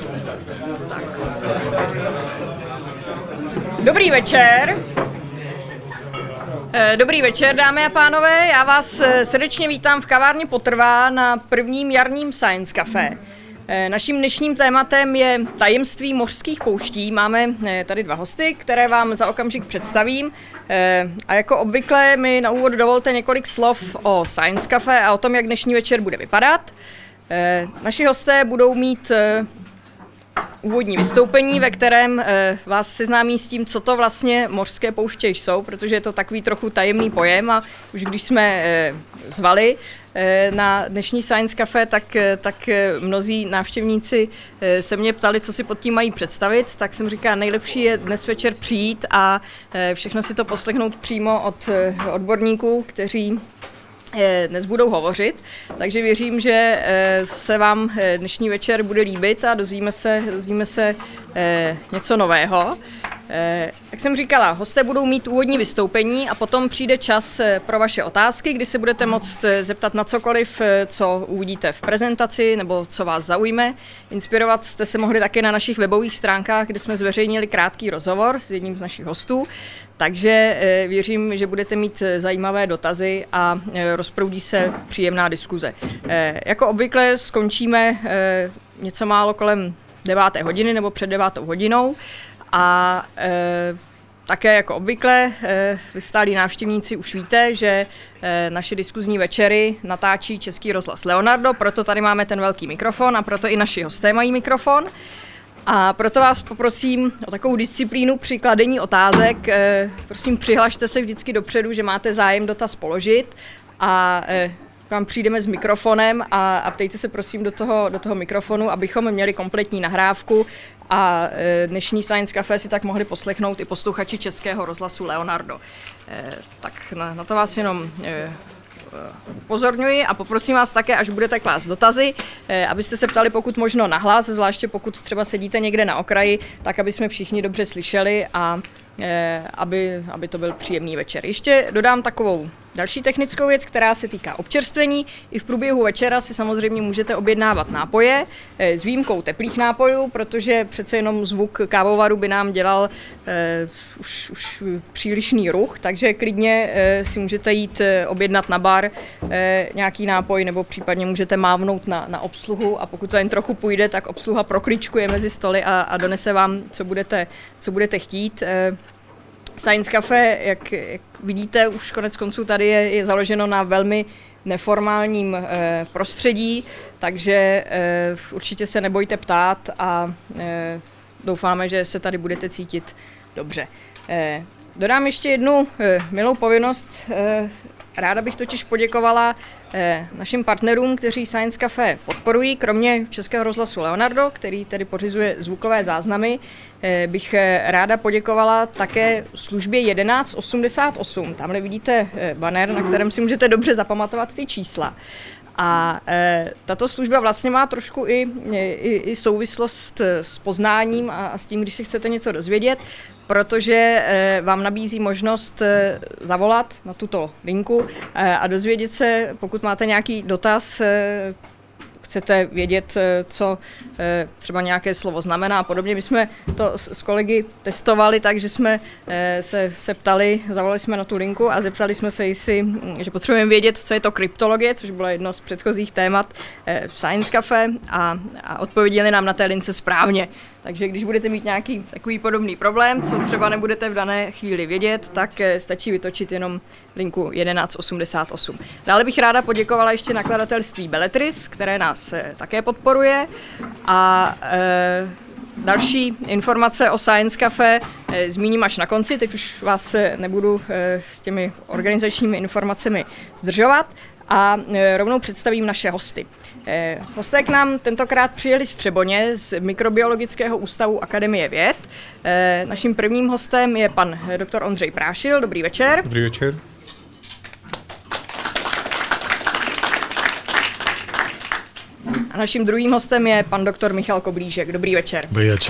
Dobrý večer. Dobrý večer, dámy a pánové. Já vás srdečně vítám v kavárně Potrvá na prvním jarním Science Café. Naším dnešním tématem je tajemství mořských pouští. Máme tady dva hosty, které vám za okamžik představím. A jako obvykle mi na úvod dovolte několik slov o Science Café a o tom, jak dnešní večer bude vypadat. Naši hosté budou mít úvodní vystoupení, ve kterém vás seznámí s tím, co to vlastně mořské pouště jsou, protože je to takový trochu tajemný pojem a už když jsme zvali na dnešní Science Café, tak mnozí návštěvníci se mě ptali, co si pod tím mají představit, tak jsem říkala, nejlepší je dnes večer přijít a všechno si to poslechnout přímo od odborníků, kteří dnes budou hovořit, takže věřím, že se vám dnešní večer bude líbit a dozvíme se něco nového. Jak jsem říkala, hosté budou mít úvodní vystoupení a potom přijde čas pro vaše otázky, kdy se budete moct zeptat na cokoliv, co uvidíte v prezentaci nebo co vás zaujme. Inspirovat jste se mohli také na našich webových stránkách, kde jsme zveřejnili krátký rozhovor s jedním z našich hostů. Takže věřím, že budete mít zajímavé dotazy a rozproudí se příjemná diskuze. Jako obvykle skončíme něco málo kolem 9. hodiny nebo před 9. hodinou a také jako obvykle vy stálí návštěvníci už víte, že naše diskuzní večery natáčí Český rozhlas Leonardo, proto tady máme ten velký mikrofon a proto i naši hosté mají mikrofon. A proto vás poprosím o takovou disciplínu při kladení otázek. Prosím, přihlašte se vždycky dopředu, že máte zájem dotaz položit a k vám přijdeme s mikrofonem a ptejte se prosím do toho mikrofonu, abychom měli kompletní nahrávku a dnešní Science Café si tak mohli poslechnout i posluchači Českého rozhlasu Leonardo. Tak na to vás jenom upozorňuji a poprosím vás také, až budete klást dotazy, abyste se ptali pokud možno nahlas, zvláště pokud třeba sedíte někde na okraji, tak aby jsme všichni dobře slyšeli a aby to byl příjemný večer. Ještě dodám takovou další technickou věc, která se týká občerstvení. I v průběhu večera si samozřejmě můžete objednávat nápoje s výjimkou teplých nápojů, protože přece jenom zvuk kávovaru by nám dělal už přílišný ruch, takže klidně si můžete jít objednat na bar nějaký nápoj nebo případně můžete mávnout na obsluhu a pokud to jen trochu půjde, tak obsluha prokličkuje mezi stoly a donese vám, co budete chtít. Science Café, jak vidíte, už konec konců tady je založeno na velmi neformálním prostředí, takže určitě se nebojte ptát a doufáme, že se tady budete cítit dobře. Dodám ještě jednu milou povinnost. Ráda bych totiž poděkovala našim partnerům, kteří Science Café podporují. Kromě Českého rozhlasu Leonardo, který tedy pořizuje zvukové záznamy, bych ráda poděkovala také službě 1188. Tamhle vidíte banner, na kterém si můžete dobře zapamatovat ty čísla. A tato služba vlastně má trošku i souvislost s poznáním a s tím, když si chcete něco dozvědět, protože vám nabízí možnost zavolat na tuto linku a dozvědět se, pokud máte nějaký dotaz, chcete vědět, co třeba nějaké slovo znamená a podobně. My jsme to s kolegy testovali, takže jsme se ptali, zavolali jsme na tu linku a zeptali jsme se, že potřebujeme vědět, co je to kryptologie, což bylo jedno z předchozích témat v Science Café a odpověděli nám na té lince správně. Takže když budete mít nějaký takový podobný problém, co třeba nebudete v dané chvíli vědět, tak stačí vytočit jenom linku 1188. Dále bych ráda poděkovala ještě nakladatelství Belletris, které nás také podporuje a další informace o Science Café zmíním až na konci, teď už vás nebudu s těmi organizačními informacemi zdržovat a rovnou představím naše hosty. Hosté k nám tentokrát přijeli z Třeboně z Mikrobiologického ústavu Akademie věd. Naším prvním hostem je pan doktor Ondřej Prášil. Dobrý večer. Dobrý večer. A naším druhým hostem je pan doktor Michal Koblížek. Dobrý večer. Dobrý večer.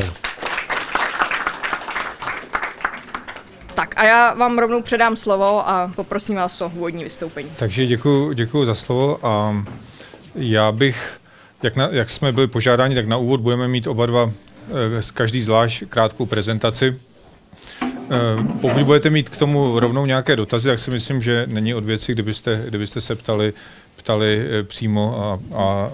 Tak a já vám rovnou předám slovo a poprosím vás o úvodní vystoupení. Takže děkuju za slovo a já bych jak jsme byli požádáni, tak na úvod budeme mít oba dva každý zvlášť krátkou prezentaci. Pokud budete mít k tomu rovnou nějaké dotazy, tak si myslím, že není od věci, kdybyste se ptali přímo a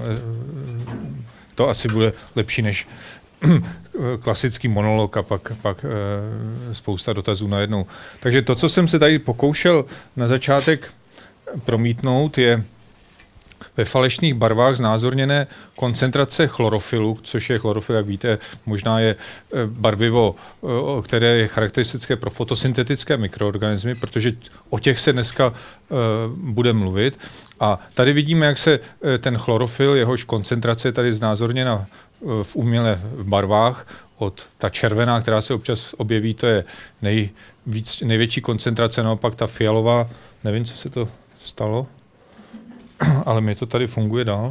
to asi bude lepší než klasický monolog a pak spousta dotazů najednou. Takže to, co jsem se tady pokoušel na začátek promítnout, je ve falešných barvách znázorněné koncentrace chlorofilu, což je chlorofil, jak víte, možná je barvivo, které je charakteristické pro fotosyntetické mikroorganismy, protože o těch se dneska bude mluvit. A tady vidíme, jak se ten chlorofil, jehož koncentrace je tady znázorněna v umělé barvách, od ta červená, která se občas objeví, to je největší koncentrace, naopak ta fialová, nevím, co se to stalo, ale mě to tady funguje dál.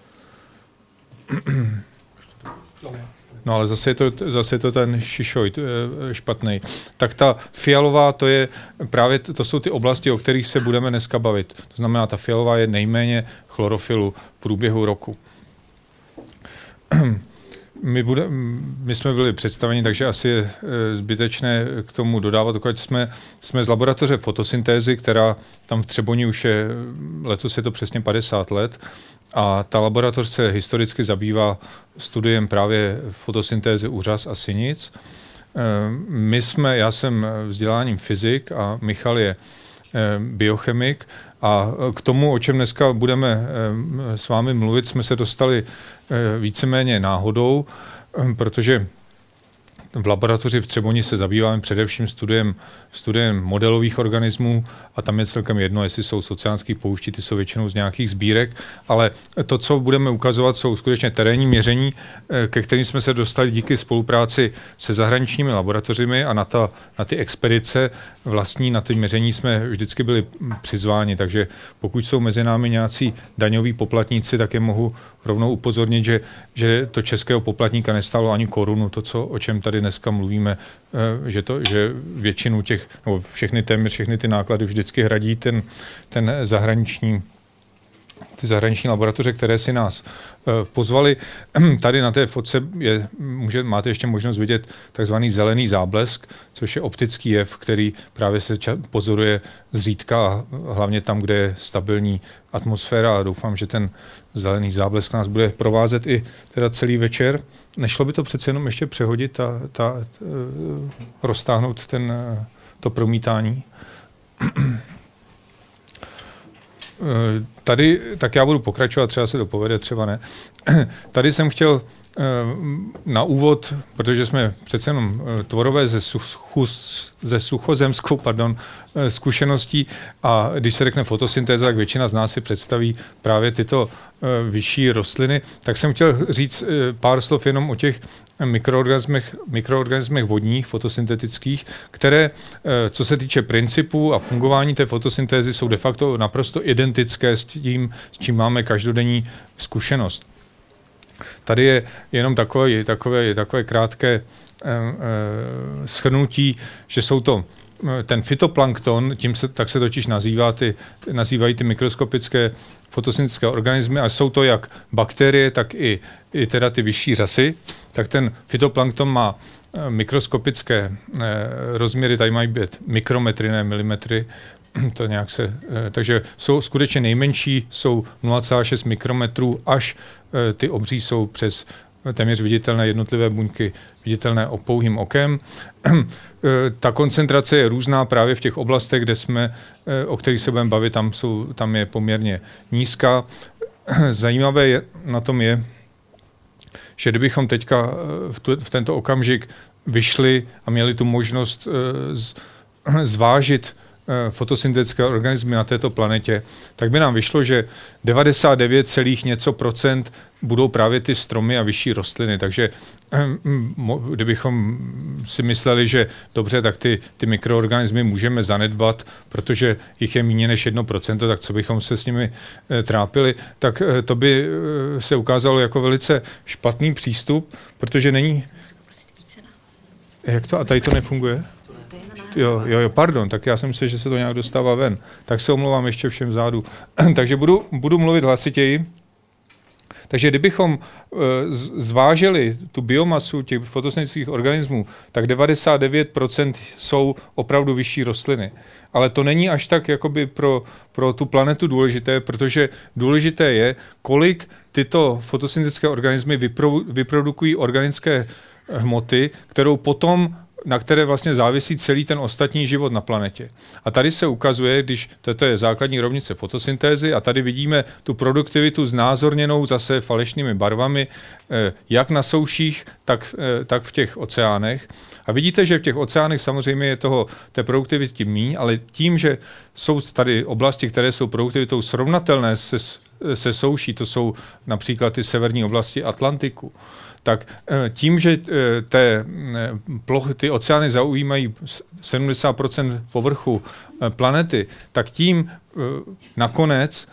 No ale zase je to ten šišoj špatný. Tak ta fialová, to jsou ty oblasti, o kterých se budeme dneska bavit. To znamená, ta fialová je nejméně chlorofilu v průběhu roku. My jsme byli představeni, takže asi je zbytečné k tomu dodávat, dokud jsme z laboratoře fotosyntézy, která tam v Třeboni už je, letos je to přesně 50 let, a ta laboratoř se historicky zabývá studiem právě fotosyntézy u řas a sinic. Já jsem vzděláním fyzik a Michal je biochemik, a k tomu, o čem dneska budeme s vámi mluvit, jsme se dostali víceméně náhodou, protože v laboratoři v Třeboni se zabýváme především studiem modelových organismů a tam je celkem jedno, jestli jsou z oceánských pouští, ty jsou většinou z nějakých sbírek, ale to, co budeme ukazovat, jsou skutečně terénní měření, ke kterým jsme se dostali díky spolupráci se zahraničními laboratořemi a na ty expedice vlastní, na ty měření jsme vždycky byli přizváni, takže pokud jsou mezi námi nějací daňoví poplatníci, tak je mohu rovnou upozornit, že to českého poplatníka nestálo ani korunu, o čem tady dneska mluvíme, že většinu nebo téměř všechny ty náklady vždycky hradí ty zahraniční laboratoře, které si nás pozvali. Tady na té fotce máte ještě možnost vidět takzvaný zelený záblesk, což je optický jev, který právě se pozoruje zřídka a hlavně tam, kde je stabilní atmosféra, a doufám, že ten zelený záblesk nás bude provázet i teda celý večer. Nešlo by to přece jenom ještě přehodit roztáhnout to promítání? Tady, tak já budu pokračovat, třeba se to povede, třeba ne. Tady jsem chtěl na úvod, protože jsme přece jenom tvorové ze suchozemskou zkušeností, a když se řekne fotosyntéza, tak většina z nás si představí právě tyto vyšší rostliny, tak jsem chtěl říct pár slov jenom o těch mikroorganismech vodních, fotosyntetických, které, co se týče principů a fungování té fotosyntézy, jsou de facto naprosto identické s tím, s čím máme každodenní zkušenost. Tady je jenom takové krátké shrnutí, že jsou to ten fytoplankton, tak se totiž nazývají ty mikroskopické fotosyntetické organismy, a jsou to jak bakterie, tak i teda ty vyšší řasy. Tak ten fytoplankton má mikroskopické rozměry, tady mají být mikrometry, ne milimetry, takže jsou skutečně nejmenší, jsou 0,6 mikrometrů, až ty obří jsou přes téměř viditelné jednotlivé buňky, viditelné pouhým okem. Ta koncentrace je různá právě v těch oblastech, o kterých se budeme bavit, tam je poměrně nízká. Zajímavé na tom je, že kdybychom teďka v tento okamžik vyšli a měli tu možnost zvážit fotosyntetické organismy na této planetě, tak by nám vyšlo, že 99, něco procent budou právě ty stromy a vyšší rostliny. Takže kdybychom si mysleli, že dobře, tak ty mikroorganismy můžeme zanedbat, protože jich je méně než 1%, tak co bychom se s nimi trápili, tak to by se ukázalo jako velice špatný přístup, protože není... Jak to? A tady to nefunguje? Jo, pardon, tak já jsem myslel, že se to nějak dostává ven. Tak se omlouvám ještě všem vzadu. Takže budu mluvit hlasitěji. Takže kdybychom zvážili tu biomasu těch fotosyntetických organismů, tak 99% jsou opravdu vyšší rostliny. Ale to není až tak jakoby pro tu planetu důležité, protože důležité je, kolik tyto fotosyntetické organismy vyprodukují organické hmoty, kterou potom, na které vlastně závisí celý ten ostatní život na planetě. A tady se ukazuje, když toto je základní rovnice fotosyntézy a tady vidíme tu produktivitu znázorněnou zase falešnými barvami, jak na souších, tak v těch oceánech. A vidíte, že v těch oceánech samozřejmě je té produktivity míň, ale tím, že jsou tady oblasti, které jsou produktivitou srovnatelné se souší, to jsou například ty severní oblasti Atlantiku, tak tím, že ty oceány zaujímají 70% povrchu planety, tak tím nakonec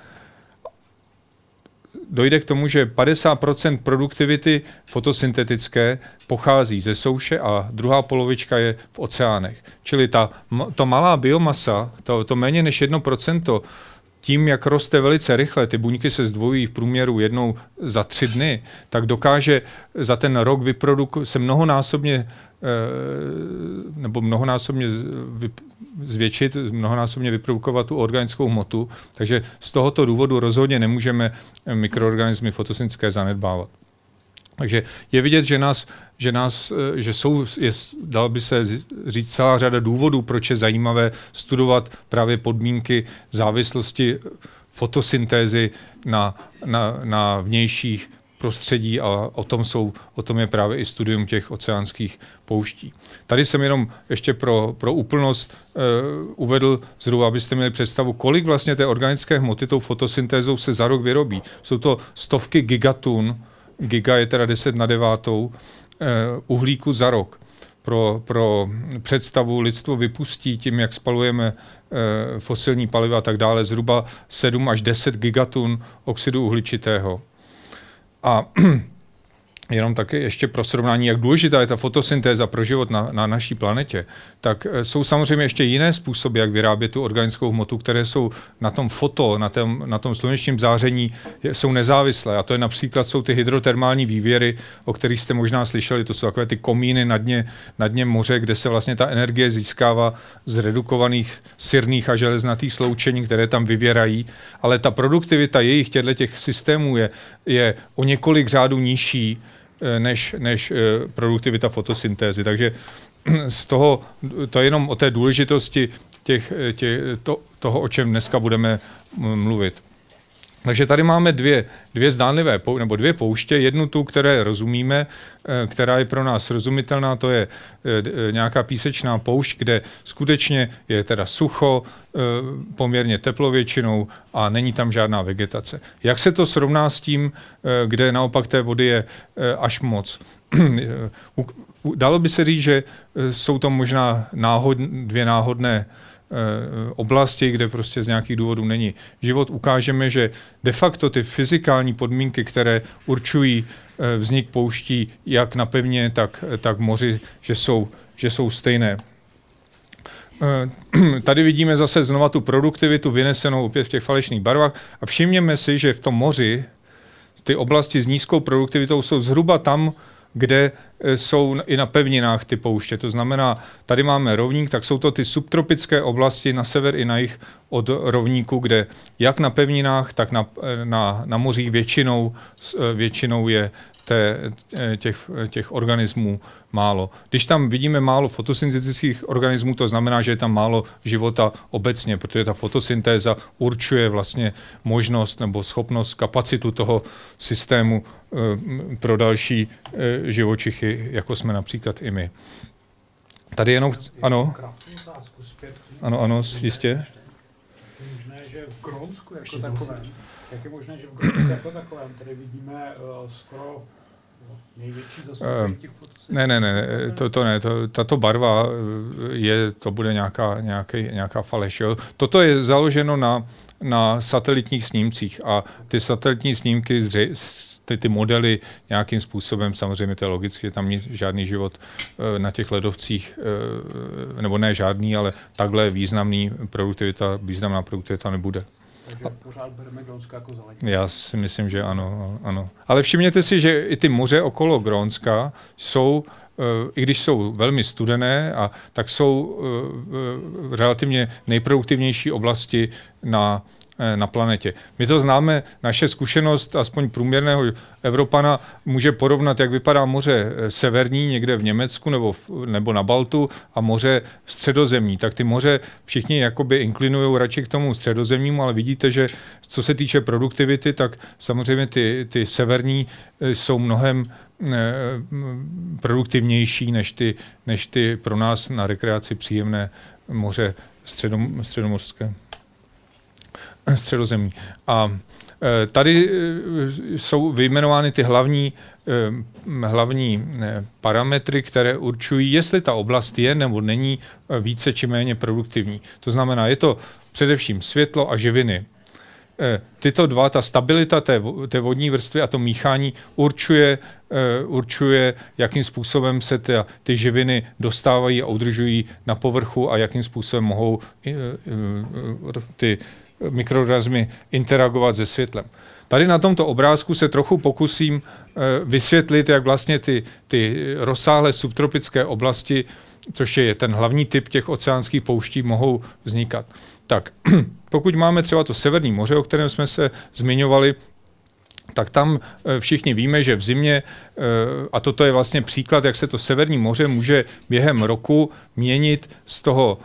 dojde k tomu, že 50% produktivity fotosyntetické pochází ze souše a druhá polovička je v oceánech. Čili ta malá biomasa, to méně než 1%, tím, jak roste velice rychle, ty buňky se zdvojují v průměru jednou za 3 dny, tak dokáže za ten rok se mnohonásobně zvětšit, mnohonásobně vyprodukovat tu organickou hmotu. Takže z tohoto důvodu rozhodně nemůžeme mikroorganismy fotosyntetické zanedbávat. Takže je vidět, dal by se říct celá řada důvodů, proč je zajímavé studovat právě podmínky závislosti fotosyntézy na vnějších prostředí a o tom je právě i studium těch oceánských pouští. Tady jsem jenom ještě pro úplnost uvedl zhruba, abyste měli představu, kolik vlastně té organické hmoty tou fotosyntézou se za rok vyrobí. Jsou to stovky gigatun, giga je teda 10⁹, uhlíku za rok. Pro představu lidstvo vypustí tím, jak spalujeme fosilní paliva a tak dále, zhruba 7 až 10 gigatun oxidu uhličitého. A jenom taky ještě pro srovnání, jak důležitá je ta fotosyntéza pro život na naší planetě, tak jsou samozřejmě ještě jiné způsoby, jak vyrábět tu organickou hmotu, které jsou na tom na tom slunečním záření jsou nezávislé. A to je například jsou ty hydrotermální vývěry, o kterých jste možná slyšeli. To jsou takové ty komíny na dně moře, kde se vlastně ta energie získává z redukovaných sirných a železnatých sloučení, které tam vyvěrají. Ale ta produktivita jejich těch systémů je o několik řádů nižší než produktivita fotosyntézy. Takže z toho, to je jenom o té důležitosti toho, o čem dneska budeme mluvit. Takže tady máme dvě zdánlivé, nebo dvě pouště, jednu tu, které rozumíme, která je pro nás srozumitelná, to je nějaká písečná poušť, kde skutečně je teda sucho, poměrně teplo většinou a není tam žádná vegetace. Jak se to srovná s tím, kde naopak té vody je až moc? Dalo by se říct, že jsou to možná dvě náhodné oblasti, kde prostě z nějakých důvodů není život. Ukážeme, že de facto ty fyzikální podmínky, které určují vznik pouští jak na pevnině, tak v moři, že jsou stejné. Tady vidíme zase znova tu produktivitu vynesenou opět v těch falešných barvách a všimněme si, že v tom moři ty oblasti s nízkou produktivitou jsou zhruba tam, kde jsou i na pevninách ty pouště. To znamená, tady máme rovník, tak jsou to ty subtropické oblasti na sever i na jih od rovníku, kde jak na pevninách, tak na mořích většinou je těch organismů málo. Když tam vidíme málo fotosyntetických organismů, to znamená, že je tam málo života obecně, protože ta fotosyntéza určuje vlastně možnost nebo schopnost, kapacitu toho systému pro další živočichy, jako jsme například i my. Tady jenom... Ano, jistě. Je možné, že v Grónsku jako takovém, jak je možné, že v Grónsku jako takovém, tady vidíme skoro největší zastoupení těch fotosyntetických? Ne, tato barva to bude nějaká faleš. Jo. Toto je založeno na satelitních snímcích a ty satelitní snímky ty modely nějakým způsobem, samozřejmě to je logicky, tam není žádný život na těch ledovcích, nebo ne žádný, ale takhle významná produktivita nebude. Takže pořád bereme Grónsko jako zeleně. Já si myslím, že ano. Ale všimněte si, že i ty moře okolo Grónska jsou, i když jsou velmi studené, tak jsou relativně nejproduktivnější oblasti na planetě. My to známe, naše zkušenost, aspoň průměrného Evropana, může porovnat, jak vypadá moře severní někde v Německu nebo na Baltu a moře středozemní. Tak ty moře všichni jakoby inklinují radši k tomu středozemnímu, ale vidíte, že co se týče produktivity, tak samozřejmě ty severní jsou mnohem produktivnější než ty pro nás na rekreaci příjemné moře středomorské. Středozemí. A tady jsou vyjmenovány ty hlavní parametry, které určují, jestli ta oblast je nebo není více či méně produktivní. To znamená, je to především světlo a živiny. Tyto dva, ta stabilita té vodní vrstvy a to míchání určuje, jakým způsobem se ty živiny dostávají a udržují na povrchu a jakým způsobem mohou ty mikroorganismy interagovat se světlem. Tady na tomto obrázku se trochu pokusím vysvětlit, jak vlastně ty rozsáhlé subtropické oblasti, což je ten hlavní typ těch oceánských pouští, mohou vznikat. Tak, pokud máme třeba to Severní moře, o kterém jsme se zmiňovali, tak tam všichni víme, že v zimě, a toto je vlastně příklad, jak se to Severní moře může během roku měnit z toho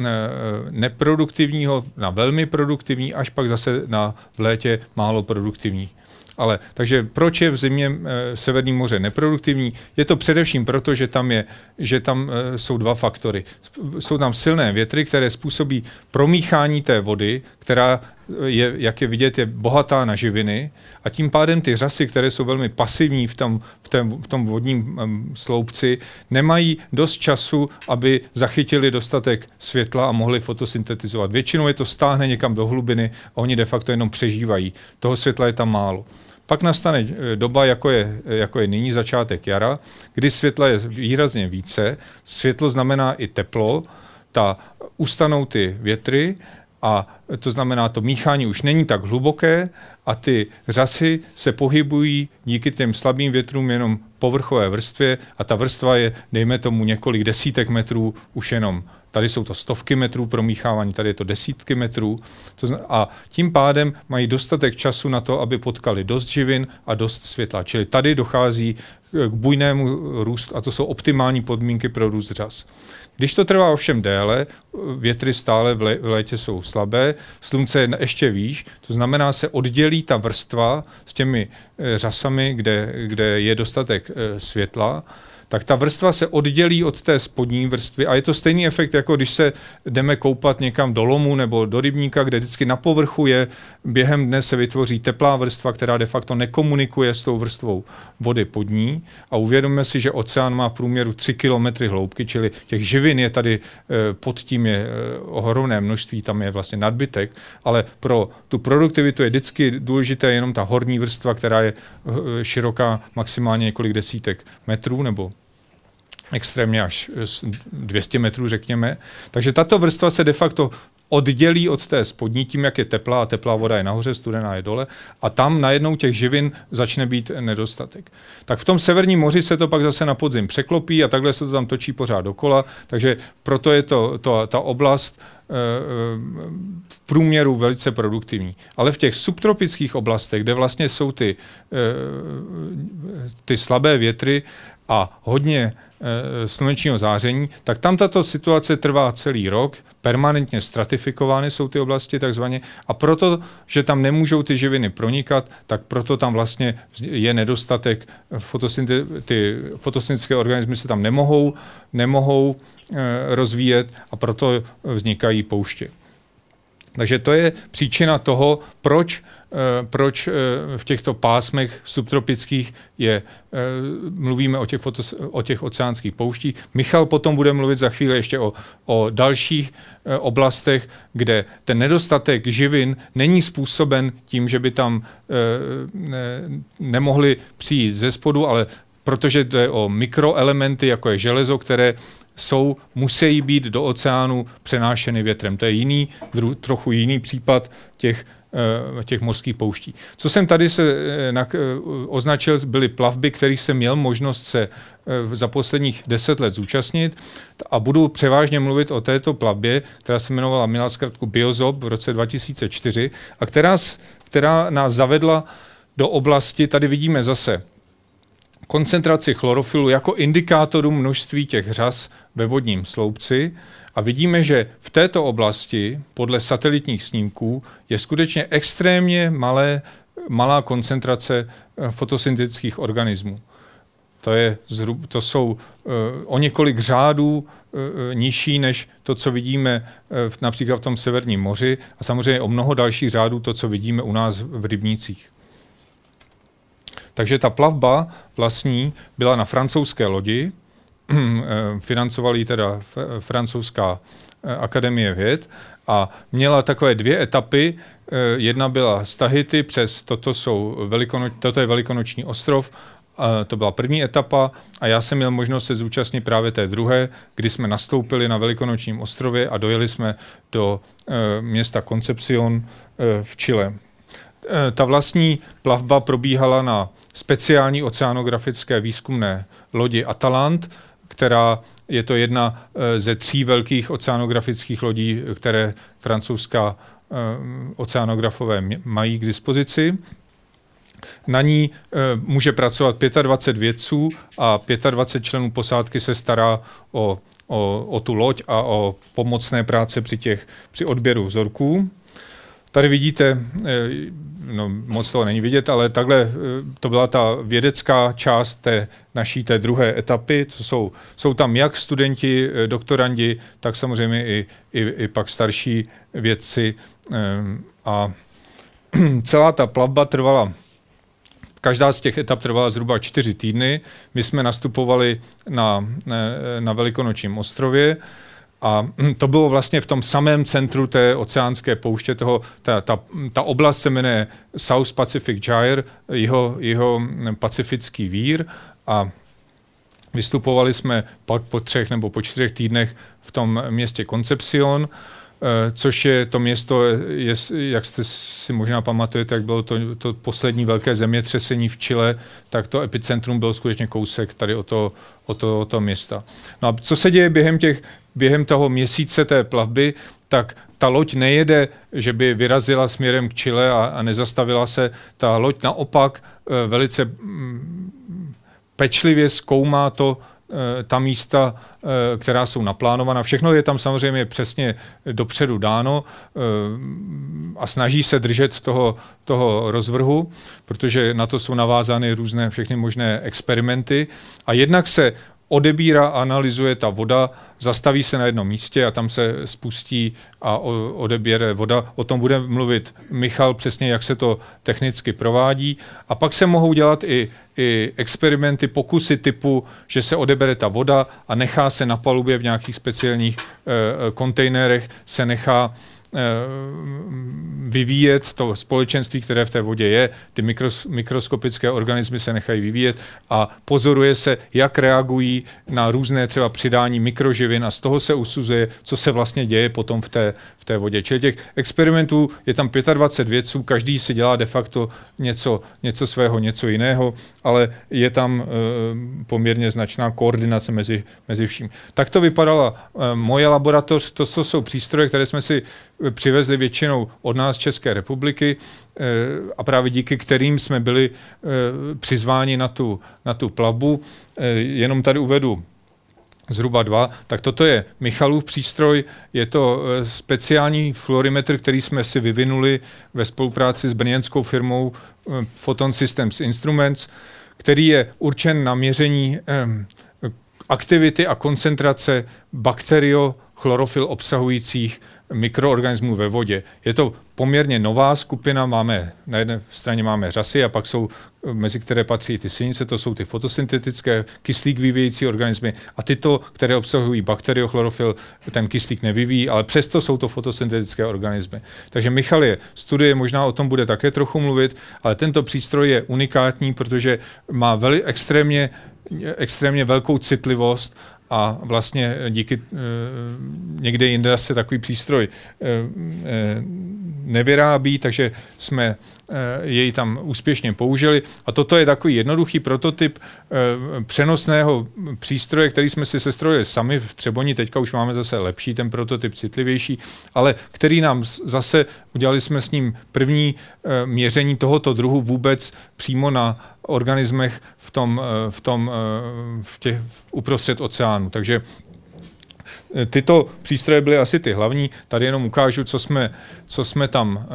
neproduktivního na velmi produktivní, až pak zase v létě málo produktivní. Takže proč je v zimě Severní moře neproduktivní? Je to především proto, že tam jsou dva faktory. Jsou tam silné větry, které způsobí promíchání té vody, která je, jak je vidět, je bohatá na živiny a tím pádem ty řasy, které jsou velmi pasivní v tom vodním sloupci, nemají dost času, aby zachytili dostatek světla a mohli fotosyntetizovat. Většinou je to stáhne někam do hlubiny a oni de facto jenom přežívají. Toho světla je tam málo. Pak nastane doba, jako je nyní začátek jara, kdy světla je výrazně více. Světlo znamená i teplo, ustanou ty větry a to znamená, to míchání už není tak hluboké a ty řasy se pohybují díky těm slabým větrům jenom povrchové vrstvě a ta vrstva je, dejme tomu, několik desítek metrů už jenom. Tady jsou to stovky metrů promíchávání, tady je to desítky metrů. A tím pádem mají dostatek času na to, aby potkali dost živin a dost světla. Čili tady dochází k bujnému růstu a to jsou optimální podmínky pro růst řas. Když to trvá ovšem déle, větry stále v létě jsou slabé, slunce je ještě výš, to znamená, se oddělí ta vrstva s těmi řasami, kde je dostatek světla, tak ta vrstva se oddělí od té spodní vrstvy a je to stejný efekt, jako když se jdeme koupat někam do lomu nebo do rybníka, kde vždycky na povrchu během dne se vytvoří teplá vrstva, která de facto nekomunikuje s tou vrstvou vody pod ní a uvědomme si, že oceán má v průměru 3 kilometry hloubky, čili těch živin je tady pod tím je ohromné množství, tam je vlastně nadbytek, ale pro tu produktivitu je vždycky důležité jenom ta horní vrstva, která je široká maximálně několik desítek metrů nebo extrémně až 200 metrů, řekněme. Takže tato vrstva se de facto oddělí od té spodní tím, jak je teplá a teplá voda je nahoře, studená je dole a tam najednou těch živin začne být nedostatek. Tak v tom Severním moři se to pak zase na podzim překlopí a takhle se to tam točí pořád dokola, takže proto je ta oblast v průměru velice produktivní. Ale v těch subtropických oblastech, kde vlastně jsou ty slabé větry a hodně slunečního záření, tak tam tato situace trvá celý rok, permanentně stratifikovány jsou ty oblasti takzvaně a proto, že tam nemůžou ty živiny pronikat, tak proto tam vlastně je nedostatek, ty fotosyntetické organismy se tam nemohou rozvíjet a proto vznikají pouště. Takže to je příčina toho, proč v těchto pásmech subtropických mluvíme o těch oceánských pouštích. Michal potom bude mluvit za chvíli ještě o dalších oblastech, kde ten nedostatek živin není způsoben tím, že by tam nemohli přijít ze spodu, ale protože to je o mikroelementy, jako je železo, které musí být do oceánu přenášeny větrem. To je trochu jiný případ těch těch mořských pouští. Co jsem tady označil, byly plavby, kterých jsem měl možnost se za posledních 10 let zúčastnit a budu převážně mluvit o této plavbě, která se jmenovala, měla zkratku Biozob v roce 2004 a která nás zavedla do oblasti, tady vidíme zase koncentraci chlorofilu jako indikátoru množství těch řas ve vodním sloupci a vidíme, že v této oblasti podle satelitních snímků je skutečně extrémně malá koncentrace fotosyntetických organismů. To jsou o několik řádů nižší než to, co vidíme například v tom Severním moři a samozřejmě o mnoho dalších řádů to, co vidíme u nás v rybnících. Takže ta plavba vlastní byla na francouzské lodi, financovala ji teda francouzská akademie věd a měla takové 2 etapy. Jedna byla z Tahiti přes, toto je Velikonoční ostrov, to byla první etapa a já jsem měl možnost se zúčastnit právě té druhé, kdy jsme nastoupili na Velikonočním ostrově a dojeli jsme do města Concepción v Chile. Ta vlastní plavba probíhala na speciální oceanografické výzkumné lodi Atalant, je to jedna ze 3 velkých oceanografických lodí, které francouzská oceanografové mají k dispozici. Na ní může pracovat 25 vědců a 25 členů posádky se stará o tu loď a o pomocné práce při odběru vzorků. Tady vidíte, moc toho není vidět, ale takhle to byla ta vědecká část té druhé etapy. Jsou tam jak studenti, doktorandi, tak samozřejmě i pak starší vědci. A celá ta plavba každá z těch etap trvala zhruba 4 týdny. My jsme nastupovali na Velikonočním ostrově. A to bylo vlastně v tom samém centru té oceánské pouště, ta oblast se jmenuje South Pacific Gyre, jeho pacifický vír a vystupovali jsme pak po 3 nebo po 4 týdnech v tom městě Concepción, což je to město, jak jste si možná pamatujete, jak bylo to poslední velké zemětřesení v Chile, tak to epicentrum bylo skutečně kousek tady od toho města. No a co se děje během toho měsíce té plavby, tak ta loď nejede, že by vyrazila směrem k Chile a nezastavila se. Ta loď naopak velice pečlivě zkoumá ta místa, která jsou naplánovaná. Všechno je tam samozřejmě přesně dopředu dáno a snaží se držet toho rozvrhu, protože na to jsou navázány všechny možné experimenty. A jednak se odebírá a analyzuje ta voda, zastaví se na jednom místě a tam se spustí a odeběre voda. O tom bude mluvit Michal přesně, jak se to technicky provádí. A pak se mohou dělat i experimenty, pokusy typu, že se odebere ta voda a nechá se na palubě v nějakých speciálních kontejnerech, se nechá vyvíjet to společenství, které v té vodě je, ty mikroskopické organismy se nechají vyvíjet a pozoruje se, jak reagují na různé třeba přidání mikroživin a z toho se usuzuje, co se vlastně děje potom v té vodě. Čili těch experimentů je tam 25 vědců, každý si dělá de facto něco svého, něco jiného, ale je tam poměrně značná koordinace mezi vším. Tak to vypadala moje laboratoř, to jsou přístroje, které jsme si přivezli většinou od nás z České republiky a právě díky kterým jsme byli přizváni na tu plavbu. Jenom tady uvedu zhruba 2. Tak toto je Michalův přístroj, je to speciální fluorimetr, který jsme si vyvinuli ve spolupráci s brněnskou firmou Photon Systems Instruments, který je určen na měření aktivity a koncentrace bakteriochlorofil obsahujících mikroorganismů ve vodě. Je to poměrně nová skupina, na jedné straně máme řasy a pak jsou, mezi které patří ty sinice, to jsou ty fotosyntetické kyslík vyvíjející organismy a tyto, které obsahují bakteriochlorofil, ten kyslík nevyvíjí, ale přesto jsou to fotosyntetické organismy. Takže Michal je studie, možná o tom bude také trochu mluvit, ale tento přístroj je unikátní, protože má extrémně velkou citlivost a vlastně díky někde jinde se takový přístroj nevyrábí, takže jsme jej tam úspěšně použili. A toto je takový jednoduchý prototyp přenosného přístroje, který jsme si sestrojili sami v Třeboni. Teďka už máme zase lepší ten prototyp, citlivější, ale který nám zase, udělali jsme s ním první měření tohoto druhu vůbec přímo na organismech uprostřed oceánu. Takže tyto přístroje byly asi ty hlavní. Tady jenom ukážu, co jsme tam,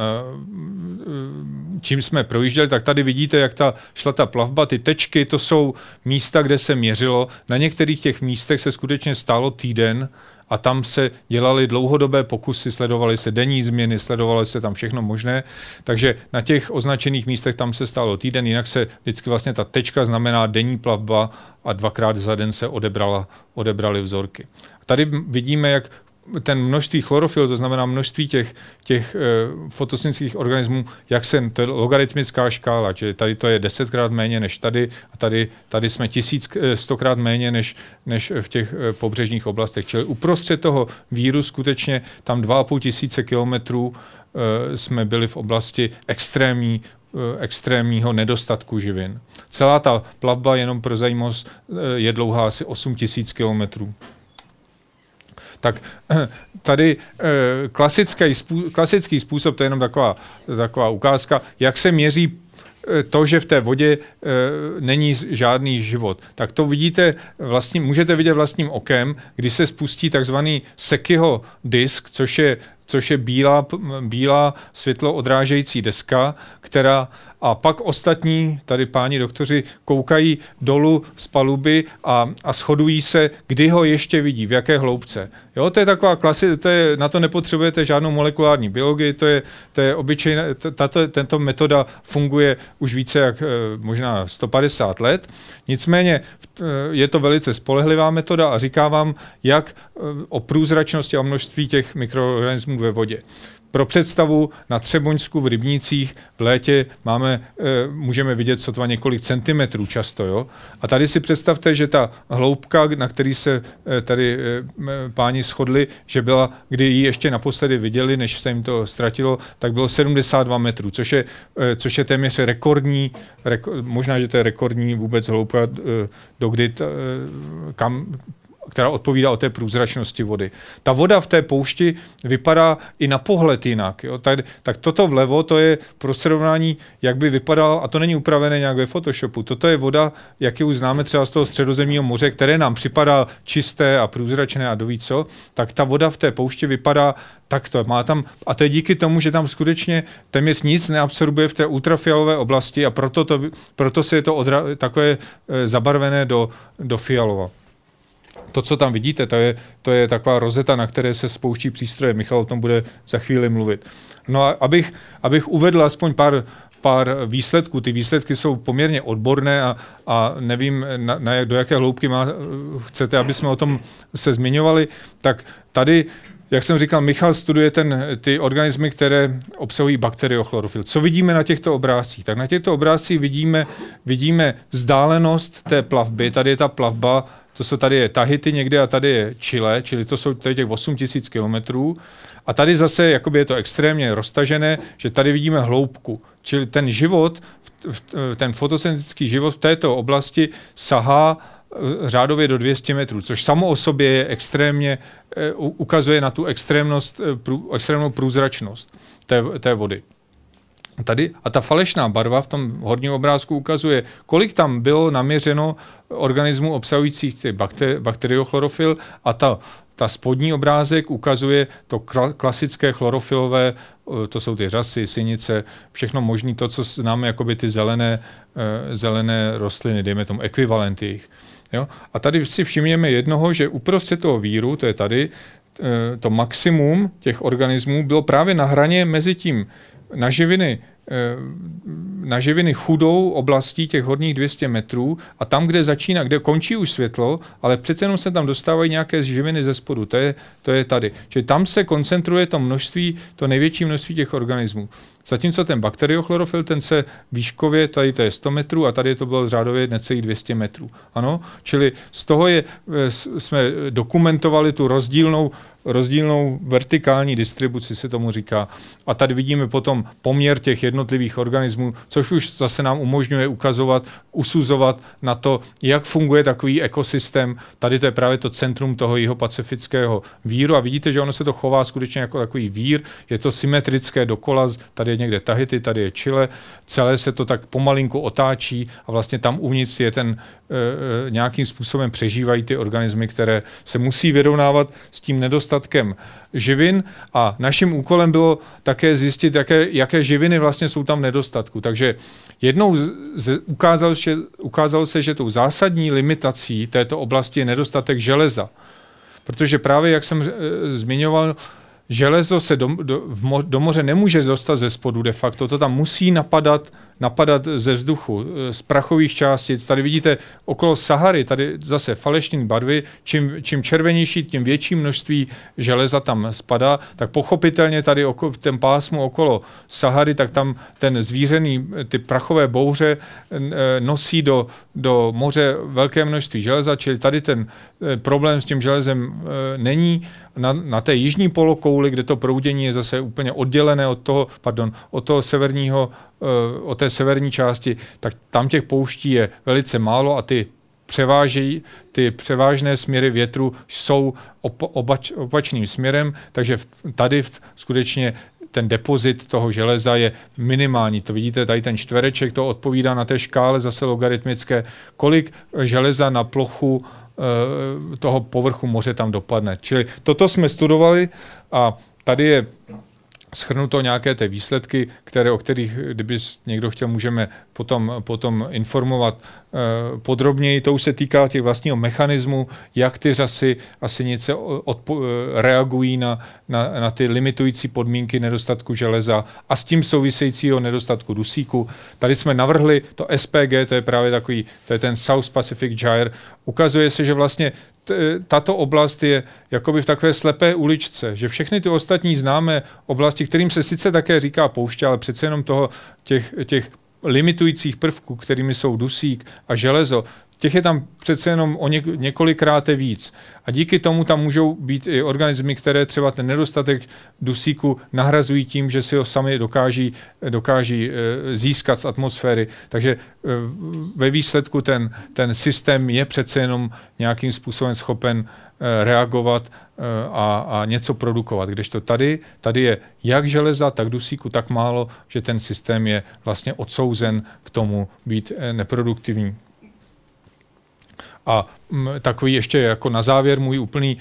čím jsme projížděli. Tak tady vidíte, jak šla ta plavba. Ty tečky, to jsou místa, kde se měřilo. Na některých těch místech se skutečně stálo týden a tam se dělaly dlouhodobé pokusy, sledovaly se denní změny, sledovaly se tam všechno možné. Takže na těch označených místech tam se stálo týden, jinak se vždycky vlastně ta tečka znamená denní plavba a 2krát za den se odebraly vzorky. Tady vidíme, jak ten množství chlorofilu, to znamená množství těch fotosyntetických organismů, jak to je logaritmická škála, čili tady to je 10krát méně než tady a tady jsme 1100krát méně než v těch pobřežních oblastech. Čili uprostřed toho víru skutečně tam 2500 kilometrů jsme byli v oblasti extrémního nedostatku živin. Celá ta plavba, jenom pro zajímavost, je dlouhá asi 8000 kilometrů. Tak tady klasický způsob, to je jenom taková ukázka, jak se měří to, že v té vodě není žádný život. Tak to vidíte můžete vidět vlastním okem, když se spustí takzvaný Secchiho disk, což je bílá světlo odrážející deska, a pak ostatní, tady páni doktoři, koukají dolů z paluby a shodují se, kdy ho ještě vidí, v jaké hloubce. Jo, to je taková na to nepotřebujete žádnou molekulární biologii, to je obyčejná, tento metoda funguje už více jak možná 150 let. Nicméně je to velice spolehlivá metoda a říká vám, jak o průzračnosti a množství těch mikroorganismů ve vodě. Pro představu, na Třeboňsku v rybnících v létě můžeme vidět sotva několik centimetrů často. Jo? A tady si představte, že ta hloubka, na který se tady páni shodli, že byla, kdy ji ještě naposledy viděli, než se jim to ztratilo, tak bylo 72 metrů, což je téměř rekordní, možná, že to je rekordní vůbec hloubka, dokdy která odpovídá o té průzračnosti vody. Ta voda v té poušti vypadá i na pohled jinak. Jo? Tak toto vlevo, to je pro srovnání, jak by vypadalo, a to není upravené nějak ve Photoshopu, toto je voda, jak ji už známe třeba z toho Středozemního moře, které nám připadá čisté a průzračné a doví co, tak ta voda v té poušti vypadá takto. A to je díky tomu, že tam skutečně téměř nic neabsorbuje v té ultrafialové oblasti a proto se je to takové zabarvené do fialova. To, co tam vidíte, to je taková rozeta, na které se spouští přístroje. Michal o tom bude za chvíli mluvit. No a abych uvedl aspoň pár výsledků. Ty výsledky jsou poměrně odborné a nevím, do jaké hloubky chcete, aby jsme o tom se zmiňovali. Tak tady, jak jsem říkal, Michal studuje ty organismy, které obsahují bakteriochlorofil. Co vidíme na těchto obrázcích? Tak na těchto obrázcích vidíme vzdálenost té plavby. Tady je ta plavba, tady je Tahiti někde a tady je Chile, čili to jsou tady těch 8000 kilometrů. A tady zase jakoby je to extrémně roztažené, že tady vidíme hloubku. Čili ten život, ten fotosyntetický život v této oblasti sahá řádově do 200 metrů, což samo o sobě je extrémně, ukazuje na tu extrémnou průzračnost té vody. A ta falešná barva v tom horním obrázku ukazuje, kolik tam bylo naměřeno organismů obsahujících bakteriochlorofil a ta spodní obrázek ukazuje to klasické chlorofilové, to jsou ty řasy, sinice, všechno možné, to, co známe jakoby ty zelené rostliny, dejme tomu ekvivalenty jich. Jo? A tady si všimněme jednoho, že uprostřed toho víru, to je tady, to maximum těch organismů bylo právě na hraně mezi tím na živiny na živiny chudou oblastí těch horních 200 metrů a tam, kde končí už světlo, ale přece jenom se tam dostávají nějaké živiny ze spodu. To je tady. Čili tam se koncentruje to největší množství těch organismů. Zatímco ten bakteriochlorofil, ten se výškově, tady to je 100 metrů a tady to bylo řádově necelých 200 metrů. Ano? Čili z toho jsme dokumentovali tu rozdílnou vertikální distribuci, se tomu říká. A tady vidíme potom poměr těch jednotlivých organismů, což už zase nám umožňuje usuzovat na to, jak funguje takový ekosystém. Tady to je právě to centrum toho jihopacifického víru a vidíte, že ono se to chová skutečně jako takový vír. Je to symetrické dokola, tady je někde Tahiti, tady je Chile, celé se to tak pomalinku otáčí a vlastně tam uvnitř je nějakým způsobem přežívají ty organismy, které se musí vyrovnávat s tím nedostatkem živin a naším úkolem bylo také zjistit, jaké živiny vlastně jsou tam v nedostatku. Takže jednou ukázalo se, že tou zásadní limitací této oblasti je nedostatek železa. Protože právě, jak jsem zmiňoval, železo se do moře nemůže dostat ze spodu de facto, to tam musí napadat ze vzduchu, z prachových částic. Tady vidíte okolo Sahary, tady zase falešné barvy, čím červenější, tím větší množství železa tam spadá, tak pochopitelně tady v tom pásmu okolo Sahary, tak tam ten ty prachové bouře nosí do moře velké množství železa, čili tady ten problém s tím železem není. Na té jižní polokouli, kde to proudění je zase úplně oddělené od té severní části, tak tam těch pouští je velice málo a ty převážné směry větru jsou opačným směrem, takže tady skutečně ten depozit toho železa je minimální. To vidíte, tady ten čtvereček, to odpovídá na té škále zase logaritmické, kolik železa na plochu toho povrchu moře tam dopadne. Čili toto jsme studovali a tady je shrnuto nějaké ty výsledky, o kterých, kdyby někdo chtěl, můžeme potom informovat podrobněji. To už se týká těch vlastního mechanismu, jak ty řasy a sinice reagují na ty limitující podmínky nedostatku železa a s tím souvisejícího nedostatku dusíku. Tady jsme navrhli to SPG, to je právě to je ten South Pacific Gyre. Ukazuje se, že vlastně tato oblast je jakoby v takové slepé uličce, že všechny ty ostatní známé oblasti, kterým se sice také říká pouště, ale přece jenom těch limitujících prvků, kterými jsou dusík a železo, těch je tam přece jenom o několikrát víc. A díky tomu tam můžou být i organismy, které třeba ten nedostatek dusíku nahrazují tím, že si ho sami dokáží získat z atmosféry. Takže ve výsledku ten systém je přece jenom nějakým způsobem schopen reagovat a něco produkovat. Kdežto tady je jak železa, tak dusíku tak málo, že ten systém je vlastně odsouzen k tomu být neproduktivní. A takový ještě jako na závěr můj úplný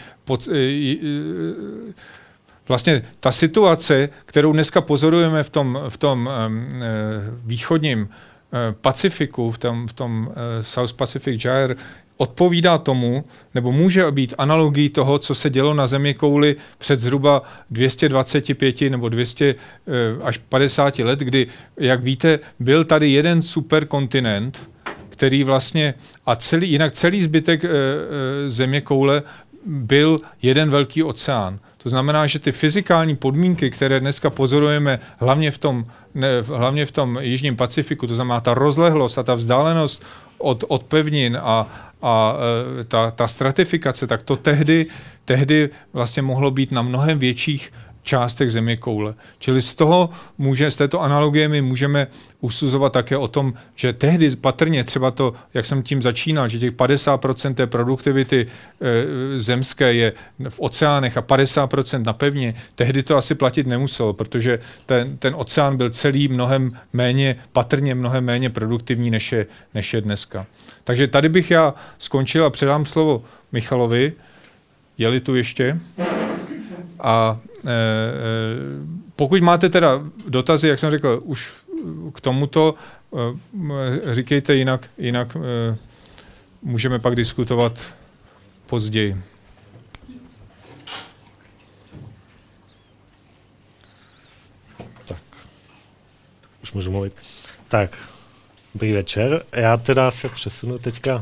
vlastně ta situace, kterou dneska pozorujeme v tom východním Pacifiku, v tom South Pacific Gyre, odpovídá tomu, nebo může být analogií toho, co se dělo na Zeměkouli před zhruba 225 nebo 200 až 50 let, kdy, jak víte, byl tady jeden superkontinent, který vlastně, jinak celý zbytek Zeměkoule byl jeden velký oceán. To znamená, že ty fyzikální podmínky, které dneska pozorujeme hlavně v tom jižním Pacifiku, to znamená ta rozlehlost a ta vzdálenost od pevnin a ta stratifikace, tak to tehdy vlastně mohlo být na mnohem větších částech Zeměkoule. Čili z této analogie my můžeme usuzovat také o tom, že tehdy patrně třeba to, jak jsem tím začínal, že těch 50% té produktivity zemské je v oceánech a 50% na pevně, tehdy to asi platit nemuselo, protože ten oceán byl celý patrně mnohem méně produktivní, než je dneska. Takže tady bych já skončil a předám slovo Michalovi. Je-li tu ještě? A pokud máte teda dotazy, jak jsem řekl, už k tomuto, říkejte, jinak můžeme pak diskutovat později. Tak. Už můžu mluvit. Tak, dobrý večer. Já teda se přesunu teďka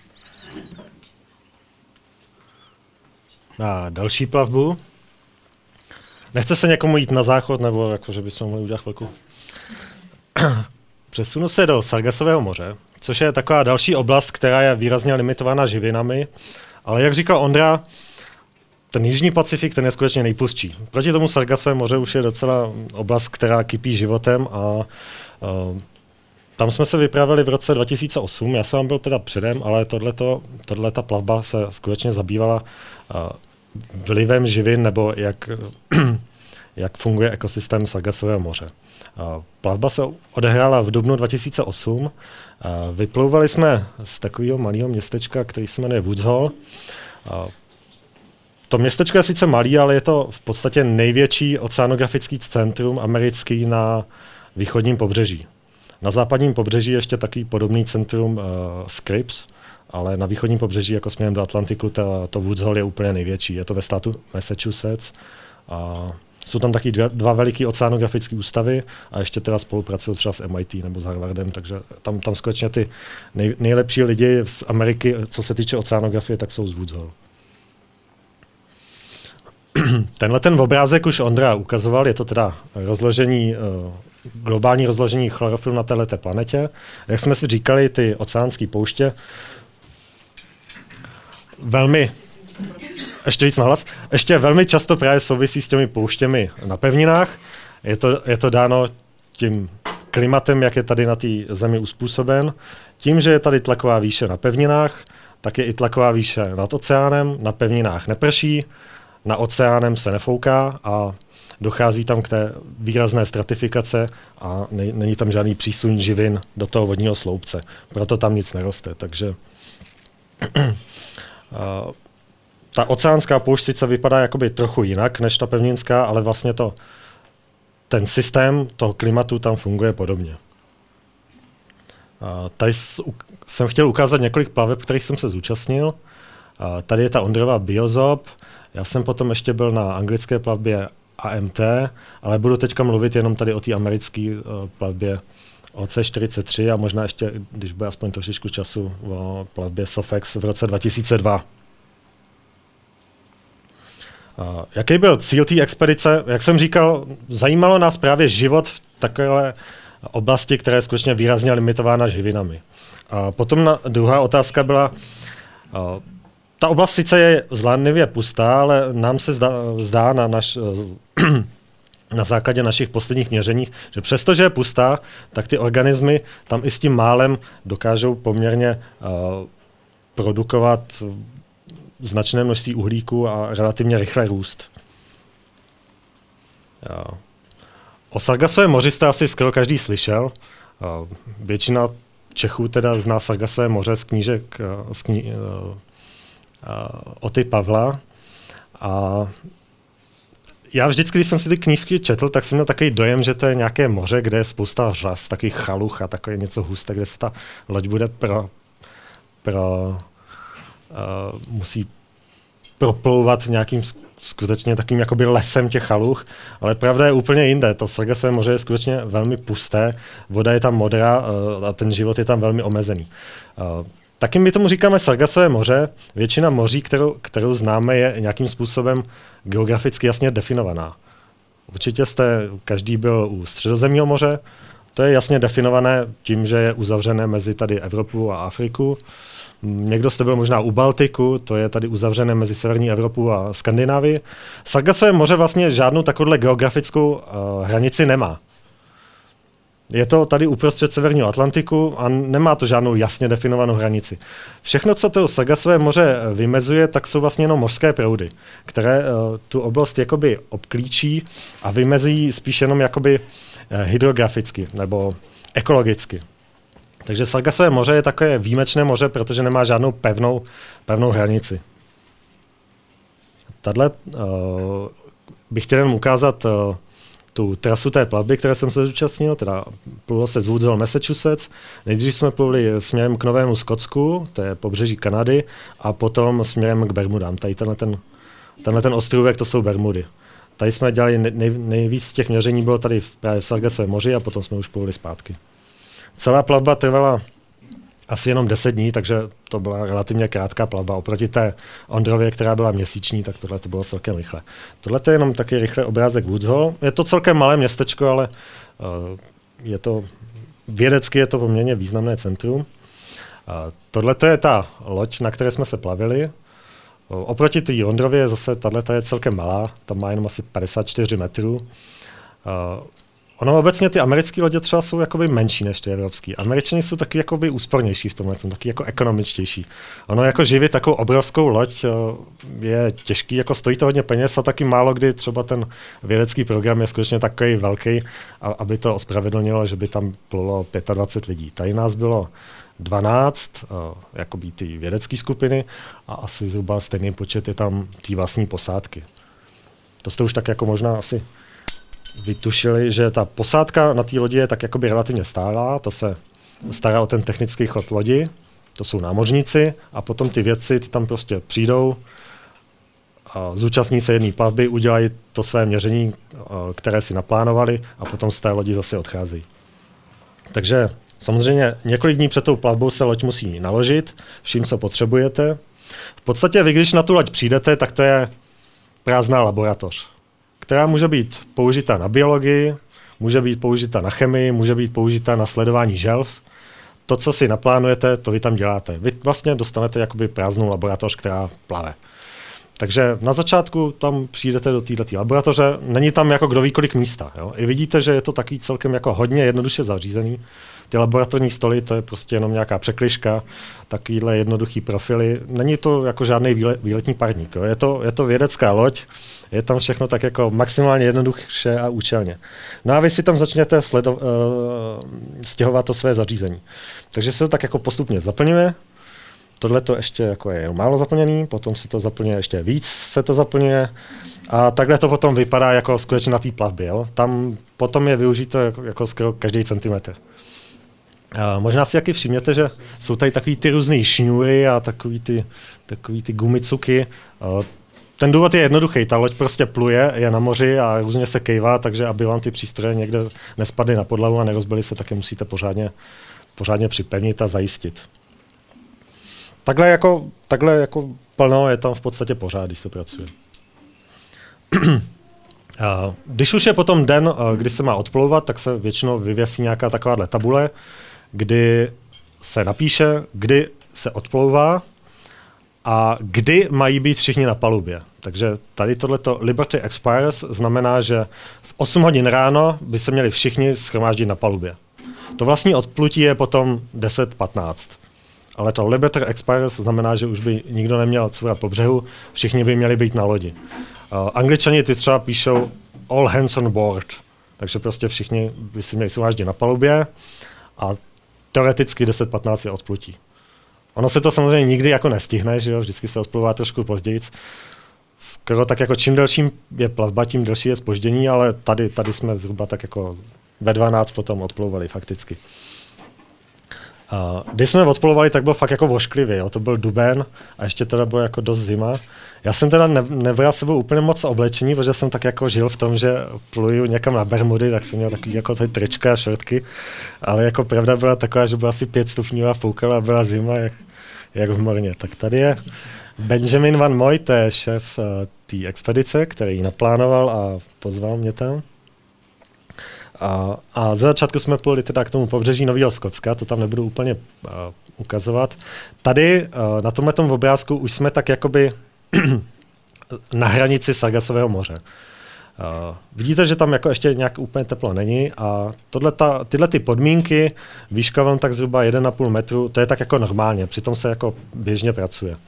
na další plavbu. Nechce se někomu jít na záchod, nebo jako, že bychom mohli udělat chvilku? Přesunu se do Sargasového moře, což je taková další oblast, která je výrazně limitována živinami, ale jak říkal Ondra, ten jižní Pacifik, ten je skutečně nejpustší. Proti tomu Sargasové moře už je docela oblast, která kypí životem a tam jsme se vypravili v roce 2008, já jsem tam byl teda předem, ale tohleta plavba se skutečně zabývala vlivem živin nebo jak funguje ekosystém Sargasového moře. Plavba se odehrála v dubnu 2008. Vyplouvali jsme z takového malého městečka, který se jmenuje Woods Hole. To městečko je sice malé, ale je to v podstatě největší oceanografický centrum americký na východním pobřeží. Na západním pobřeží ještě takový podobný centrum Scripps, ale na východním pobřeží, jako směrem do Atlantiku, to Woods Hole je úplně největší. Je to ve státu Massachusetts. Jsou tam taky dva veliký oceanografické ústavy a ještě teda spolupracují třeba s MIT nebo s Harvardem, takže tam skutečně ty nejlepší lidi z Ameriky, co se týče oceanografie, tak jsou z Woods Hole. Tenhle ten obrázek už Ondra ukazoval, je to teda globální rozložení chlorofilu na této planetě. Jak jsme si říkali, ty oceánské pouště ještě velmi často právě souvisí s těmi pouštěmi na pevninách. Je to dáno tím klimatem, jak je tady na té zemi uspůsoben. Tím, že je tady tlaková výše na pevninách, tak je i tlaková výše nad oceánem. Na pevninách neprší, na oceánem se nefouká a dochází tam k té výrazné stratifikace a není tam žádný přísun živin do toho vodního sloupce. Proto tam nic neroste. Takže ta oceánská poušť sice vypadá jakoby trochu jinak než ta pevninská, ale vlastně ten systém toho klimatu tam funguje podobně. Tady jsem chtěl ukázat několik plaveb, kterých jsem se zúčastnil. Tady je ta Ondrova Biozob. Já jsem potom ještě byl na anglické plavbě AMT, ale budu teďka mluvit jenom tady o té americké plavbě OC43 a možná ještě, když bude aspoň trošičku času, o plavbě Sofex v roce 2002. Jaký byl cíl té expedice? Jak jsem říkal, zajímalo nás právě život v takové oblasti, která je skutečně výrazně limitována živinami. A potom druhá otázka byla, ta oblast sice je zdánlivě pustá, ale nám se zdá na základě našich posledních měření, že přestože je pustá, tak ty organismy tam i s tím málem dokážou poměrně produkovat značné množství uhlíku a relativně rychle růst. O Sargasovém moři jste asi skoro každý slyšel. Většina Čechů teda zná Sargasové moře z knížek Oty Pavla. A já vždycky, když jsem si ty knížky četl, tak jsem měl takový dojem, že to je nějaké moře, kde je spousta řas, takových chaluch a takové něco husté, kde se ta loď bude musí proplouvat nějakým skutečně takovým jakoby lesem těch chaluch, ale pravda je úplně jinde. To Sargasové moře je skutečně velmi pusté, voda je tam modrá a ten život je tam velmi omezený. Taky my tomu říkáme Sargasové moře. Většina moří, kterou známe, je nějakým způsobem geograficky jasně definovaná. Určitě jste každý byl u Středozemního moře, to je jasně definované tím, že je uzavřené mezi tady Evropu a Afriku. Někdo jste byl možná u Baltiku, to je tady uzavřené mezi severní Evropu a Skandinávii. Sargasové moře vlastně žádnou takovouhle geografickou hranici nemá. Je to tady uprostřed severního Atlantiku a nemá to žádnou jasně definovanou hranici. Všechno, co to Sargasové moře vymezuje, tak jsou vlastně jenom mořské proudy, které tu oblast jakoby obklíčí a vymezí spíš jenom jakoby hydrograficky nebo ekologicky. Takže Sargasové moře je takové výjimečné moře, protože nemá žádnou pevnou hranici. Tahle bych chtěl jenom ukázat tu trasu té plavby, které jsem se zúčastnil, teda pluvilo se z Woods Hole, Massachusetts. Nejdřív jsme pluvili směrem k Novému Skotsku, to je pobřeží Kanady, a potom směrem k Bermudám. Tady tenhle ten ostrůvek, to jsou Bermudy. tady jsme dělali nejvíc těch měření, bylo tady právě v Sargassovém moři a potom jsme už pluli zpátky. Celá plavba trvala asi jenom 10 dní, takže to byla relativně krátká plavba. Oproti té Ondrově, která byla měsíční, tak tohle to bylo celkem rychle. Tohle je jenom taky rychle obrázek Woods Hole. Je to celkem malé městečko, ale je to vědecky je to poměrně významné centrum. Tohle je ta loď, na které jsme se plavili. Oproti té Ondrově zase tato je celkem malá, tam má jenom asi 54 metrů. Ono obecně ty americké lodě třeba jsou jakoby menší než ty evropské. Američani jsou taky jakoby úspornější v tomhle, taky jako ekonomičtější. Ono jako živit takovou obrovskou loď je těžký, jako stojí to hodně peněz a taky málo kdy třeba ten vědecký program je skutečně takový velký, aby to ospravedlnilo, že by tam plulo 25 lidí. Tady nás bylo 12, jakoby ty vědecké skupiny a asi zhruba stejný počet je tam té vlastní posádky. To jste už tak jako možná asi vytušili, že ta posádka na té lodi je tak jakoby relativně stálá, to se stará o ten technický chod lodi, to jsou námořníci a potom ty vědci ty tam prostě přijdou, a zúčastní se jedné plavby, udělají to své měření, které si naplánovali a potom z té lodi zase odcházejí. Takže samozřejmě několik dní před tou plavbou se loď musí naložit, vším, co potřebujete. V podstatě vy, když na tu loď přijdete, tak to je prázdná laboratoř, která může být použita na biologii, může být použita na chemii, může být použita na sledování želv. To, co si naplánujete, to vy tam děláte. Vy vlastně dostanete jakoby prázdnou laboratoř, která plave. Takže na začátku tam přijdete do této laboratoře, není tam jako kdo ví kolik místa. Jo? I vidíte, že je to taky celkem jako hodně jednoduše zařízený. Ty laboratorní stoly, to je prostě jenom nějaká překližka, takovýhle jednoduchý profily. Není to jako žádný výletní parník. Jo? Je to vědecká loď, je tam všechno tak jako maximálně jednoduše a účelně. No a vy si tam začnete stěhovat to své zařízení. Takže se to tak jako postupně zaplňuje. Tohle to ještě jako je málo zaplněný, potom se to zaplňuje ještě víc, se to zaplňuje a takhle to potom vypadá jako skutečně na té plavbě. Jo? Tam potom je využito jako skoro každý centimetr. Možná si taky všimněte, že jsou tady takový ty různý šňůry a takový ty gumicuky. Ten důvod je jednoduchý, ta loď prostě pluje, je na moři a různě se kejvá, takže aby vám ty přístroje někde nespadly na podlahu a nerozbily se, taky musíte pořádně připevnit a zajistit. Takhle jako plno je tam v podstatě pořád, když se pracuje. Když už je potom den, kdy se má odplouvat, tak se většinou vyvěsí nějaká takováhle tabule, kdy se napíše, kdy se odplouvá a kdy mají být všichni na palubě. Takže tady tohleto Liberty expires znamená, že v 8 hodin ráno by se měli všichni shromáždit na palubě. To vlastní odplutí je potom 10:15. Ale to Liberty expires znamená, že už by nikdo neměl cvrat po břehu, všichni by měli být na lodi. Angličani ty třeba píšou all hands on board, takže prostě všichni by si měli shromáždit na palubě a teoreticky 10:15 je odplutí. Ono se to samozřejmě nikdy jako nestihne, že jo, vždycky se odplouvá trošku později. Skoro tak jako čím delší je plavba, tím delší je zpoždění, ale tady jsme zhruba tak jako ve 12 potom odplouvali fakticky. Když jsme odplouvali, tak byl fakt jako vošklivý, jo. To byl duben a ještě teda bylo jako dost zima. Já jsem teda nebral sebou úplně moc oblečení, protože jsem tak jako žil v tom, že pluju někam na Bermudy, tak jsem měl takový jako tady trička a šortky, ale jako pravda byla taková, že byla asi 5 stupňů a foukala a byla zima, jak v morně. Tak tady je Benjamin Van Moy, to je šéf té expedice, který ji naplánoval a pozval mě tam. A za začátku jsme pluli teda k tomu pobřeží Nového Skotska, to tam nebudu úplně ukazovat. Tady na tomhletom obrázku už jsme tak jakoby na hranici Sargassového moře. Vidíte, že tam jako ještě nějak úplně teplo není a tyhle ty podmínky, výška vám tak zhruba 1,5 metru, to je tak jako normálně, přitom se jako běžně pracuje.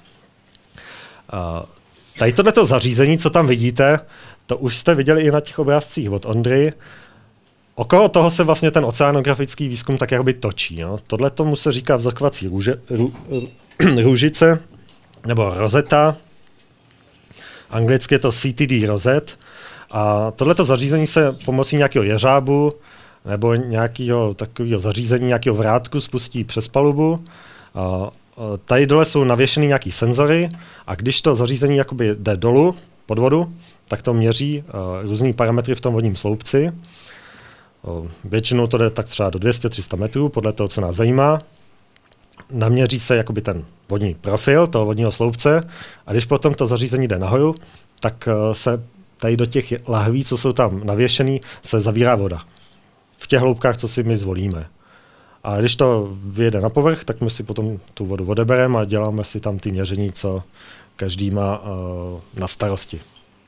Tady tohleto zařízení, co tam vidíte, to už jste viděli i na těch obrázcích od Ondry. Okolo toho se vlastně ten oceanografický výzkum tak jakoby točí. Jo? Tohle tomu se říká vzorkovací růžice nebo rozeta. Anglicky je to CTD rozet. A tohleto zařízení se pomocí nějakého jeřábu nebo nějakého takového zařízení, nějakého vrátku spustí přes palubu. Tady dole jsou navěšeny nějaký senzory a když to zařízení jakoby jde dolů, pod vodu, tak to měří různý parametry v tom vodním sloupci. Většinou to jde tak třeba do 200-300 metrů, podle toho, co nás zajímá. Naměří se jakoby ten vodní profil toho vodního sloupce a když potom to zařízení jde nahoru, tak se tady do těch lahví, co jsou tam navěšený, se zavírá voda. V těch hloubkách, co si my zvolíme. A když to vyjede na povrch, tak my si potom tu vodu odebereme a děláme si tam ty měření, co každý má na starosti.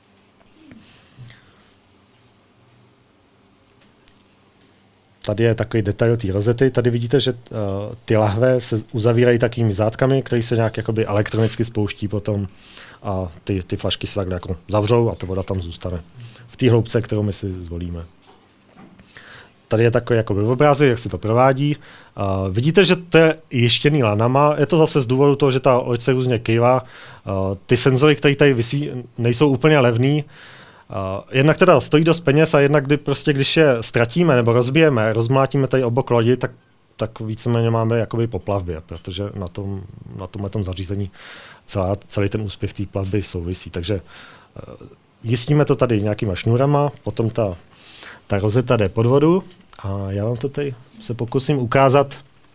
Tady je takový detail té rozety. Tady vidíte, že ty lahve se uzavírají takovými zátkami, které se nějak jakoby elektronicky spouští potom a ty flašky se takhle jako zavřou a ta voda tam zůstane. V té hloubce, kterou my si zvolíme. Tady je takový jakoby obrázek, jak se to provádí. Vidíte, že to je jištěný lanama. Je to zase z důvodu toho, že ta loď se různě kývá. Ty senzory, které tady visí, nejsou úplně levný. Jednak teda stojí dost peněz a jednak když je ztratíme nebo rozbijeme, rozmlátíme tady obok lodi, tak víceméně máme jakoby po plavbě, protože na tomhle zařízení celý ten úspěch té plavby souvisí. Takže jistíme to tady nějakýma šňůrama, potom ta rozeta jde pod vodu a já vám to tady se pokusím ukázat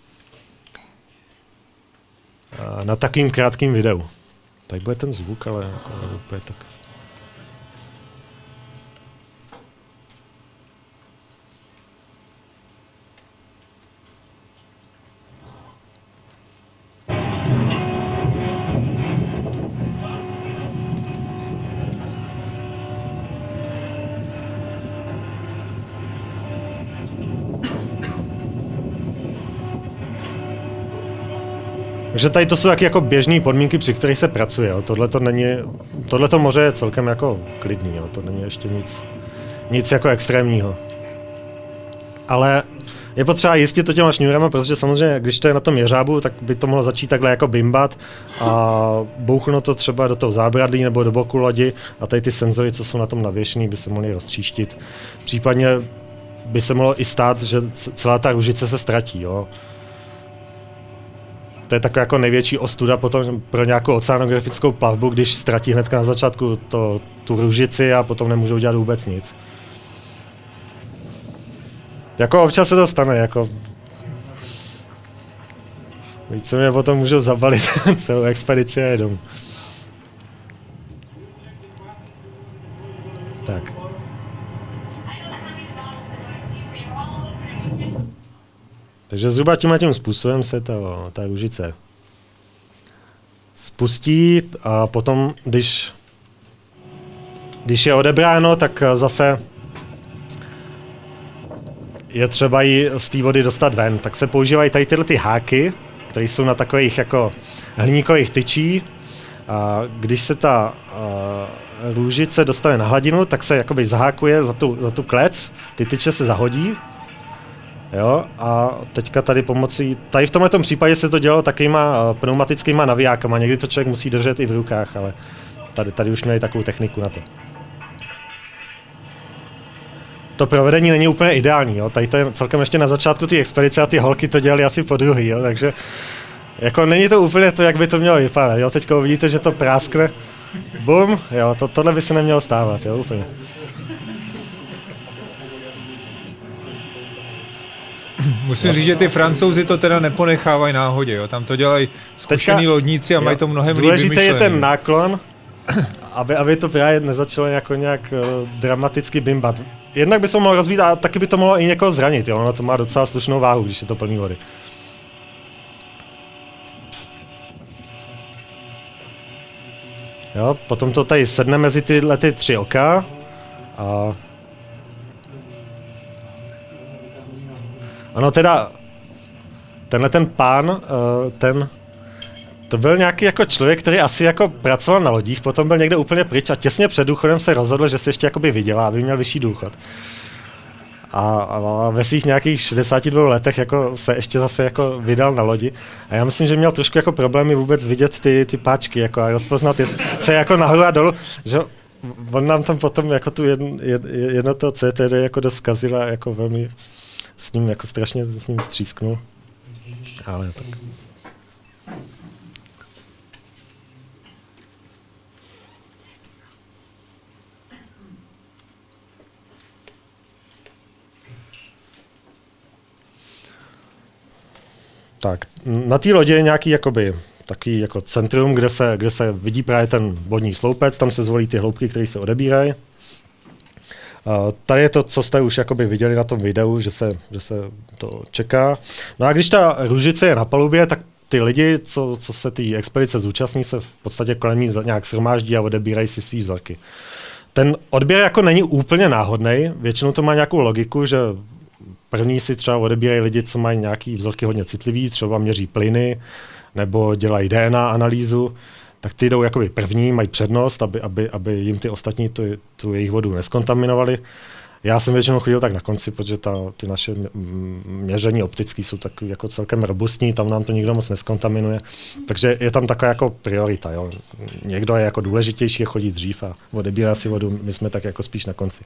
na takovým krátkým videu. Tady bude ten zvuk, ale jako úplně tak. Takže tady to jsou taky jako běžné podmínky, při kterých se pracuje. Tohleto moře je celkem jako klidný, jo. To není ještě nic jako extrémního. Ale je potřeba jistit to těma šňůrama, protože samozřejmě, když to je na tom jeřábu, tak by to mohlo začít takhle jako bimbat a bouchnout to třeba do toho zábradlí nebo do boku lodi a tady ty senzory, co jsou na tom navěšený, by se mohly roztříštit. Případně by se mohlo i stát, že celá ta ružice se ztratí, jo. To je taková jako největší ostuda potom pro nějakou oceanografickou plavbu, když ztratí hnedka na začátku tu ružici a potom nemůžou dělat vůbec nic. Jako občas se to stane, jako více mě potom můžou zabalit celou expedici a jedou. Tak. Takže zhruba tím způsobem se ta ružice spustí a potom, když je odebráno, tak zase je třeba ji z té vody dostat ven. Tak se používají tady tyhle ty háky, které jsou na takových jako hliníkových tyčí. A když se ta růžice dostane na hladinu, tak se jakoby zahákuje za tu klec, ty tyče se zahodí. Jo, a teďka tady v tomto případě se to dělalo takovýma pneumatickýma navijákama, někdy to člověk musí držet i v rukách, ale tady už měli takovou techniku na to. To provedení není úplně ideální, jo, tady to je celkem ještě na začátku té expedice a ty holky to dělali asi po druhý, jo, takže jako není to úplně to, jak by to mělo vypadat, jo, teďka uvidíte, že to práskne, bum, jo, tohle by se nemělo stávat, jo, úplně. Musím říct, že ty Francouzi to teda neponechávají náhodě, jo? Tam to dělají zkušení lodníci a mají to mnohem líp vymyšlený. Důležité je ten náklon, aby to právě nezačalo nějak dramaticky bimbat. Jednak by se mohlo rozbít a taky by to mohlo i někoho zranit, jo? Ono to má docela slušnou váhu, když je to plný vody. Jo, potom to tady sedne mezi tyhle ty tři oka a ano, teda, tenhle ten pán, to byl nějaký jako člověk, který asi jako pracoval na lodích, potom byl někde úplně pryč a těsně před důchodem se rozhodl, že se ještě jakoby vydělá, aby měl vyšší důchod. A ve svých nějakých 62 letech jako se ještě zase jako vydal na lodi. A já myslím, že měl trošku jako problémy vůbec vidět ty páčky jako a rozpoznat, co je jako nahoru a dolů, že on nám tam potom jako tu jedno to CTD jako dost zkazil a jako velmi s ním jako strašně s ním střísknul. Ale tak. Tak, na té lodi je nějaký jakoby takový jako centrum, kde se vidí právě ten vodní sloupec, tam se zvolí ty hloubky, které se odebírají. Tady je to, co jste už jakoby viděli na tom videu, že se to čeká. No a když ta růžice je na palubě, tak ty lidi, co se té expedice zúčastní, se v podstatě kolem ní nějak shromáždí a odebírají si svý vzorky. Ten odběr jako není úplně náhodný, většinou to má nějakou logiku, že první si třeba odebírají lidi, co mají nějaký vzorky hodně citlivý, třeba měří plyny, nebo dělají DNA analýzu, tak ty jdou jakoby první, mají přednost, aby jim ty ostatní tu jejich vodu neskontaminovali. Já jsem většinou chodil tak na konci, protože ty naše měření optické jsou tak jako celkem robustní, tam nám to nikdo moc neskontaminuje. Takže je tam taková jako priorita. Jo. Někdo je jako důležitější, je chodí dřív a odebírá si vodu, my jsme tak jako spíš na konci.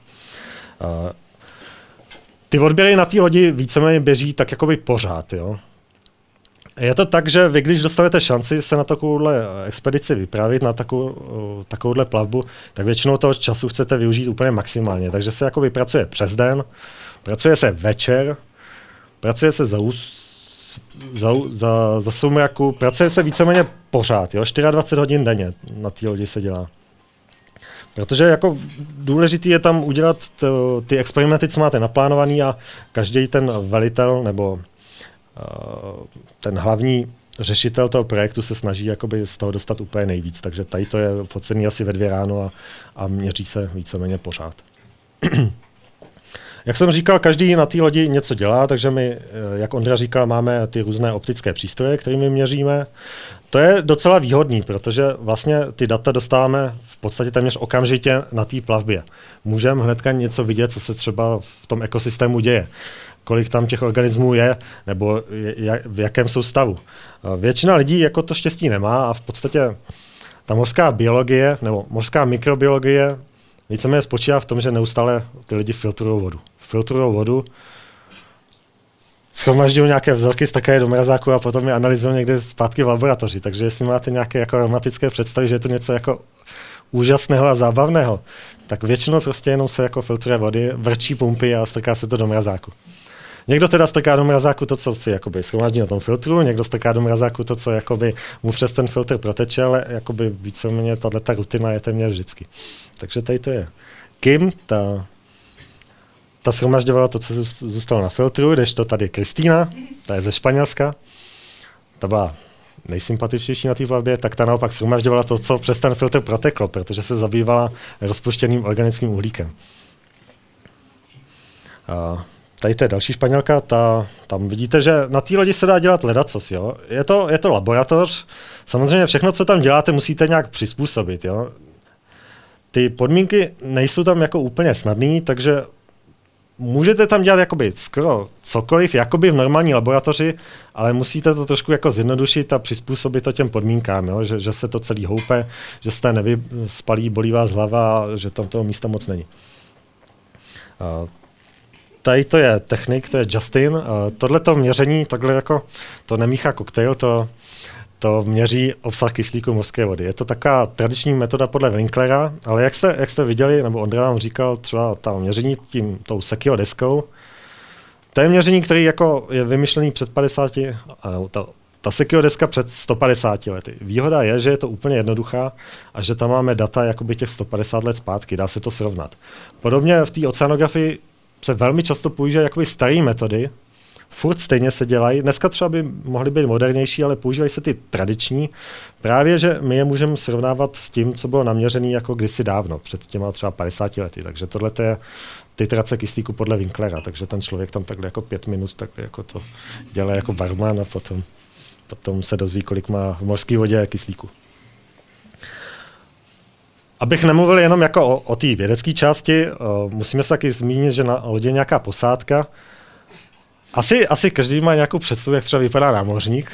Ty odběry na té lodi víceméně běží tak jakoby pořád. Jo. Je to tak, že vy, když dostanete šanci se na takovouhle expedici vypravit, na takovouhle plavbu, tak většinou toho času chcete využít úplně maximálně. Takže se jakoby pracuje přes den, pracuje se večer, pracuje se za sumraku, pracuje se víceméně pořád, jo? 24 hodin denně na té lodi se dělá. Protože jako důležitý je tam udělat ty experimenty, co máte naplánovaný a každý ten velitel nebo ten hlavní řešitel toho projektu se snaží jakoby z toho dostat úplně nejvíc. Takže tady to je focený asi ve 2 ráno a měří se víceméně pořád. Jak jsem říkal, každý na té lodi něco dělá, takže my, jak Ondra říkal, máme ty různé optické přístroje, kterými měříme. To je docela výhodný, protože vlastně ty data dostáváme v podstatě téměř okamžitě na té plavbě. Můžeme hnedka něco vidět, co se třeba v tom ekosystému děje. Kolik tam těch organismů je, nebo v jakém jsou stavu. Většina lidí jako to štěstí nemá a v podstatě ta mořská biologie nebo mořská mikrobiologie víceméně spočívá v tom, že neustále ty lidi filtrují vodu, shromažďují nějaké vzorky, stakají do mrazáku a potom je analyzují někde zpátky v laboratoři. Takže jestli máte nějaké jako romantické představy, že je to něco jako úžasného a zábavného, tak většinou prostě jenom se jako filtruje vody, vrčí pumpy a strká se to do mrazáku. Někdo teda strká do mrazáku to, co si jakoby shromáždí na tom filtru, někdo strká do mrazáku to, co jakoby mu přes ten filtr proteče, ale jakoby víceméně tato rutina je téměř vždycky. Takže tady to je. Kim, ta shromažďovala to, co zůstalo na filtru, kdežto tady Kristýna, ta je ze Španělska, ta byla nejsympatičtější na té plavbě, tak ta naopak shromažďovala to, co přes ten filtr proteklo, protože se zabývala rozpuštěným organickým uhlíkem. Tady to je další Španělka, tam vidíte, že na té lodi se dá dělat ledacos, jo. Je to laboratoř, samozřejmě všechno, co tam děláte, musíte nějak přizpůsobit, jo. Ty podmínky nejsou tam jako úplně snadný, takže můžete tam dělat jakoby skoro cokoliv, jakoby v normální laboratoři, ale musíte to trošku jako zjednodušit a přizpůsobit to těm podmínkám, jo? Že se to celý houpe, že se nevyspalí, bolí vás hlava a že tam toho místa moc není. Tady to je technik, to je Justin. Tohleto měření, takhle jako to nemíchá koktejl, to měří obsah kyslíku mořské vody. Je to taková tradiční metoda podle Winklera, ale jak jste viděli, nebo Ondra vám říkal, třeba tam měření tou Secchio deskou, to je měření, který jako je vymyšlený před 50, ta Secchio deska před 150 lety. Výhoda je, že je to úplně jednoduchá a že tam máme data jakoby těch 150 let zpátky, dá se to srovnat. Podobně v té oceanografii se velmi často používají jakoby staré metody, furt stejně se dělají. Dneska třeba by mohly být modernější, ale používají se ty tradiční. Právě, že my je můžeme srovnávat s tím, co bylo naměřené jako kdysi dávno, před těma třeba 50 lety. Takže tohle je titrace kyslíku podle Winklera, takže ten člověk tam takhle jako 5 minut takhle jako to dělá jako barman a potom se dozví, kolik má v mořské vodě kyslíku. Abych nemluvil jenom jako o té vědecké části, musíme se taky zmínit, že na lodi je nějaká posádka. Asi každý má nějakou představu, jak třeba vypadá námořník.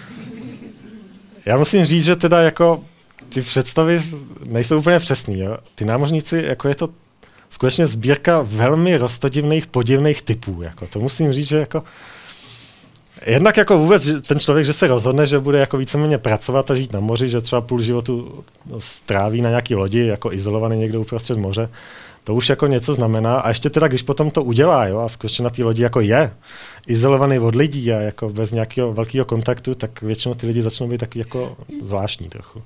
Já musím říct, že teda jako ty představy nejsou úplně přesný. Jo? Ty námořníci, jako je to skutečně sbírka velmi roztodivných, podivných typů. Jako. To musím říct, že jako jednak jako vůbec ten člověk, že se rozhodne, že bude jako víceméně pracovat a žít na moři, že třeba půl životu stráví na nějaký lodi, jako izolovaný někde uprostřed moře, to už jako něco znamená. A ještě teda, když potom to udělá, jo, a skutečně na té lodi jako je izolovaný od lidí a jako bez nějakého velkého kontaktu, tak většinou ty lidi začnou být taky jako zvláštní trochu.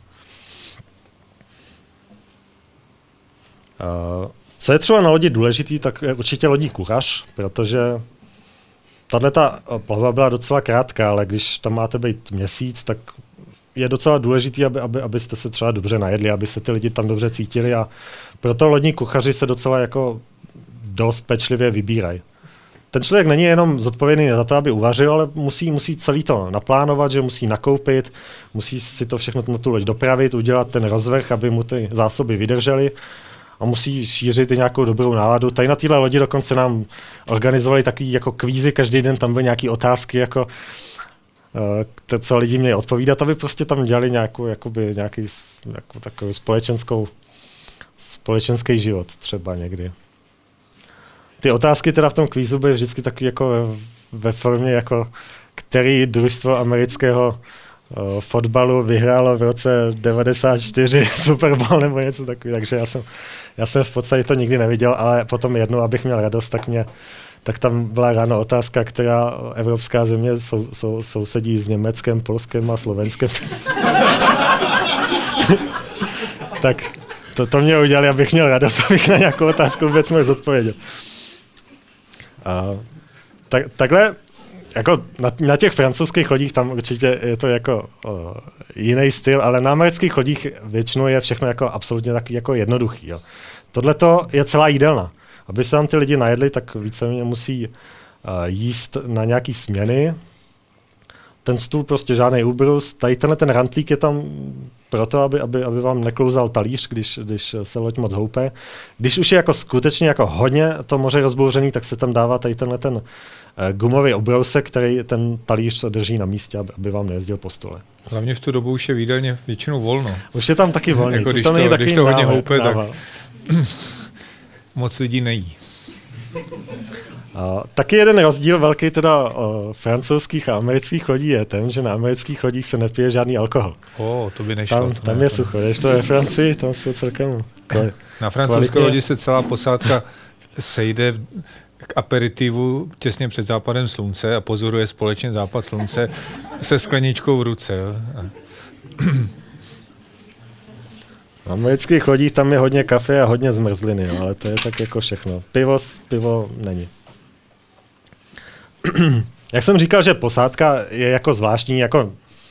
Co je třeba na lodi důležitý, tak je určitě lodní kuchař, protože tato plavba byla docela krátká, ale když tam máte být měsíc, tak je docela důležitý, abyste se třeba dobře najedli, aby se ty lidi tam dobře cítili a proto lodní kuchaři se docela jako dost pečlivě vybírají. Ten člověk není jenom zodpovědný za to, aby uvařil, ale musí celý to naplánovat, že musí nakoupit, musí si to všechno na tu loď dopravit, udělat ten rozvrh, aby mu ty zásoby vydržely a musí šířit i nějakou dobrou náladu. Tady na téhle lodi dokonce nám organizovali takový jako kvízy, každý den tam byly nějaké otázky, jako co lidi měli odpovídat, aby prostě tam dělali nějaký jako takový společenský život třeba někdy. Ty otázky teda v tom kvízu byly vždycky taky jako ve formě, jako který družstvo amerického fotbalu vyhrálo v roce 94 Super Bowl nebo něco takového, takže já jsem v podstatě to nikdy neviděl, ale potom jednou, abych měl radost, tak tam byla ráno otázka, která evropská země sousedí s Německem, Polskem a Slovenskem. Tak to mě udělali, abych měl radost, abych na nějakou otázku vůbec mohl zodpovědět. Takhle, jako na těch francouzských lodích tam určitě je to jako jiný styl, ale na amerických lodích většinou je všechno jako absolutně taky jako jednoduchý. Jo. Tohleto je celá jídelna. Aby se tam ty lidi najedli, tak víceméně musí jíst na nějaký směny. Ten stůl prostě žádný úbrus. Tady ten rantlík je tam proto, aby vám neklouzal talíř, když se loď moc houpe. Když už je jako skutečně jako hodně to moře rozbouřený, tak se tam dává tady ten gumový obrousek, který ten talíř drží na místě, aby vám nejezdil po stole. Hlavně v tu dobu už je v jídelně většinou volno. Už je tam taky volný. Jako když to hodně houpe, tak moc lidí nejí. Taky jeden rozdíl velký teda francouzských a amerických lodí je ten, že na amerických lodích se nepije žádný alkohol. To by nešlo. Tam je sucho, když to je ve Francii, tam se celkem na francouzské lodi se celá posádka sejde k aperitivu těsně před západem slunce a pozoruje společně západ slunce se skleničkou v ruce. Na amerických lodích tam je hodně kafe a hodně zmrzliny, ale to je tak jako všechno. Pivo není. Jak jsem říkal, že posádka je jako zvláštní, jako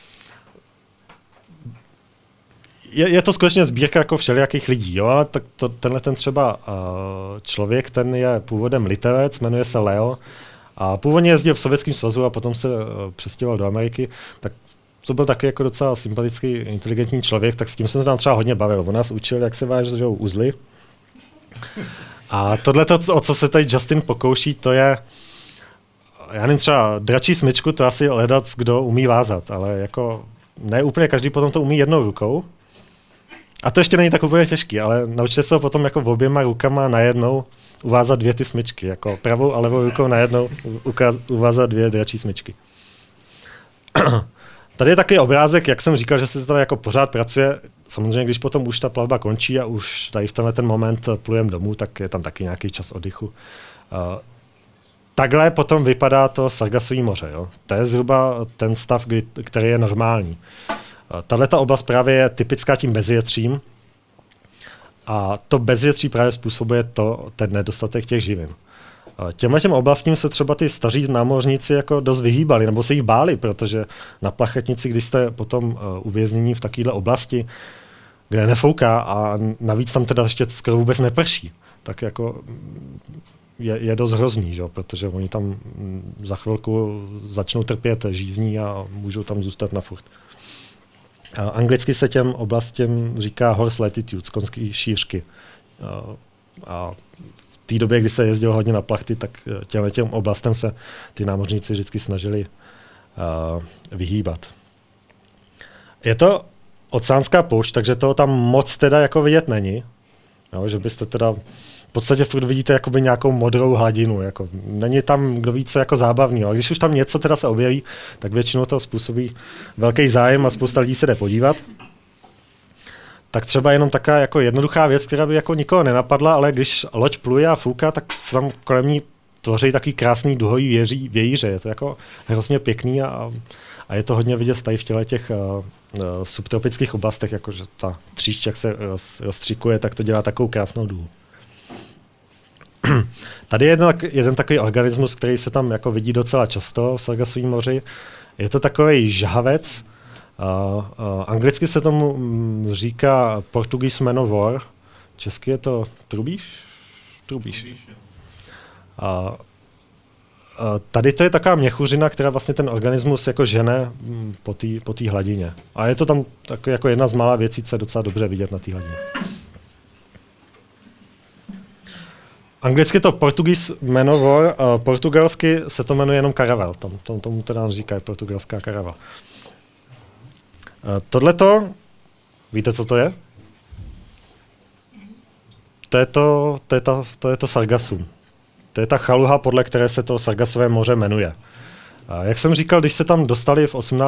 je to skutečně sbírka jako všelijakých lidí, jo? Tak tenhle ten třeba člověk, ten je původem Litevec, jmenuje se Leo a původně jezdil v Sovětském svazu a potom se přestěhoval do Ameriky, tak to byl taky jako docela sympatický, inteligentní člověk, tak s tím jsem se tam třeba hodně bavil. On nás učil, jak se vážou uzly. A tohleto, o co se tady Justin pokouší, to je, já nevím, třeba dračí smyčku, to asi hledat, kdo umí vázat, ale jako ne úplně každý potom to umí jednou rukou. A to ještě není tak úplně těžký, ale naučte se ho potom jako oběma rukama najednou uvázat 2 ty smyčky, jako pravou a levou rukou najednou uvázat 2 dračí smyčky. Tady je takový obrázek, jak jsem říkal, že se tady jako pořád pracuje. Samozřejmě, když potom už ta plavba končí a už tady v tenhle ten moment plujeme domů, tak je tam taky nějaký čas oddychu. Takhle potom vypadá to Sargassové moře. Jo? To je zhruba ten stav, který je normální. Tahleta oblast právě je typická tím bezvětřím a to bezvětří právě způsobuje ten nedostatek těch živin. Těm oblastím se třeba ty staří námořníci jako dost vyhýbali, nebo se jich báli, protože na plachetnici, když jste potom uvěznění v takovéhle oblasti, kde nefouká a navíc tam teda ještě skoro vůbec neprší, tak jako je dost hrozný, že? Protože oni tam za chvilku začnou trpět žízní a můžou tam zůstat na furt. Anglicky se těm oblastem říká horse latitudes, konský šířky. A v té době, kdy se jezdilo hodně na plachty, tak těm oblastem se ty námořníci vždycky snažili vyhýbat. Je to oceánská poušť, takže toho tam moc teda jako vidět není. Jo, že byste teda v podstatě furt vidíte jakoby nějakou modrou hladinu. Jako. Není tam kdo ví co jako zábavný. Ale když už tam něco teda se objeví, tak většinou to způsobí velký zájem a spousta lidí se jde podívat. tak třeba jenom taková jako jednoduchá věc, která by jako nikoho nenapadla, ale když loď pluje a fouká, tak se tam kolem ní tvoří takový krásný duhový vějíře. Je to jako hrozně pěkný a je to hodně vidět tady v těch subtropických oblastech, jakože ta tříšť, jak se rozstříkuje, tak to dělá takovou krásnou duhu. Tady je jeden takový organismus, který se tam jako vidí docela často v Sargassovém moři. Je to takový žhavec. Anglicky se tomu říká Portuguese man of war. Česky je to trubíš? Trubíš. Tady to je taková měchuřina, která vlastně ten organismus jako žene po té hladině. A je to tam jako jedna z mála věcí, co je docela dobře vidět na té hladině. Anglicky to Portuguese man of war, portugalsky se to jmenuje jenom karavel. Tomu teda říkají portugalská karavel. Tohleto, víte, co to je? To je to Sargassum. To je ta chaluha, podle které se to Sargassové moře jmenuje. Jak jsem říkal, když se tam dostali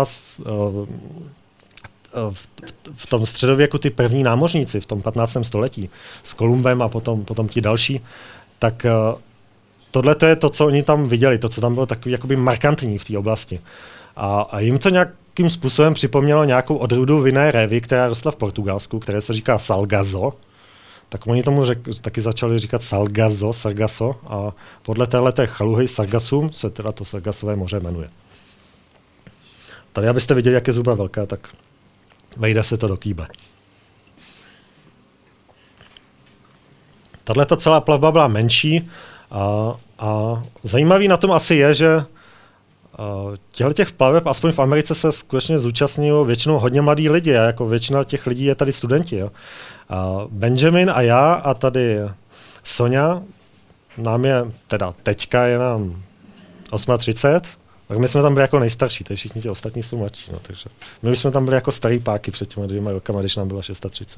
v tom středověku ty první námořníci v tom 15. století s Kolumbem a potom ti další, tak tohle to je to, co oni tam viděli, to, co tam bylo takový jakoby markantní v té oblasti. A jim to nějakým způsobem připomnělo nějakou odrůdu vinné révy, která rostla v Portugalsku, které se říká Salgazo. Tak oni tomu taky začali říkat Sargasso a podle téhleté chaluhy Sargassum se teda to Sargassové moře jmenuje. Tady, abyste viděli, jak je zhruba velká, tak vejde se to do kýble. Tato celá plavba byla menší a zajímavý na tom asi je, že těch plaveb, aspoň v Americe, se skutečně zúčastnilo většinou hodně mladí lidi a jako většina těch lidí je tady studenti. Jo. Benjamin a já a tady Sonja, nám je teda teďka je nám 38, tak my jsme tam byli jako nejstarší, tady všichni ti ostatní jsou mladší. No, takže my už jsme tam byli jako starý páky před těmi 2 rokama, když nám bylo 630.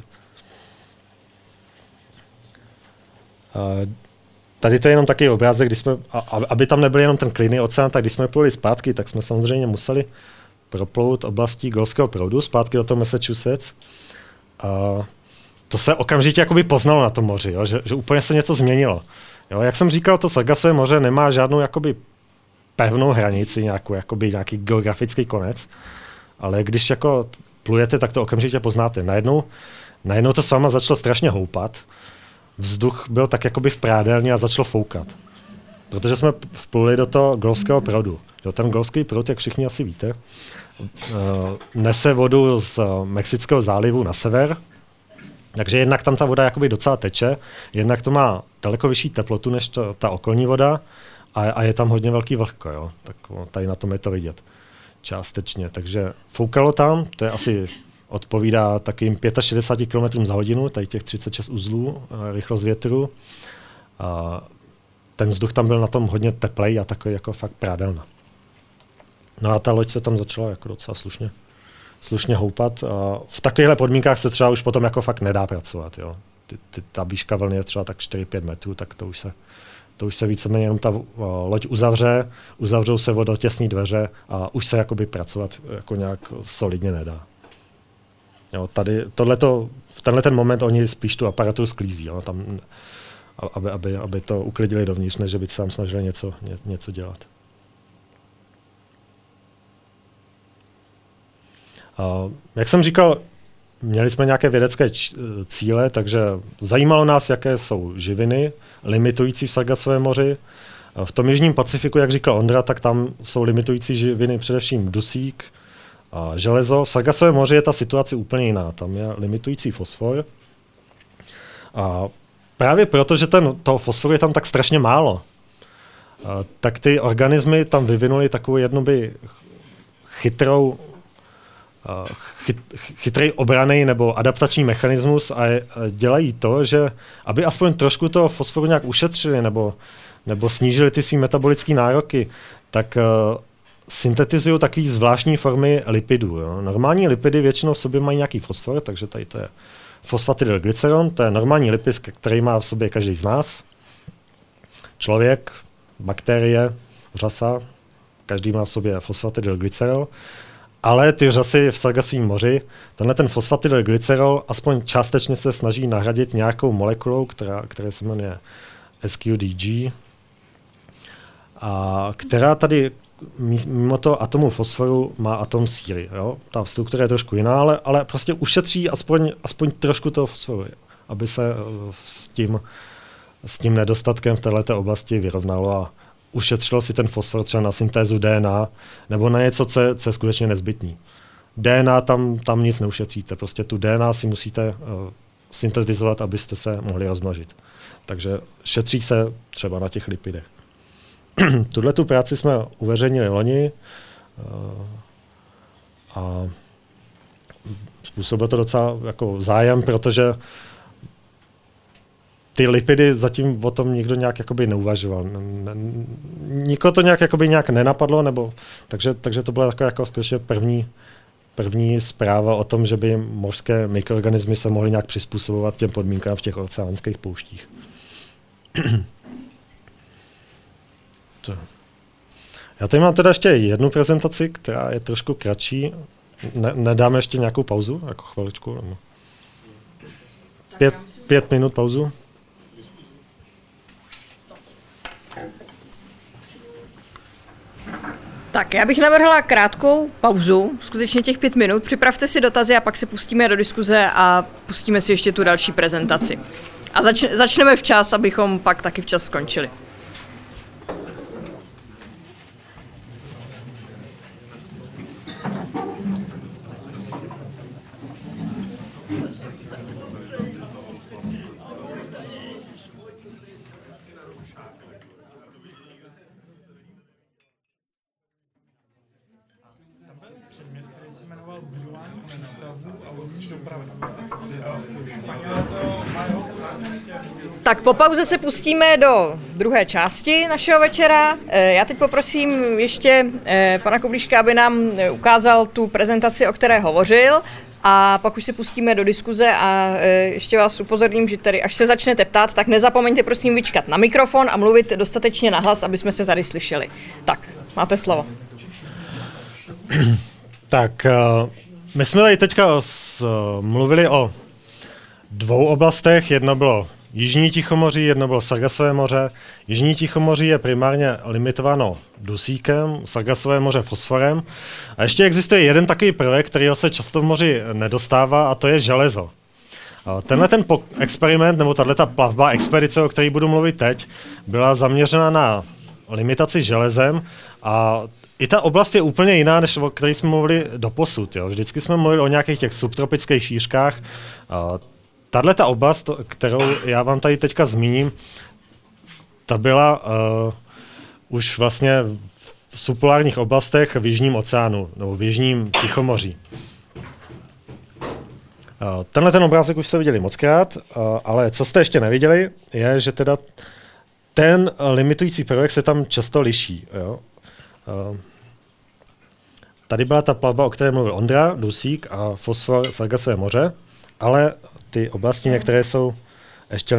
Tady to je jenom takový obrázek, když jsme, aby tam nebyl jenom ten klidný oceán, tak když jsme pluli zpátky, tak jsme samozřejmě museli proplout oblastí Golfského proudu zpátky do toho Massachusetts. To se okamžitě jakoby poznalo na tom moři, jo, že úplně se něco změnilo. Jo, jak jsem říkal, to Sargassové moře nemá žádnou jakoby pevnou hranici, nějaký geografický konec, ale když jako plujete, tak to okamžitě poznáte. Najednou to s váma začalo strašně houpat. Vzduch byl tak jakoby v prádelně a začalo foukat. Protože jsme vpluli do toho Golfského proudu. Jo, ten Golfský proud, jak všichni asi víte, nese vodu z Mexického zálivu na sever, takže jednak tam ta voda jakoby docela teče, jednak to má daleko vyšší teplotu než ta okolní voda a je tam hodně velký vlhko, jo. Tak tady na tom je to vidět částečně. Takže foukalo tam, to je asi odpovídá takým 65 km za hodinu, tady těch 36 uzlů, rychlost větru. Ten vzduch tam byl na tom hodně teplej a takový jako fakt prádelna. No a ta loď se tam začala jako docela slušně houpat. V takovýchhle podmínkách se třeba už potom jako fakt nedá pracovat. Jo. Ta výška vlny je třeba tak 4-5 metrů, tak to už se víceméně jenom ta loď uzavřou se vodotěsné dveře a už se jakoby pracovat jako nějak solidně nedá. Jo, v tenhle ten moment oni spíš tu aparaturu sklízí, jo, tam, aby to uklidili dovnitř, než by se tam snažili něco dělat. Jak jsem říkal, měli jsme nějaké vědecké cíle, takže zajímalo nás, jaké jsou živiny limitující v Sargassovém moři. V tom jižním Pacifiku, jak říkal Ondra, tak tam jsou limitující živiny především dusík a železo. V Sargassovém moři je ta situace úplně jiná. Tam je limitující fosfor. A právě proto, že toho fosforu je tam tak strašně málo, tak ty organismy tam vyvinuly takovou jednoby chytrý obranný nebo adaptační mechanismus a dělají to, že aby aspoň trošku toho fosforu nějak ušetřili nebo snížili ty svý metabolické nároky, tak syntetizují takové zvláštní formy lipidů. Jo. Normální lipidy většinou v sobě mají nějaký fosfor, takže tady to je fosfatidylglyceron, to je normální lipid, který má v sobě každý z nás. Člověk, bakterie, řasa, každý má v sobě fosfatidylglycerol. ale ty řasy v Sargassovém moři, tenhle ten fosfatidylglycerol aspoň částečně se snaží nahradit nějakou molekulou, která se jmenuje SQDG, a která tady mimo toho atomu fosforu má atom síry. Jo? Ta struktura je trošku jiná, ale prostě ušetří aspoň trošku toho fosforu, aby se s tím nedostatkem v této oblasti vyrovnalo a ušetřilo si ten fosfor třeba na syntézu DNA nebo na něco, co je skutečně nezbytný. DNA tam nic neušetříte, prostě tu DNA si musíte syntetizovat, abyste se mohli rozmnožit. Takže šetří se třeba na těch lipidech. Tuhletu práci jsme uveřejnili loni a způsobil to docela jako zájem, protože ty lipidy zatím o tom nikdo nějak jakoby neuvažoval. Nikoho to nějak nenapadlo, takže to byla taková jako skutečně první zpráva o tom, že by mořské mikroorganismy se mohly nějak přizpůsobovat těm podmínkám v těch oceánských pouštích. Já tady mám teda ještě jednu prezentaci, která je trošku kratší. Nedáme ještě nějakou pauzu, jako chviličku? 5 minut pauzu. Tak, já bych navrhla krátkou pauzu, skutečně těch 5 minut. Připravte si dotazy a pak se pustíme do diskuze a pustíme si ještě tu další prezentaci. A začneme včas, abychom pak taky včas skončili. Tak po pauze se pustíme do druhé části našeho večera. Já teď poprosím ještě pana Koblíška, aby nám ukázal tu prezentaci, o které hovořil, a pak už se pustíme do diskuze a ještě vás upozorním, že tady až se začnete ptát, tak nezapomeňte prosím vyčkat na mikrofon a mluvit dostatečně nahlas, aby jsme se tady slyšeli. Tak, máte slovo. Tak, my jsme tady teďka mluvili o 2 oblastech. Jedno bylo Jižní Tichomoří, jedno bylo Sargassové moře. Jižní Tichomoří je primárně limitováno dusíkem, Sargassové moře fosforem. A ještě existuje jeden takový prvek, kterýho se často v moři nedostává, a to je železo. Tenhle ten experiment, nebo tato plavba, expedice, o které budu mluvit teď, byla zaměřena na limitaci železem, a i ta oblast je úplně jiná, než o které jsme mluvili doposud. Jo. Vždycky jsme mluvili o nějakých těch subtropických šířkách. Tato oblast, kterou já vám tady teďka zmíním, ta byla už vlastně v subpolárních oblastech v Jižním oceánu, nebo v Jižním Tichomoří. Tenhle ten obrázek už jste viděli mockrát, ale co jste ještě neviděli, je, že teda ten limitující prvek se tam často liší. Jo. Tady byla ta plavba, o které mluvil Ondra, dusík a fosfor, Sargassové moře, ale ty oblasti některé jsou ještě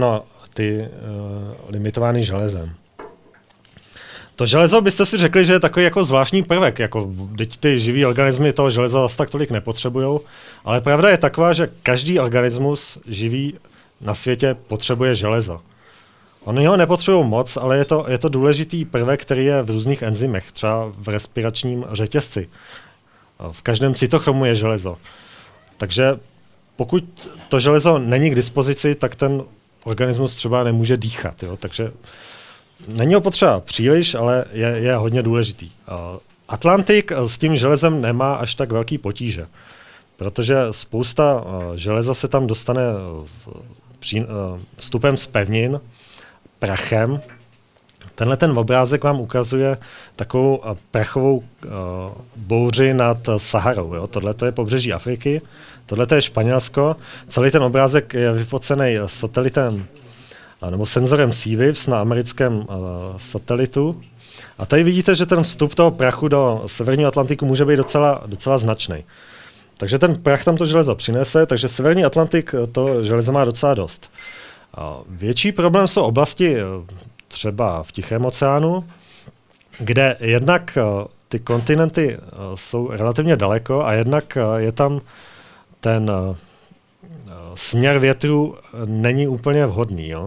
limitovány železem. To železo byste si řekli, že je takový jako zvláštní prvek, jako teď ty živý organismy toho železa zase tak tolik nepotřebujou, ale pravda je taková, že každý organismus živý na světě potřebuje železo. Oni ho nepotřebují moc, ale je to důležitý prvek, který je v různých enzymech, třeba v respiračním řetězci. V každém cytochromu je železo. Takže pokud to železo není k dispozici, tak ten organismus třeba nemůže dýchat. Jo? Takže není ho potřeba příliš, ale je hodně důležitý. Atlantik s tím železem nemá až tak velký potíže, protože spousta železa se tam dostane vstupem z pevnin, prachem. Tenhle ten obrázek vám ukazuje takovou prachovou bouři nad Saharou. Jo? Tohle je pobřeží Afriky, tohle je Španělsko. Celý ten obrázek je vyfocený satelitem nebo senzorem SeaWives na americkém satelitu. A tady vidíte, že ten vstup toho prachu do severního Atlantiku může být docela značný. Takže ten prach tam to železo přinese, takže severní Atlantik to železo má docela dost. Větší problém jsou oblasti třeba v Tichém oceánu, kde jednak ty kontinenty jsou relativně daleko a jednak je tam ten směr větru není úplně vhodný. Jo.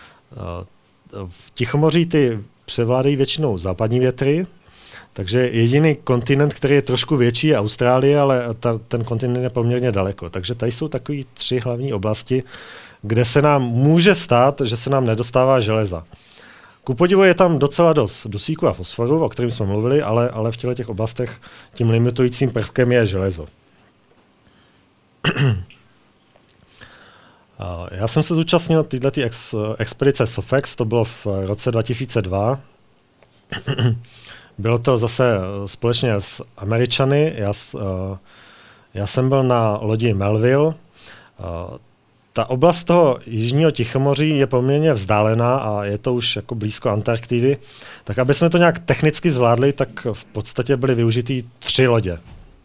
V Tichomoří ty převládají většinou západní větry, takže jediný kontinent, který je trošku větší, je Austrálie, ale ten kontinent je poměrně daleko. Takže tady jsou takový 3 hlavní oblasti, kde se nám může stát, že se nám nedostává železa. Ku podivu je tam docela dost dusíku a fosforu, o kterém jsme mluvili, ale v těch oblastech tím limitujícím prvkem je železo. Já jsem se zúčastnil této expedice SOFEX, to bylo v roce 2002. Bylo to zase společně s Američany. Já jsem byl na lodi Melville. Ta oblast toho jižního Tichomoří je poměrně vzdálená a je to už jako blízko Antarktidy. Tak aby jsme to nějak technicky zvládli, tak v podstatě byly využity 3 lodě.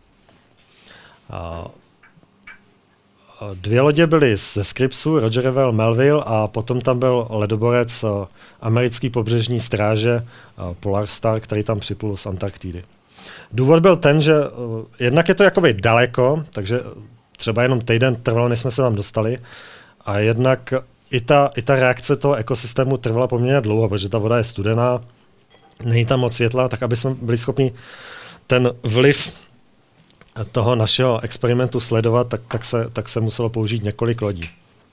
2 lodě byly ze Scripsu, Rogerville, Melville a potom tam byl ledoborec americký pobřežní stráže Polar Star, který tam připlul z Antarktidy. Důvod byl ten, že jednak je to jakoby daleko, takže třeba jenom týden trvalo, než jsme se tam dostali, a jednak i ta reakce toho ekosystému trvala poměrně dlouho, protože ta voda je studená, není tam moc světla, tak aby jsme byli schopni ten vliv toho našeho experimentu sledovat, tak se muselo použít několik lodí.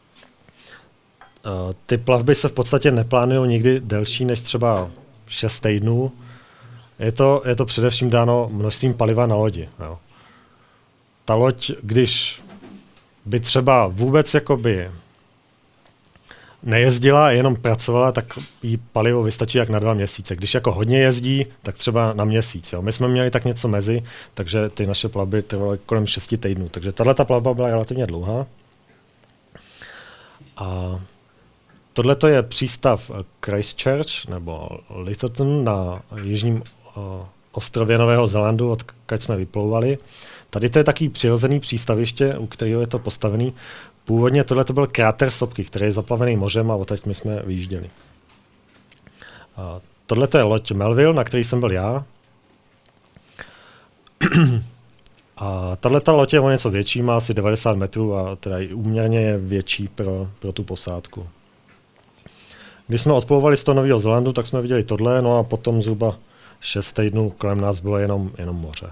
Ty plavby se v podstatě neplánují nikdy delší než třeba 6 týdnů. Je to především dáno množstvím paliva na lodi. Jo. Ta loď, když by třeba vůbec jakoby nejezdila, jenom pracovala, tak jí palivo vystačí jak na 2 měsíce. Když jako hodně jezdí, tak třeba na měsíc. Jo. My jsme měli tak něco mezi, takže ty naše plavby trvaly kolem 6 týdnů. Takže tato plavba byla relativně dlouhá. A tohle je přístav Christchurch nebo Lyttelton na jižním ostrově Nového Zélandu, odkud jsme vyplouvali. Tady to je takový přirozený přístaviště, u kterého je to postavený. Původně tohle to byl kráter sopky, který je zaplavený mořem a odteď my jsme vyjížděli. Tohle je loď Melville, na který jsem byl já. A tato loď je o něco větší, má asi 90 metrů a teda i úměrně je větší pro tu posádku. Když jsme odplouvali z toho Nového Zélandu, tak jsme viděli tohle, no a potom zhruba 6 týdnů kolem nás bylo jenom moře.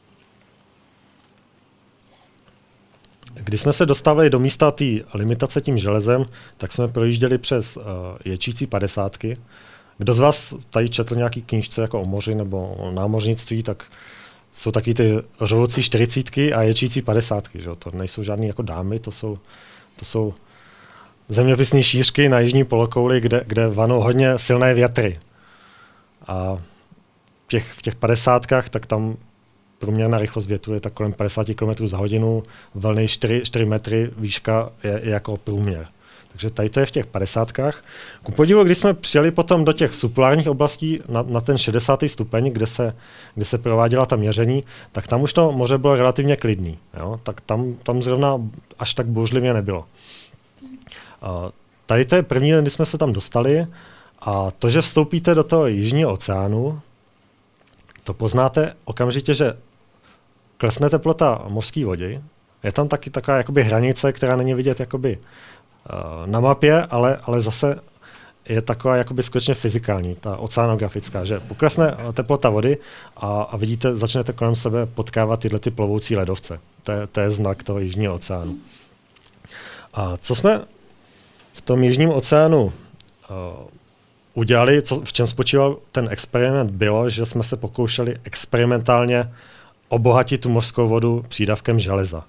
Když jsme se dostávali do místa té limitace tím železem, tak jsme projížděli přes ječící 50. Kdo z vás tady četl nějaký knížce jako o moři nebo o námořnictví, tak jsou taky ty řvoucí 40 a ječící 50. Že? To nejsou žádný jako dámy, to jsou zeměpisné šířky na jižní polokouli, kde vanou hodně silné větry. A v těch 50, tak tam průměrná rychlost větru je tak kolem 50 km za hodinu, vlny 4 metry, výška je jako průměr. Takže tady to je v těch 50. Ku podivu, když jsme přijeli potom do těch subpolárních oblastí na ten 60. stupeň, kde se prováděla ta měření, tak tam už to moře bylo relativně klidný. Jo? Tak tam zrovna až tak bouřlivě nebylo. Tady to je první den, kdy jsme se tam dostali a to, že vstoupíte do toho jižního oceánu, to poznáte okamžitě, že klesne teplota mořské vody. Je tam taky taková jakoby hranice, která není vidět jakoby na mapě, ale zase je taková jakoby skutečně fyzikální, ta oceanografická, že poklesne teplota vody a vidíte, začnete kolem sebe potkávat tyhle ty plovoucí ledovce. To je znak toho jižního oceánu. A co jsme v tom jižním oceánu udělali, v čem spočíval ten experiment, bylo, že jsme se pokoušeli experimentálně obohatit tu mořskou vodu přídavkem železa.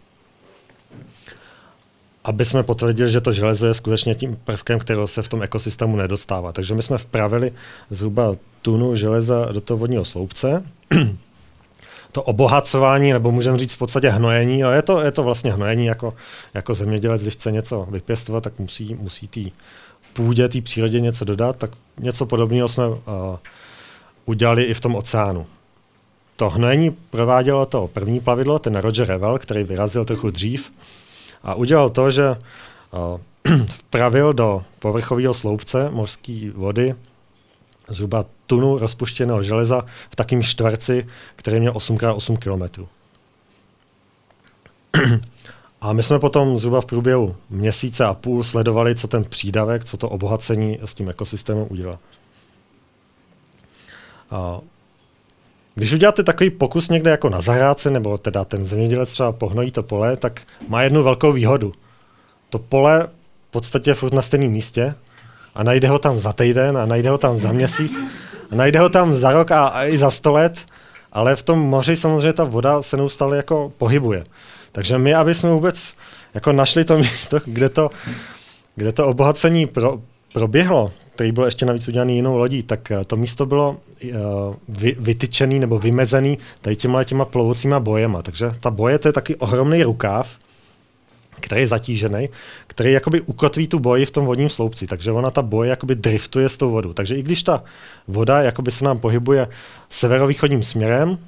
Aby jsme potvrdili, že to železo je skutečně tím prvkem, kterého se v tom ekosystému nedostává. Takže my jsme vpravili zhruba tunu železa do toho vodního sloupce. To obohacování, nebo můžeme říct v podstatě hnojení, a je to vlastně hnojení jako zemědělec, když chce něco vypěstovat, tak musí té půdě, té přírodě něco dodat, tak něco podobného jsme udělali i v tom oceánu. To hnojení provádělo to první plavidlo, ten Roger Revell, který vyrazil trochu dřív a udělal to, že vpravil do povrchového sloupce mořské vody zhruba tunu rozpuštěného železa v takém čtverci, který měl 8x8 kilometrů. A my jsme potom zhruba v průběhu měsíce a půl sledovali, co ten přídavek, co to obohacení s tím ekosystémem udělá. Když uděláte takový pokus někde jako na zahrádce, nebo teda ten zemědělec třeba pohnojí to pole, tak má jednu velkou výhodu. To pole v podstatě je furt na stejném místě a najde ho tam za týden a najde ho tam za měsíc a najde ho tam za rok a i za 100 let, ale v tom moři samozřejmě ta voda se neustále jako pohybuje. Takže my, aby jsme vůbec jako našli to místo, kde to obohacení proběhlo, který byl ještě navíc udělaný jinou lodí, tak to místo bylo vytyčený nebo vymezený tady těma plovoucíma bojema. Takže ta boje, to je taky ohromný rukáv, který je zatížený, který jakoby ukotví tu boji v tom vodním sloupci, takže ona ta boje jakoby driftuje s tou vodou. Takže i když ta voda jakoby se nám pohybuje severovýchodním směrem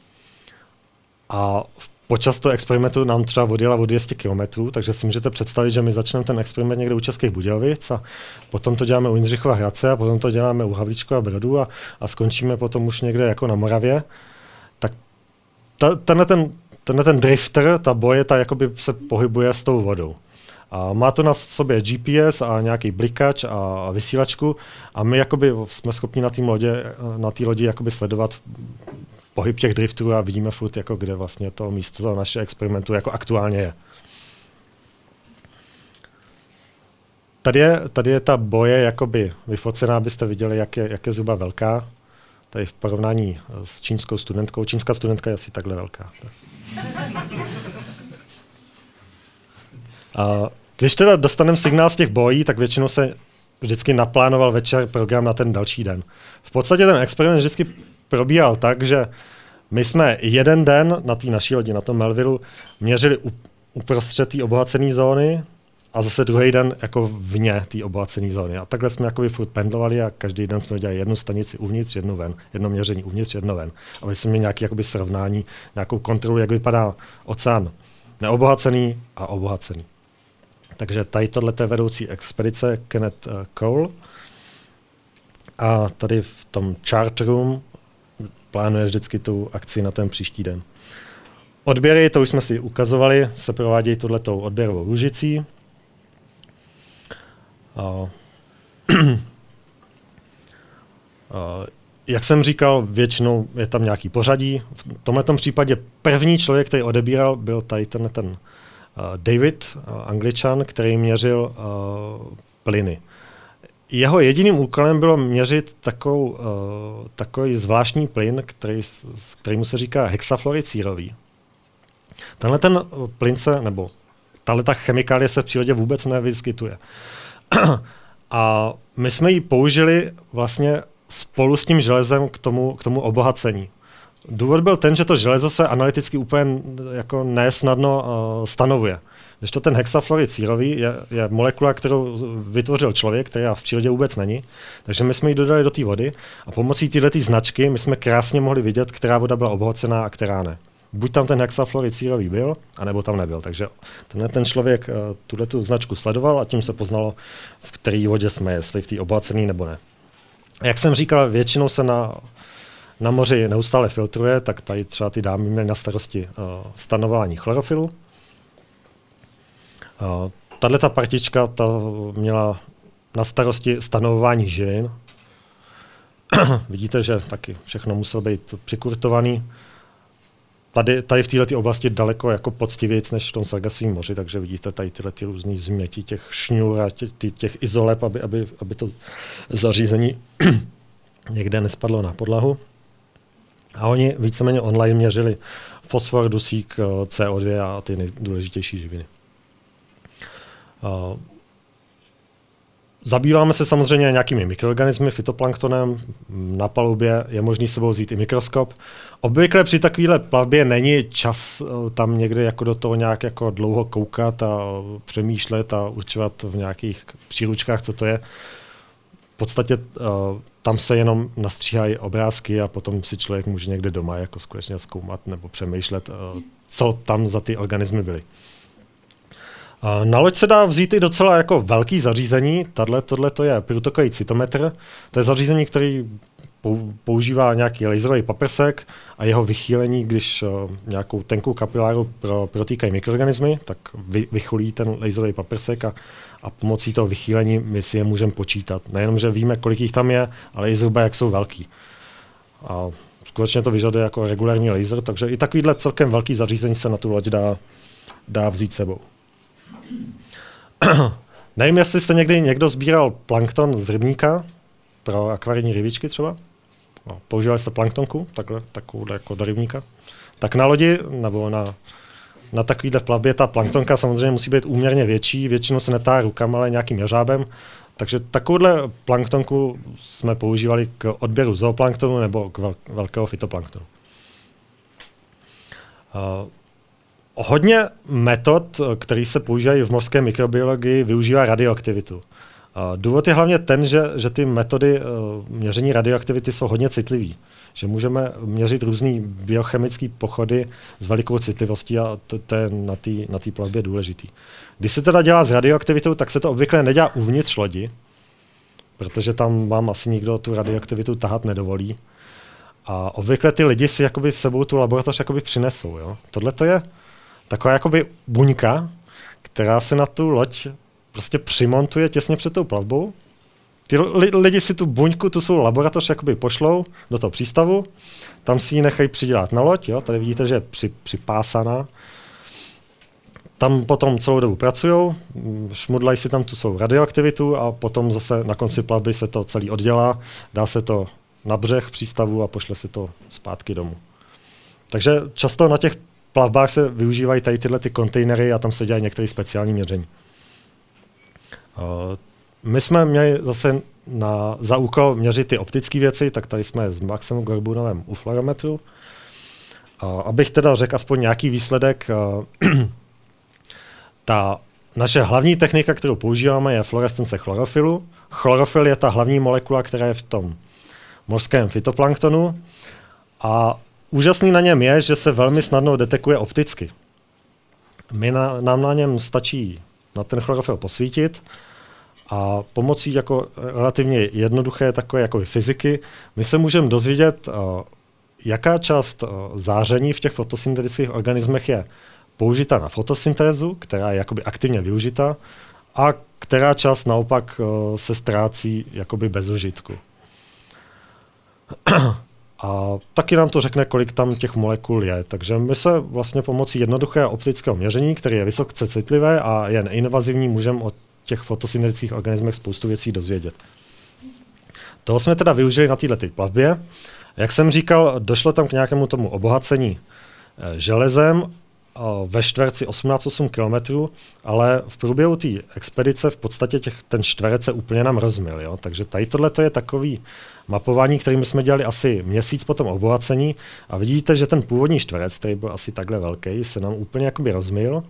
a počas toho experimentu nám třeba odjela o 200 km, takže si můžete představit, že my začneme ten experiment někde u Českých Budějovic a potom to děláme u Jindřichova Hradce a potom to děláme u Havlíčkova Brodu a skončíme potom už někde jako na Moravě, tak tenhle ten drifter, ta boje, ta jakoby se pohybuje s tou vodou. A má to na sobě GPS a nějaký blikač a vysílačku a my jakoby jsme schopni na té lodi jakoby sledovat pohyb těch drifterů a vidíme furt, jako kde vlastně to místo naše experimentu jako aktuálně je. Tady je ta boje jakoby vyfocená, abyste viděli, jak je zhruba velká. Tady v porovnání s čínskou studentkou. Čínská studentka je asi takhle velká. A když teda dostaneme signál z těch bojí, tak většinou se vždycky naplánoval večer program na ten další den. V podstatě ten experiment vždycky probíhal tak, že my jsme jeden den na té naší lodi, na tom Melvillu, měřili uprostřed té obohacené zóny a zase druhý den jako vně té obohacené zóny. A takhle jsme jakoby furt pendlovali a každý den jsme dělali jednu stanici uvnitř, jednu ven, jedno měření uvnitř, jedno ven. Aby jsme měli nějaké jakoby srovnání, nějakou kontrolu, jak vypadá oceán neobohacený a obohacený. Takže tady tohle je vedoucí expedice Kenneth Cole. A tady v tom chart room plánuje vždycky tu akci na ten příští den. Odběry, to už jsme si ukazovali, se provádějí touhletou odběrovou růžicí. Jak jsem říkal, většinou je tam nějaký pořadí. V tomhletom případě první člověk, který odebíral, byl tady ten David, Angličan, který měřil plyny. Jeho jediným úkolem bylo měřit takový zvláštní plyn, kterýmu se říká hexafluorid sírový. Tenhle ten plyn nebo tato chemikálie se v přírodě vůbec nevyskytuje. A my jsme ji použili vlastně spolu s tím železem k tomu obohacení. Důvod byl ten, že to železo se analyticky úplně jako nesnadno stanovuje. Když to ten hexafluorid sírový je molekula, kterou vytvořil člověk, která v přírodě vůbec není. Takže my jsme ji dodali do té vody a pomocí této značky my jsme krásně mohli vidět, která voda byla obohacená a která ne. Buď tam ten hexafluorid sírový byl, anebo tam nebyl. Takže ten člověk tu značku sledoval a tím se poznalo, v které vodě jsme, jestli v té obohacené nebo ne. A jak jsem říkal, většinou se na moři neustále filtruje, tak tady třeba ty dámy měly na starosti stanovování chlorofilu. Tato partička měla na starosti stanovování živin. Vidíte, že taky všechno muselo být přikurtovaný. Tady v této oblasti daleko jako poctivějc než v tom Sargasovém moři, takže vidíte tady tyhle různý změti těch šňůr a těch izoleb, aby to zařízení někde nespadlo na podlahu. A oni víceméně online měřili fosfor, dusík, CO2 a ty nejdůležitější živiny. Zabýváme se samozřejmě nějakými mikroorganismy, fytoplanktonem. Na palubě je možný s sebou vzít i mikroskop. Obvykle při takovéhle plavbě není čas tam někde jako do toho nějak jako dlouho koukat a přemýšlet a určovat v nějakých příručkách, co to je. V podstatě tam se jenom nastříhají obrázky a potom si člověk může někde doma jako skutečně zkoumat nebo přemýšlet, co tam za ty organismy byly. Na loď se dá vzít i docela jako velký zařízení. Tohle to je průtokový cytometr. To je zařízení, který používá nějaký laserový paprsek a jeho vychýlení, když nějakou tenkou kapiláru protýkají mikroorganismy, tak vychulí ten laserový paprsek a pomocí toho vychýlení my si je můžeme počítat. Nejenom, že víme, kolik jich tam je, ale i zhruba, jak jsou velký. A skutečně to vyžaduje jako regulární laser, takže i takovýhle celkem velký zařízení se na tu loď dá vzít sebou. Nevím, jestli jste někdy někdo sbíral plankton z rybníka pro akvarijní rybičky třeba. Používali jste planktonku, takovou jako do rybníka. Tak na lodi nebo na takovýhle plavbě ta planktonka samozřejmě musí být úměrně větší, většinou se netá rukama, ale nějakým jeřábem. Takže takovouhle planktonku jsme používali k odběru zooplanktonu nebo k velkého fytoplanktonu. Hodně metod, které se používají v mořské mikrobiologii, využívá radioaktivitu. Důvod je hlavně ten, že ty metody měření radioaktivity jsou hodně citlivé. Že můžeme měřit různé biochemické pochody s velikou citlivostí a to je na té plavbě důležitý. Když se teda dělá s radioaktivitou, tak se to obvykle nedělá uvnitř lodi, protože tam vám asi nikdo tu radioaktivitu tahat nedovolí. A obvykle ty lidi si jakoby sebou tu laboratoř jakoby přinesou. Jo? Tohle to je taková jakoby buňka, která se na tu loď prostě přimontuje těsně před tou plavbou. Ty lidi si tu buňku, tu svou laboratoř jakoby pošlou do toho přístavu, tam si ji nechají přidělat na loď, jo? Tady vidíte, že je připásaná. Tam potom celou dobu pracujou, šmudlají si tam tu svou radioaktivitu a potom zase na konci plavby se to celý oddělá, dá se to na břeh v přístavu a pošle si to zpátky domů. Takže často na těch plavbách se využívají tady tyhle ty kontejnery a tam se dělají některé speciální měření. My jsme měli zase za úkol měřit ty optické věci, tak tady jsme s Maxem Gorbunovem u fluorometru. Abych teda řekl aspoň nějaký výsledek, ta naše hlavní technika, kterou používáme, je fluorescence chlorofilu. Chlorofil je ta hlavní molekula, která je v tom mořském fytoplanktonu a úžasný na něm je, že se velmi snadno detekuje opticky. Nám na něm stačí na ten chlorofil posvítit a pomocí jako relativně jednoduché takové jako fyziky my se můžeme dozvědět, jaká část záření v těch fotosyntetických organismech je použita na fotosyntézu, která je jakoby aktivně využita, a která část naopak se ztrácí jakoby bez užitku. A taky nám to řekne, kolik tam těch molekul je. Takže my se vlastně pomocí jednoduchého optického měření, které je vysoce citlivé a je neinvazivní, můžeme o těch fotosyntetických organismech spoustu věcí dozvědět. Toho jsme teda využili na této plavbě. Jak jsem říkal, došlo tam k nějakému tomu obohacení železem ve čtverci 18,8 km, ale v průběhu té expedice v podstatě ten čtverec se úplně nám rozmyl. Jo? Takže tady tohle je takový mapování, kterým jsme dělali asi měsíc po tom obohacení a vidíte, že ten původní čtverec, který byl asi takhle velký, se nám úplně jakoby rozmyl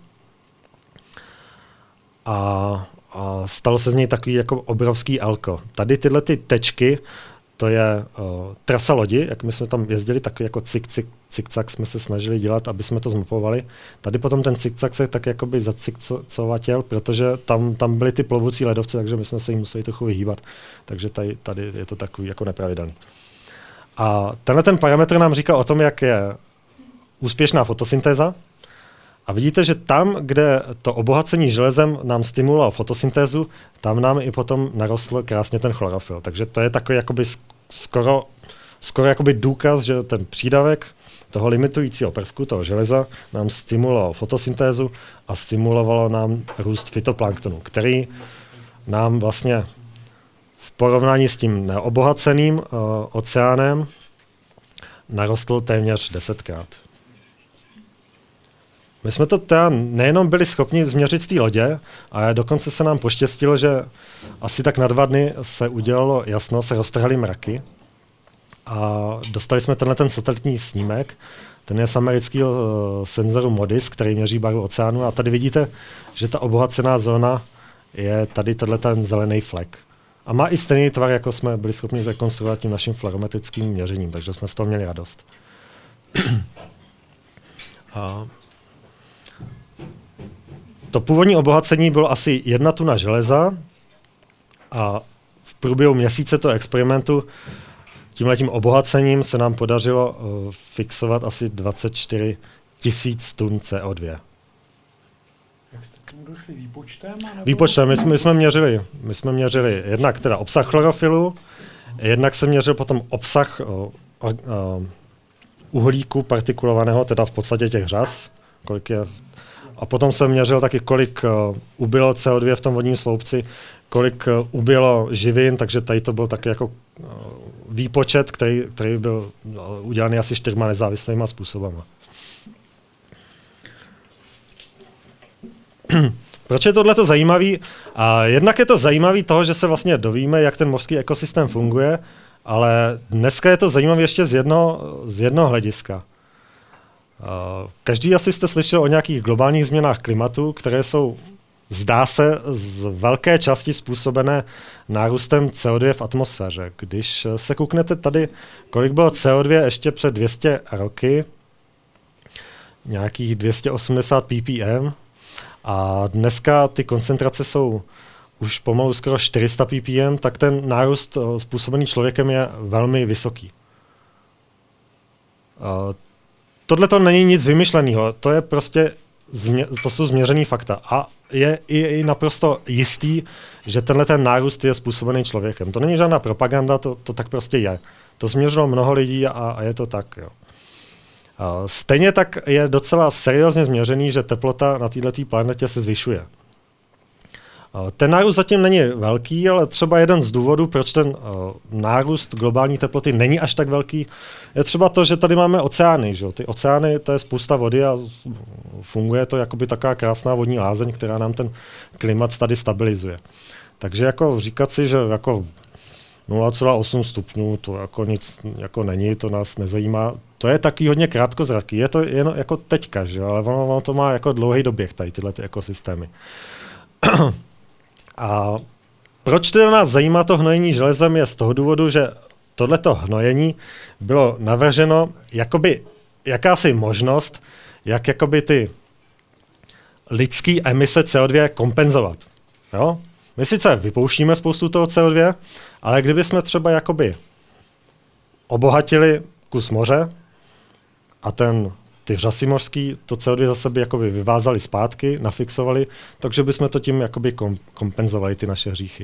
a stalo se z něj takový jako obrovský elko. Tady tyhle ty tečky, to je trasa lodi, jak my jsme tam jezdili, takový jako cik-cak jsme se snažili dělat, aby jsme to zmapovali. Tady potom ten cik-cak se tak jakoby zacikcovatěl, protože tam byly ty plovoucí ledovce, takže my jsme se jim museli trochu vyhýbat. Takže tady je to takový jako nepravidelný. A tenhle ten parametr nám říká o tom, jak je úspěšná fotosyntéza. A vidíte, že tam, kde to obohacení železem nám stimulovalo fotosyntézu, tam nám i potom narostl krásně ten chlorofil. Takže to je takový jakoby skoro jakoby důkaz, že ten přídavek toho limitujícího prvku, toho železa, nám stimuloval fotosyntézu a stimulovalo nám růst fytoplanktonu, který nám vlastně v porovnání s tím neobohaceným oceánem narostl téměř 10krát. My jsme to teda nejenom byli schopni změřit z té lodě, ale dokonce se nám poštěstilo, že asi tak na 2 dny se udělalo jasno, se roztrhaly mraky a dostali jsme ten satelitní snímek. Ten je z amerického senzoru MODIS, který měří barvu oceánu a tady vidíte, že ta obohacená zóna je tady ten zelený flek. A má i stejný tvar, jako jsme byli schopni zrekonstruovat tím naším fluorometrickým měřením, takže jsme z toho měli radost. To původní obohacení bylo asi 1 tuna železa a v průběhu měsíce toho experimentu tímhletím obohacením se nám podařilo fixovat asi 24 000 tun CO2. Jak jste k tomu došli výpočtem? Výpočtem, my jsme měřili jednak teda obsah chlorofilu, jednak se měřil potom obsah uhlíku partikulovaného, teda v podstatě těch řas, kolik je. A potom jsem měřil taky, kolik ubylo CO2 v tom vodním sloupci, kolik ubylo živin, takže tady to byl taky jako výpočet, který byl udělaný asi 4 nezávislými způsobama. Proč je tohleto zajímavý? Jednak je to zajímavý toho, že se vlastně dovíme, jak ten mořský ekosystém funguje, ale dneska je to zajímavé ještě z jednoho hlediska. Každý asi jste slyšel o nějakých globálních změnách klimatu, které jsou, zdá se, z velké části způsobené nárůstem CO2 v atmosféře. Když se kouknete tady, kolik bylo CO2 ještě před 200 roky, nějakých 280 ppm, a dneska ty koncentrace jsou už pomalu skoro 400 ppm, tak ten nárůst způsobený člověkem je velmi vysoký. Tohle to není nic vymyšleného, to je prostě, to jsou změřený fakta a je i naprosto jistý, že tenhle ten nárůst je způsobený člověkem. To není žádná propaganda, to tak prostě je. To změřilo mnoho lidí a je to tak. Jo. Stejně tak je docela seriózně změřený, že teplota na této planetě se zvyšuje. Ten nárůst zatím není velký, ale třeba jeden z důvodů, proč ten nárůst globální teploty není až tak velký, je třeba to, že tady máme oceány. Že? Ty oceány, to je spousta vody a funguje to jakoby taková krásná vodní lázeň, která nám ten klimat tady stabilizuje. Takže jako říkat si, že jako 0,8 stupňů, to jako nic jako není, to nás nezajímá. To je taky hodně krátkozraký. Je to jen jako teďka, že? Ale ono to má jako dlouhý doběh tady tyhle ty ekosystémy. A proč teda nás zajímá to hnojení železem je z toho důvodu, že tohleto hnojení bylo navrženo jakoby jakási možnost, jak jakoby ty lidské emise CO2 kompenzovat. Jo? My sice vypouštíme spoustu toho CO2, ale kdybychom třeba jakoby obohatili kus moře a ty řasy mořský to CO2 za sebe jakoby vyvázali zpátky, nafixovali, takže bychom to tím jakoby kompenzovali ty naše hříchy.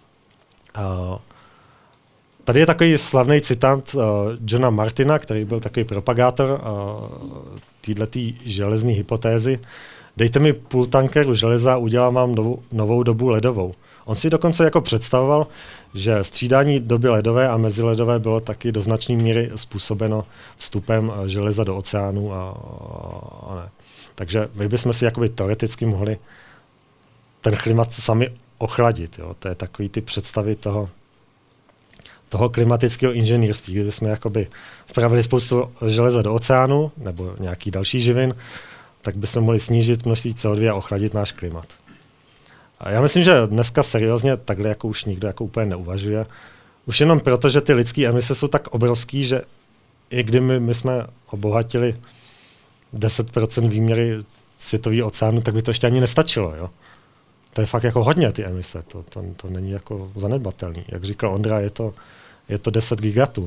Tady je takový slavný citát Johna Martina, který byl takový propagátor této železné hypotézy. Dejte mi půl tankeru železa, udělám vám novou dobu ledovou. On si dokonce jako představoval, že střídání doby ledové a meziledové bylo taky do značné míry způsobeno vstupem železa do oceánu a ne. Takže my bychom si jakoby teoreticky mohli ten klimat sami ochladit. Jo? To je takový ty představy toho klimatického inženýrství, kdy bychom jakoby vpravili spoustu železa do oceánu nebo nějaký další živin, tak bychom mohli snížit množství CO2 a ochladit náš klimat. A já myslím, že dneska seriózně takhle jako už nikdo jako úplně neuvažuje. Už jenom proto, že ty lidské emise jsou tak obrovský, že i kdyby my jsme obohatili 10% výměry světového oceánu, tak by to ještě ani nestačilo. Jo? To je fakt jako hodně ty emise, to není jako zanedbatelný. Jak říkal Ondra, je to 10 gigatun.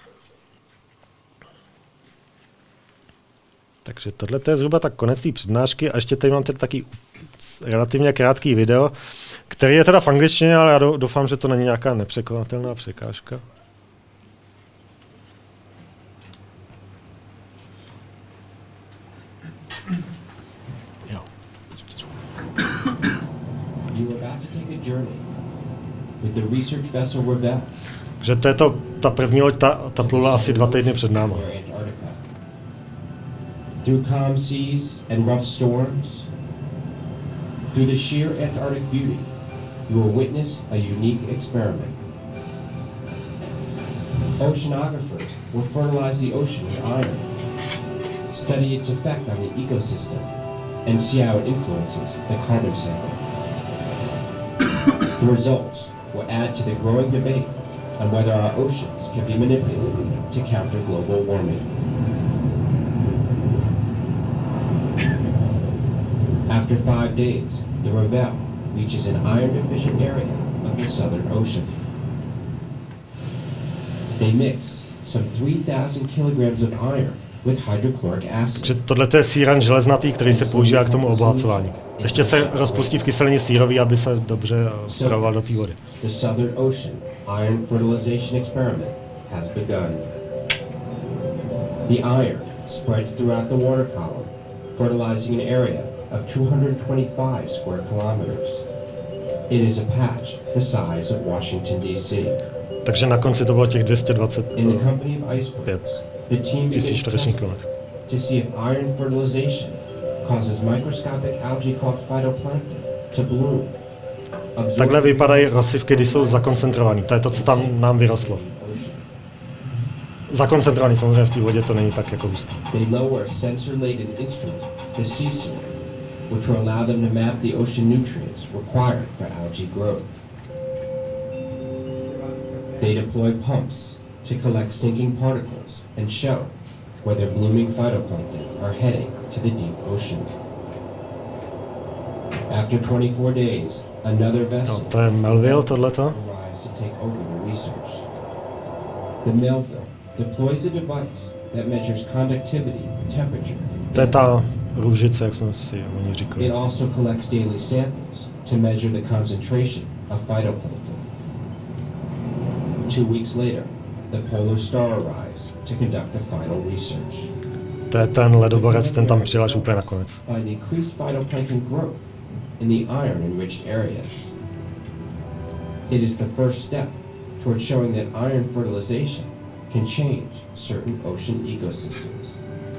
Takže tohle je zhruba tak konec té přednášky a ještě tady mám teda taky relativně krátký video, který je teda v angličtině, ale já doufám, že to není nějaká nepřekonatelná překážka. Jo. Takže to je ta první loď, ta plula asi 2 týdny před náma. Through calm seas and rough storms, through the sheer Antarctic beauty, you will witness a unique experiment. Oceanographers will fertilize the ocean with iron, study its effect on the ecosystem, and see how it influences the carbon cycle. The results will add to the growing debate on whether our oceans can be manipulated to counter global warming. After 5 days, the Ravel reaches an iron-deficient area of the Southern Ocean. They mix some 3,000 kilograms of iron with hydrochloric acid. Takže tohle je síran železnatý, který se používá k tomu obohacování. Ještě se rozpustí v kyselině sírový, aby se dobře spravoval do té vody. The Southern Ocean iron fertilization experiment has begun. The iron spreads throughout the water column, fertilizing an area of 225 square kilometers. It is a patch the size of Washington, D.C. Takže na konci to bylo těch 220 In the company of icebergs, the team begins testing to see if iron fertilization causes microscopic algae called phytoplankton to bloom. Takhle vypadají rozsivky, když jsou zakoncentrovaný. To je to, co tam nám vyrostlo. Zakoncentrovaný, samozřejmě v té vodě to není tak jako hustý. They lower a sensor-laden instrument, the CSUR, which will allow them to map the ocean nutrients required for algae growth. They deploy pumps to collect sinking particles and show whether blooming phytoplankton are heading to the deep ocean. After 24 days, another vessel To je Melville, tohleto. arrives to take over the research. The Melville deploys a device that measures conductivity, temperature. To je ta růžice, jak jsme si o ní říkali. It also collects daily samples to measure the concentration of phytoplankton. 2 weeks later, the Polar Star arrives to conduct the final research. To je ten ledoborec, ten tam přijel až úplně nakonec. Find increased phytoplankton growth in the iron-enriched areas. It is the first step toward showing that iron fertilization can change certain ocean ecosystems.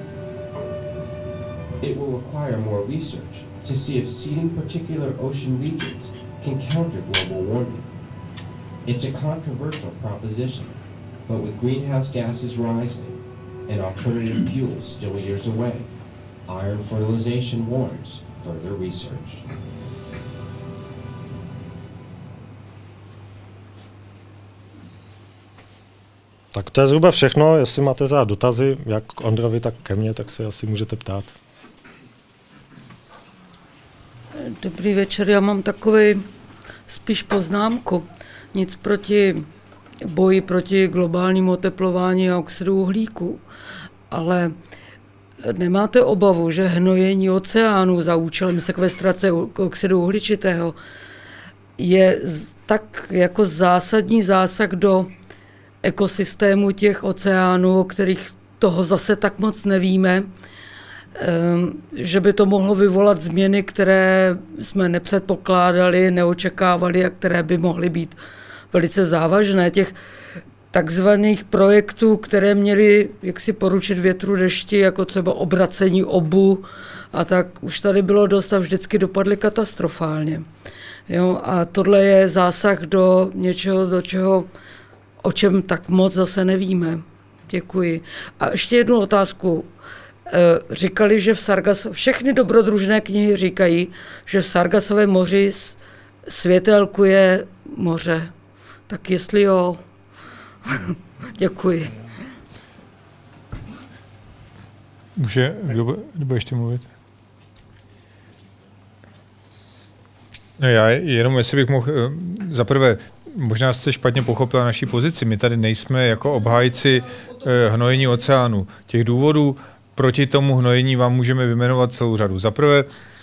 It will require more research to see if seeding particular ocean regions can counter global warming. It's a controversial proposition, but with greenhouse gases rising and alternative fuels still years away, iron fertilization warrants further research. Tak to je zhruba všechno. Jestli máte teda dotazy, jak k Ondrovi, tak ke mně, tak se asi můžete ptát. Dobrý večer, já mám takový spíš poznámku. Nic proti boji proti globálnímu oteplování a oxidu uhlíku, ale nemáte obavu, že hnojení oceánů za účelem sekvestrace oxidu uhličitého je tak jako zásadní zásah do ekosystému těch oceánů, o kterých toho zase tak moc nevíme, že by to mohlo vyvolat změny, které jsme nepředpokládali, neočekávali a které by mohly být velice závažné. Těch takzvaných projektů, které měly jaksi poručit větru dešti, jako třeba obracení obu, a tak už tady bylo dost a vždycky dopadly katastrofálně. Jo, a tohle je zásah do něčeho, o čem tak moc zase nevíme. Děkuji. A ještě jednu otázku. Říkali, že všechny dobrodružné knihy říkají, že v Sargasovém moři světelkuje moře. Tak jestli jo, děkuji. Kdo bude ještě mluvit? No já jenom, jestli bych mohl, zaprvé, možná jste špatně pochopila naší pozici. My tady nejsme jako obhájci hnojení oceánu. Těch důvodů proti tomu hnojení vám můžeme vyjmenovat celou řadu. Zaprvé,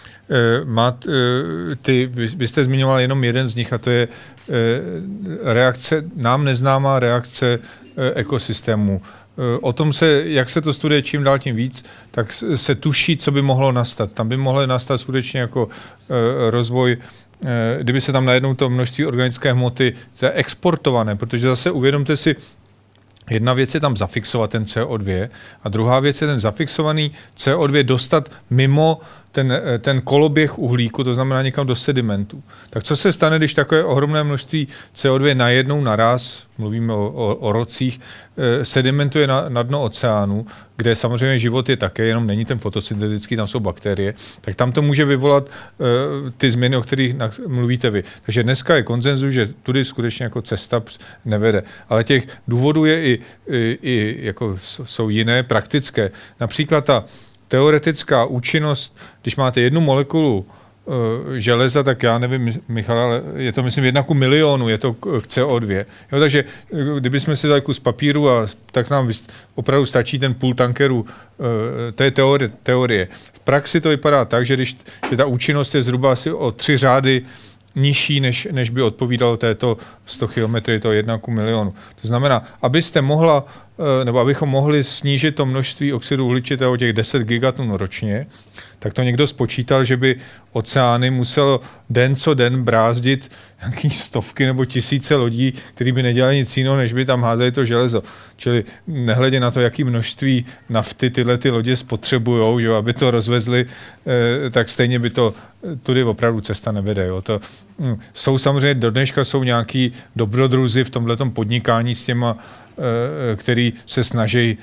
vy jste zmiňoval jenom jeden z nich, a to je reakce, nám neznámá reakce ekosystému. O tom jak se to studuje čím dál tím víc, tak se tuší, co by mohlo nastat. Tam by mohlo nastat skutečně jako rozvoj, kdyby se tam najednou to množství organické hmoty exportované, protože zase uvědomte si, jedna věc je tam zafixovat ten CO2 a druhá věc je ten zafixovaný CO2 dostat mimo ten koloběh uhlíku, to znamená někam do sedimentů. Tak co se stane, když takové ohromné množství CO2 najednou naraz, mluvíme o rocích, sedimentuje na dno oceánu, kde samozřejmě život je také, jenom není ten fotosyntetický, tam jsou bakterie, tak tam to může vyvolat ty změny, o kterých mluvíte vy. Takže dneska je konsenzus, že tudy skutečně jako cesta nevede. Ale těch důvodů je i jako jsou jiné, praktické. Například ta teoretická účinnost, když máte jednu molekulu železa, tak já nevím, Michal, ale je to myslím 1:1,000,000, je to k CO2. Jo, takže kdybychom si dali kus papíru, tak nám opravdu stačí ten půl tankeru, to je teorie. V praxi to vypadá tak, že že ta účinnost je zhruba asi o 3 řády nižší, než by odpovídalo této 100 kilometry, to 1:1,000,000. To znamená, abychom mohli snížit to množství oxidu uhličitého o těch 10 gigatun ročně, tak to někdo spočítal, že by oceány muselo den co den brázdit nějaký stovky nebo tisíce lodí, kteří by nedělali nic jiného, než by tam házeli to železo. Čili nehledě na to, jaký množství nafty tyhle ty lodě spotřebujou, že aby to rozvezli, tak stejně by to tudy opravdu cesta nevede. Jo. Jsou samozřejmě, do dneška jsou nějaký dobrodruzi v tomhletom podnikání s těma, který se snaží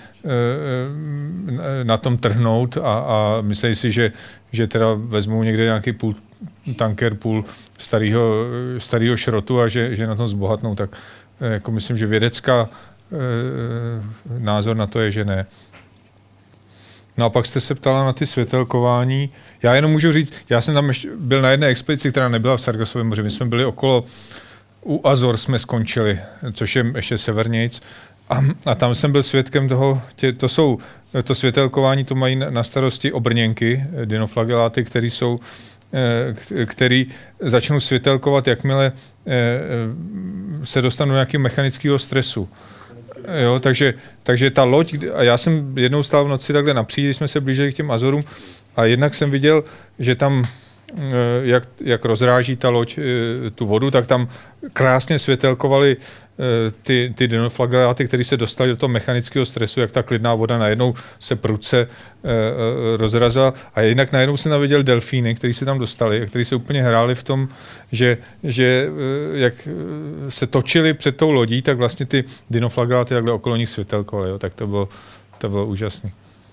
na tom trhnout a myslí si, že teda vezmou někde nějaký půl starého šrotu a že na tom zbohatnou, tak jako myslím, že vědecká názor na to je, že ne. No a pak jste se ptala na ty světelkování. Já jenom můžu říct, já jsem tam byl na jedné expedici, která nebyla v Sargasovém moři. My jsme byli u Azor jsme skončili, což je ještě severnějc. A tam jsem byl svědkem toho, to světelkování, to mají na starosti obrněnky, dinoflageláty, který začnou světelkovat, jakmile se dostanou do nějakého mechanického stresu. Jo, takže ta loď, a já jsem jednou stál v noci takhle na přídi, jsme se blížili k těm Azorům a jednak jsem viděl, že tam, jak rozráží ta loď tu vodu, tak tam krásně světelkovaly ty dinoflageláty, které se dostaly do toho mechanického stresu, jak ta klidná voda najednou se prudce rozrazila. A jinak najednou jsem viděl delfíny, kteří se tam dostali a kteří se úplně hráli v tom, že jak se točili před tou lodí, tak vlastně ty dinoflageláty takhle okolo nich světelkovaly. Jo. Tak to bylo úžasné.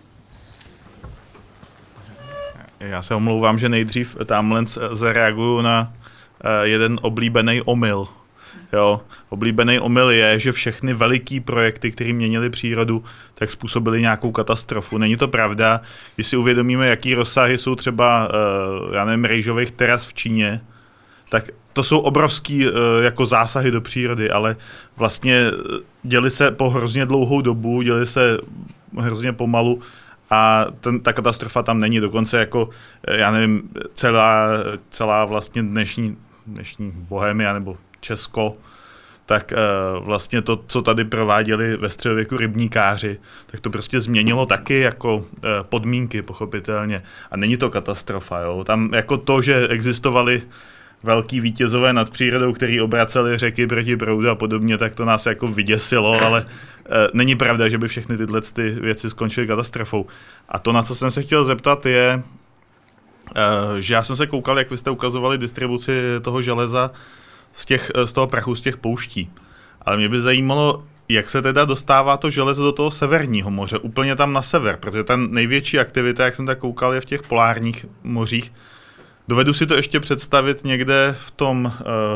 Já se omlouvám, že nejdřív tamhle zareaguju na jeden oblíbený omyl. Jo, oblíbený omyl je, že všechny veliký projekty, které měnily přírodu, tak způsobily nějakou katastrofu. Není to pravda. Když si uvědomíme, jaký rozsahy jsou třeba, já nevím, rejžových teras v Číně, tak to jsou obrovský jako zásahy do přírody, ale vlastně děly se po hrozně dlouhou dobu, děly se hrozně pomalu a ta katastrofa tam není. Dokonce jako, já nevím, celá vlastně dnešní Bohemia nebo Česko, tak vlastně to, co tady prováděli ve středověku rybníkáři, tak to prostě změnilo taky jako podmínky, pochopitelně. A není to katastrofa, jo. Tam jako to, že existovali velký vítězové nad přírodou, který obraceli řeky proti proudu a podobně, tak to nás jako vyděsilo, ale není pravda, že by všechny tyhle ty věci skončily katastrofou. A to, na co jsem se chtěl zeptat, je, že já jsem se koukal, jak vy jste ukazovali distribuci toho železa z toho prachu, z těch pouští. Ale mě by zajímalo, jak se teda dostává to železo do toho severního moře, úplně tam na sever, protože ta největší aktivita, jak jsem tak koukal, je v těch polárních mořích. Dovedu si to ještě představit někde v tom,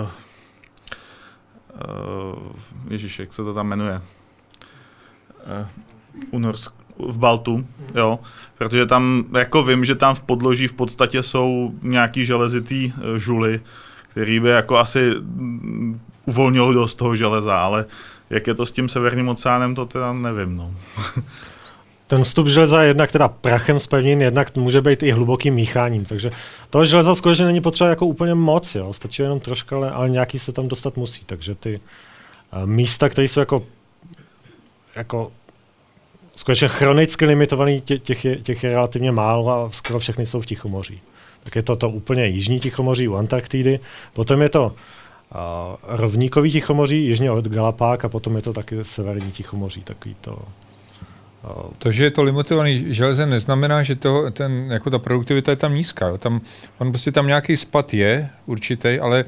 ježiš, jak se to tam jmenuje, v Baltu, jo, protože tam, jako vím, že tam v podloží v podstatě jsou nějaký železitý žuly, který by jako asi uvolnil dost toho železa, ale jak je to s tím severním oceánem, to teda nevím, no. Ten vstup železa je jednak teda prachem z pevnin, jednak může být i hlubokým mícháním, takže toho železa skutečně není potřeba jako úplně moc, jo, stačí jenom troška, ale nějaký se tam dostat musí, takže ty místa, které jsou jako skutečně chronicky limitovaný, těch je relativně málo a skoro všechny jsou v Tichomoří. Tak je to úplně jižní Tichomoří u Antarktidy, potom je to rovníkový Tichomoří, jižně od Galapág a potom je to taky severní Tichomoří, takový to. To, že je to limitovaný železem, neznamená, že jako ta produktivita je tam nízká. Jo. On prostě tam nějaký spad je určitý, ale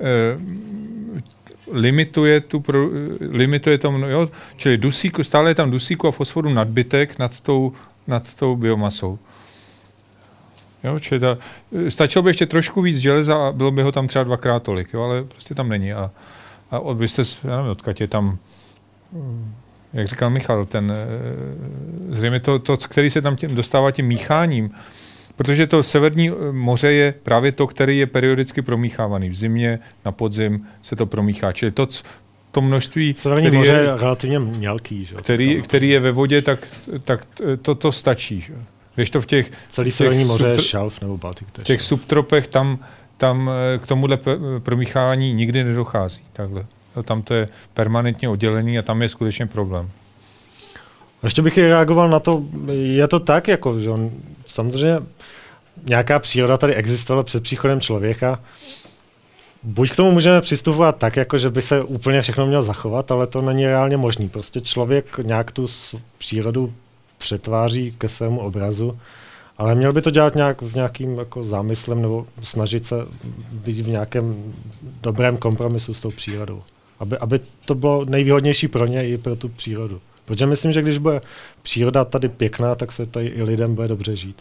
limituje to, jo, čili stále je tam dusíku a fosforu nadbytek nad tou biomasou. Jo, čili stačilo by ještě trošku víc železa a bylo by ho tam třeba 2x tolik, jo, ale prostě tam není. A vy jste, já nevím, odkud je tam, jak říkal Michal, zřejmě to, který se tam dostává tím mícháním, Protože to Severní moře je právě to, který je periodicky promíchávaný. V zimě, na podzim se to promíchá. Čili to množství, Severní moře je relativně mělký, že? Který je ve vodě, tak to stačí. Že? Když to v těch... Celý Severní moře je šelf nebo Baltik. V těch subtropech tam k tomuhle promíchávání nikdy nedochází. Takhle. Tam to je permanentně oddělený a tam je skutečně problém. Ještě bych reagoval na to, je to tak, jako, že samozřejmě nějaká příroda tady existovala před příchodem člověka. Buď k tomu můžeme přistupovat tak, jako, že by se úplně všechno mělo zachovat, ale to není reálně možný. Prostě člověk nějak tu přírodu přetváří ke svému obrazu, ale měl by to dělat s nějakým jako zámyslem nebo snažit se být v nějakém dobrém kompromisu s tou přírodou. Aby to bylo nejvýhodnější pro ně i pro tu přírodu. Protože myslím, že když bude příroda tady pěkná, tak se tady i lidem bude dobře žít.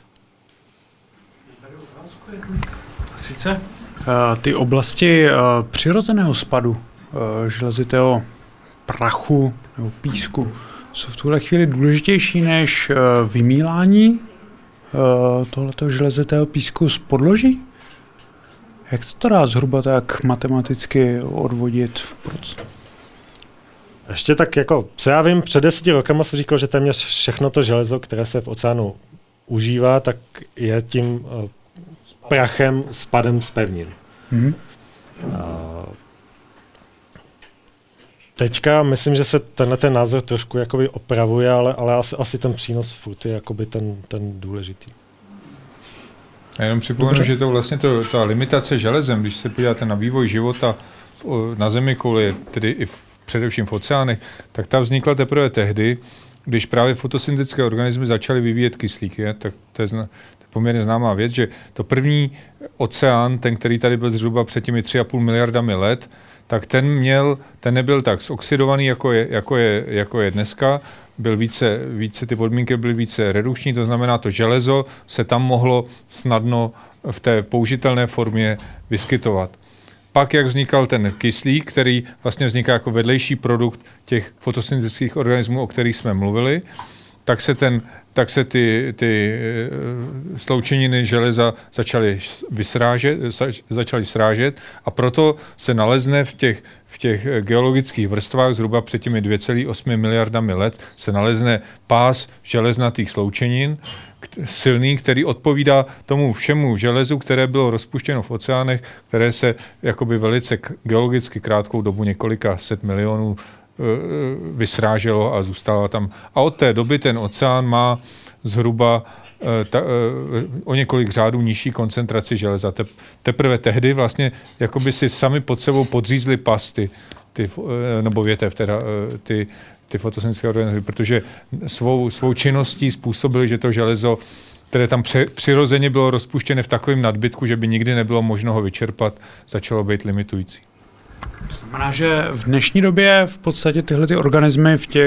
Sice ty oblasti přirozeného spadu, železitého prachu nebo písku, jsou v tuhle chvíli důležitější než vymílání tohletoho železitého písku z podloží? Jak se to dá zhruba tak matematicky odvodit v procesu? Ještě tak jako, co já vím, před 10 rokama se říkalo, že téměř všechno to železo, které se v oceánu užívá, tak je tím prachem spadem z pevnin. Teďka myslím, že se ten názor trošku jakoby opravuje, ale asi ten přínos furt je jakoby ten důležitý. Já jenom připomenu, že to vlastně ta limitace železem, když se podíváte na vývoj života na Zemikouli, tedy i především v oceánech, tak ta vznikla teprve tehdy, když právě fotosyntetické organismy začaly vyvíjet kyslík. Tak to je poměrně známá věc, že to první oceán, ten, který tady byl zhruba před těmi 3,5 miliardami let, tak ten nebyl tak zoxidovaný, jako je dneska, byl více ty podmínky byly více redukční, to znamená, to železo se tam mohlo snadno v té použitelné formě vyskytovat. Pak, jak vznikal ten kyslík, který vlastně vzniká jako vedlejší produkt těch fotosyntetických organismů, o kterých jsme mluvili, tak se ty sloučeniny železa začaly srážet a proto se nalezne v těch geologických vrstvách zhruba před těmi 2,8 miliardami let se nalezne pás železnatých sloučenin, silný, který odpovídá tomu všemu železu, které bylo rozpuštěno v oceánech, které se jakoby velice geologicky krátkou dobu několika set milionů vysráželo a zůstalo tam. A od té doby ten oceán má zhruba o několik řádů nižší koncentraci železa. Teprve tehdy vlastně jakoby si sami pod sebou podřízli pasty, nebo větev, teda ty fotosyntetické organismy, protože svou činností způsobili, že to železo, které tam přirozeně bylo rozpuštěné v takovém nadbytku, že by nikdy nebylo možno ho vyčerpat, začalo být limitující. To znamená, že v dnešní době v podstatě tyhle ty organismy v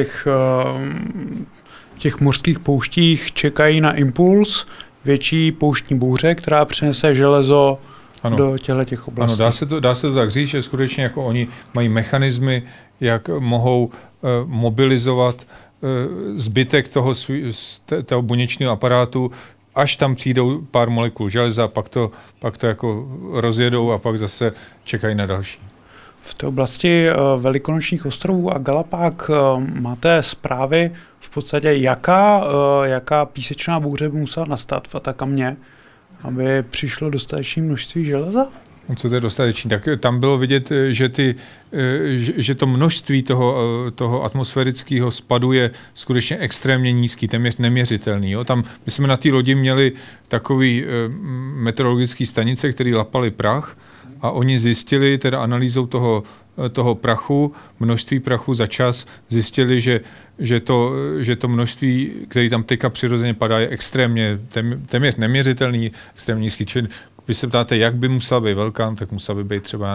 těch mořských pouštích čekají na impuls větší pouštní bouře, která přinese železo do těch oblastí. Ano, dá se to tak říct, že skutečně jako oni mají mechanismy, jak mohou mobilizovat zbytek toho buněčného aparátu, až tam přijdou pár molekul železa, pak to jako rozjedou a pak zase čekají na další. V té oblasti Velikonočních ostrovů a Galapág máte zprávy v podstatě, jaká písečná bouře by musela nastat v Atakamě, aby přišlo dostatečné množství železa? Co to je dostatečný? Tak tam bylo vidět, že to množství toho atmosférického spadu je skutečně extrémně nízký, téměř neměřitelný. Jo? Tam my jsme na té lodi měli takový meteorologický stanice, který lapali prach a oni zjistili, teda analýzou toho prachu, množství prachu za čas, zjistili, že to množství, který tam teďka přirozeně padá, je extrémně, téměř neměřitelný, extrémně nízký. Čili vy se ptáte, jak by musel být velkán, tak musel by být třeba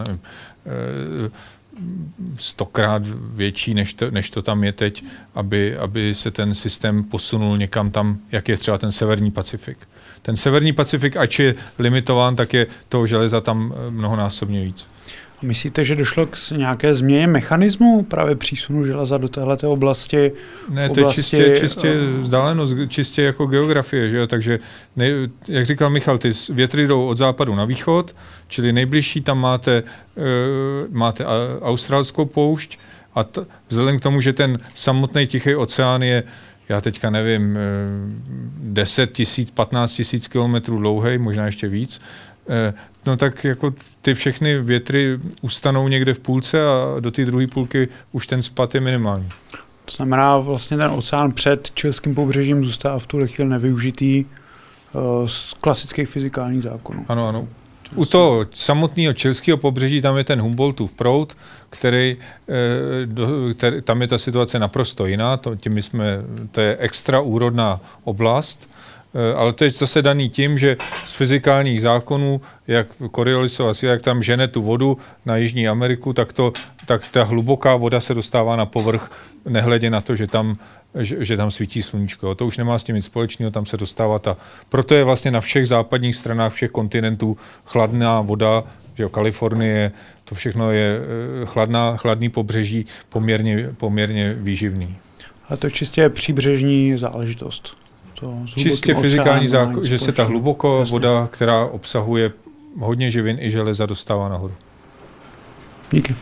100krát větší, než to tam je teď, aby se ten systém posunul někam tam, jak je třeba ten severní Pacifik. Ten severní Pacifik, ač je limitován, tak je toho železa tam mnohonásobně víc. Myslíte, že došlo k nějaké změně mechanismu právě přísunu železa do téhleté oblasti? Ne, to je čistě vzdálenost, čistě jako geografie, že jo? Takže jak říkal Michal, ty větry jdou od západu na východ, čili nejbližší tam máte australskou poušť a vzhledem k tomu, že ten samotný Tichý oceán je, já teďka nevím, 10 000, 15 000 kilometrů dlouhý, možná ještě víc, no tak jako ty všechny větry ustanou někde v půlce a do té druhé půlky už ten spad je minimální. To znamená, vlastně ten oceán před českým pobřežím zůstává v tuhle chvíli nevyužitý z klasických fyzikálních zákonů. Ano. U toho samotného českého pobřeží tam je ten Humboldtův proud, který tam je ta situace naprosto jiná, to je extra úrodná oblast, ale to je zase daný tím, že z fyzikálních zákonů, jak Coriolisova síla, jak tam žene tu vodu na Jižní Ameriku, tak ta hluboká voda se dostává na povrch, nehledě na to, že tam svítí sluníčko. To už nemá s tím nic společného, tam se dostává proto je vlastně na všech západních stranách všech kontinentů chladná voda, že jo, Kalifornie, to všechno je chladný pobřeží, poměrně výživný. A to čistě příbřežní záležitost. Čistě fyzikální zákon, že se ta hluboko voda, která obsahuje hodně živin i železa, dostává nahoru. Díky.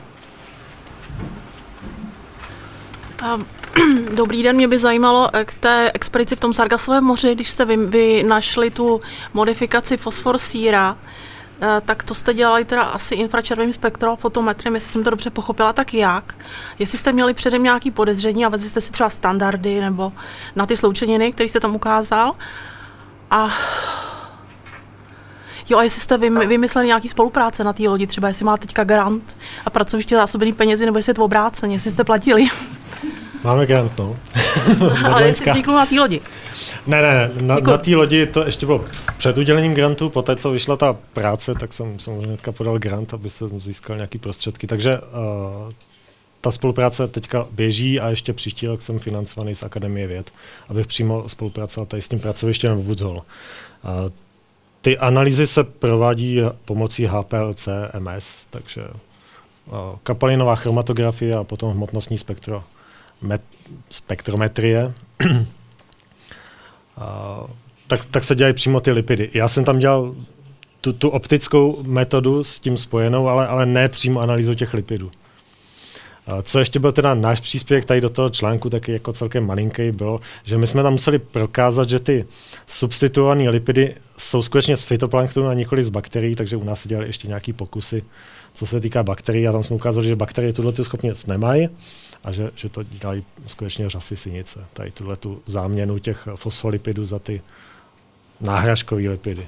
Dobrý den, mě by zajímalo k té expedici v tom Sargasovém moři, když jste vy našli tu modifikaci fosfor síra, tak to jste dělali teda asi infračerveným spektrofotometrem, jestli jsem to dobře pochopila, tak jak? Jestli jste měli předem nějaké podezření a vezli jste si třeba standardy nebo na ty sloučeniny, které jste tam ukázal? A jestli jste vymysleli nějaký spolupráce na té lodi, třeba jestli má teďka grant a pracoviště zásobený penězi, nebo jestli je to obráceně, jestli jste platili. Máme grant, no. Ale jestli vzniklo na té lodi. Ne, na té lodi to ještě bylo před udělením grantu, poté co vyšla ta práce, tak jsem hnedka podal grant, aby se získal nějaký prostředky, takže ta spolupráce teďka běží a ještě příští rok jsem financovaný z Akademie věd, abych přímo spolupracoval tady s tím pracovištěm v Woods Hole. Ty analýzy se provádí pomocí HPLC MS, takže kapalinová chromatografie a potom hmotnostní spektrometrie. Tak se dělají přímo ty lipidy. Já jsem tam dělal tu optickou metodu s tím spojenou, ale ne přímo analýzu těch lipidů. Co ještě byl teda náš příspěvek tady do toho článku, taky jako celkem malinký, bylo, že my jsme tam museli prokázat, že ty substituované lipidy jsou skutečně z fytoplanktonu a nikoli z bakterií, takže u nás se dělali ještě nějaký pokusy, co se týká bakterií, a tam jsme ukázali, že bakterie tuto schopnost nemají a že to dělají skutečně řasy sinice, tady tu záměnu těch fosfolipidů za ty náhražkové lipidy.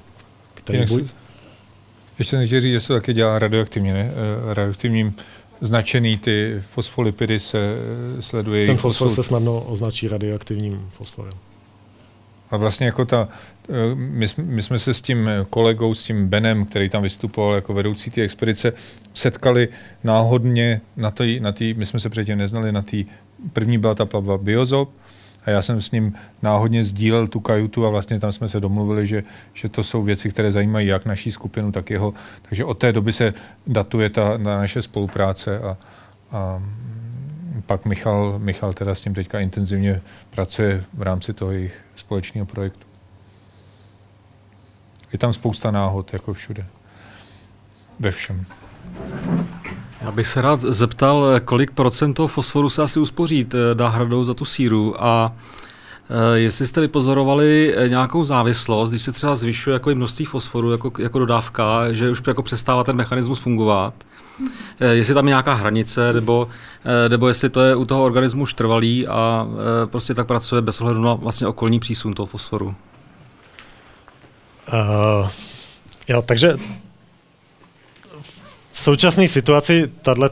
Ještě nechci říct, že se to taky dělá radioaktivně, ne? Radioaktivním značený ty fosfolipidy se sleduje. Ten fosfor se snadno označí radioaktivním fosforem. A vlastně jako my jsme se s tím kolegou, s tím Benem, který tam vystupoval jako vedoucí té expedice, setkali náhodně my jsme se předtím neznali, na té první byla ta plavba Biozop a já jsem s ním náhodně sdílel tu kajutu a vlastně tam jsme se domluvili, že to jsou věci, které zajímají jak naší skupinu, tak jeho. Takže od té doby se datuje ta naše spolupráce a pak Michal teda s tím teďka intenzivně pracuje v rámci toho jejich společného projektu. Je tam spousta náhod, jako všude. Ve všem. Já bych se rád zeptal, kolik procent toho fosforu se asi uspoří náhradou za tu síru a jestli jste vypozorovali nějakou závislost, když se třeba zvyšuje jako množství fosforu jako dodávka, že už jako přestává ten mechanismus fungovat, jestli tam je nějaká hranice, nebo jestli to je u toho organismu už trvalý a prostě tak pracuje bez ohledu na vlastně okolní přísun toho fosforu. Takže v současné situaci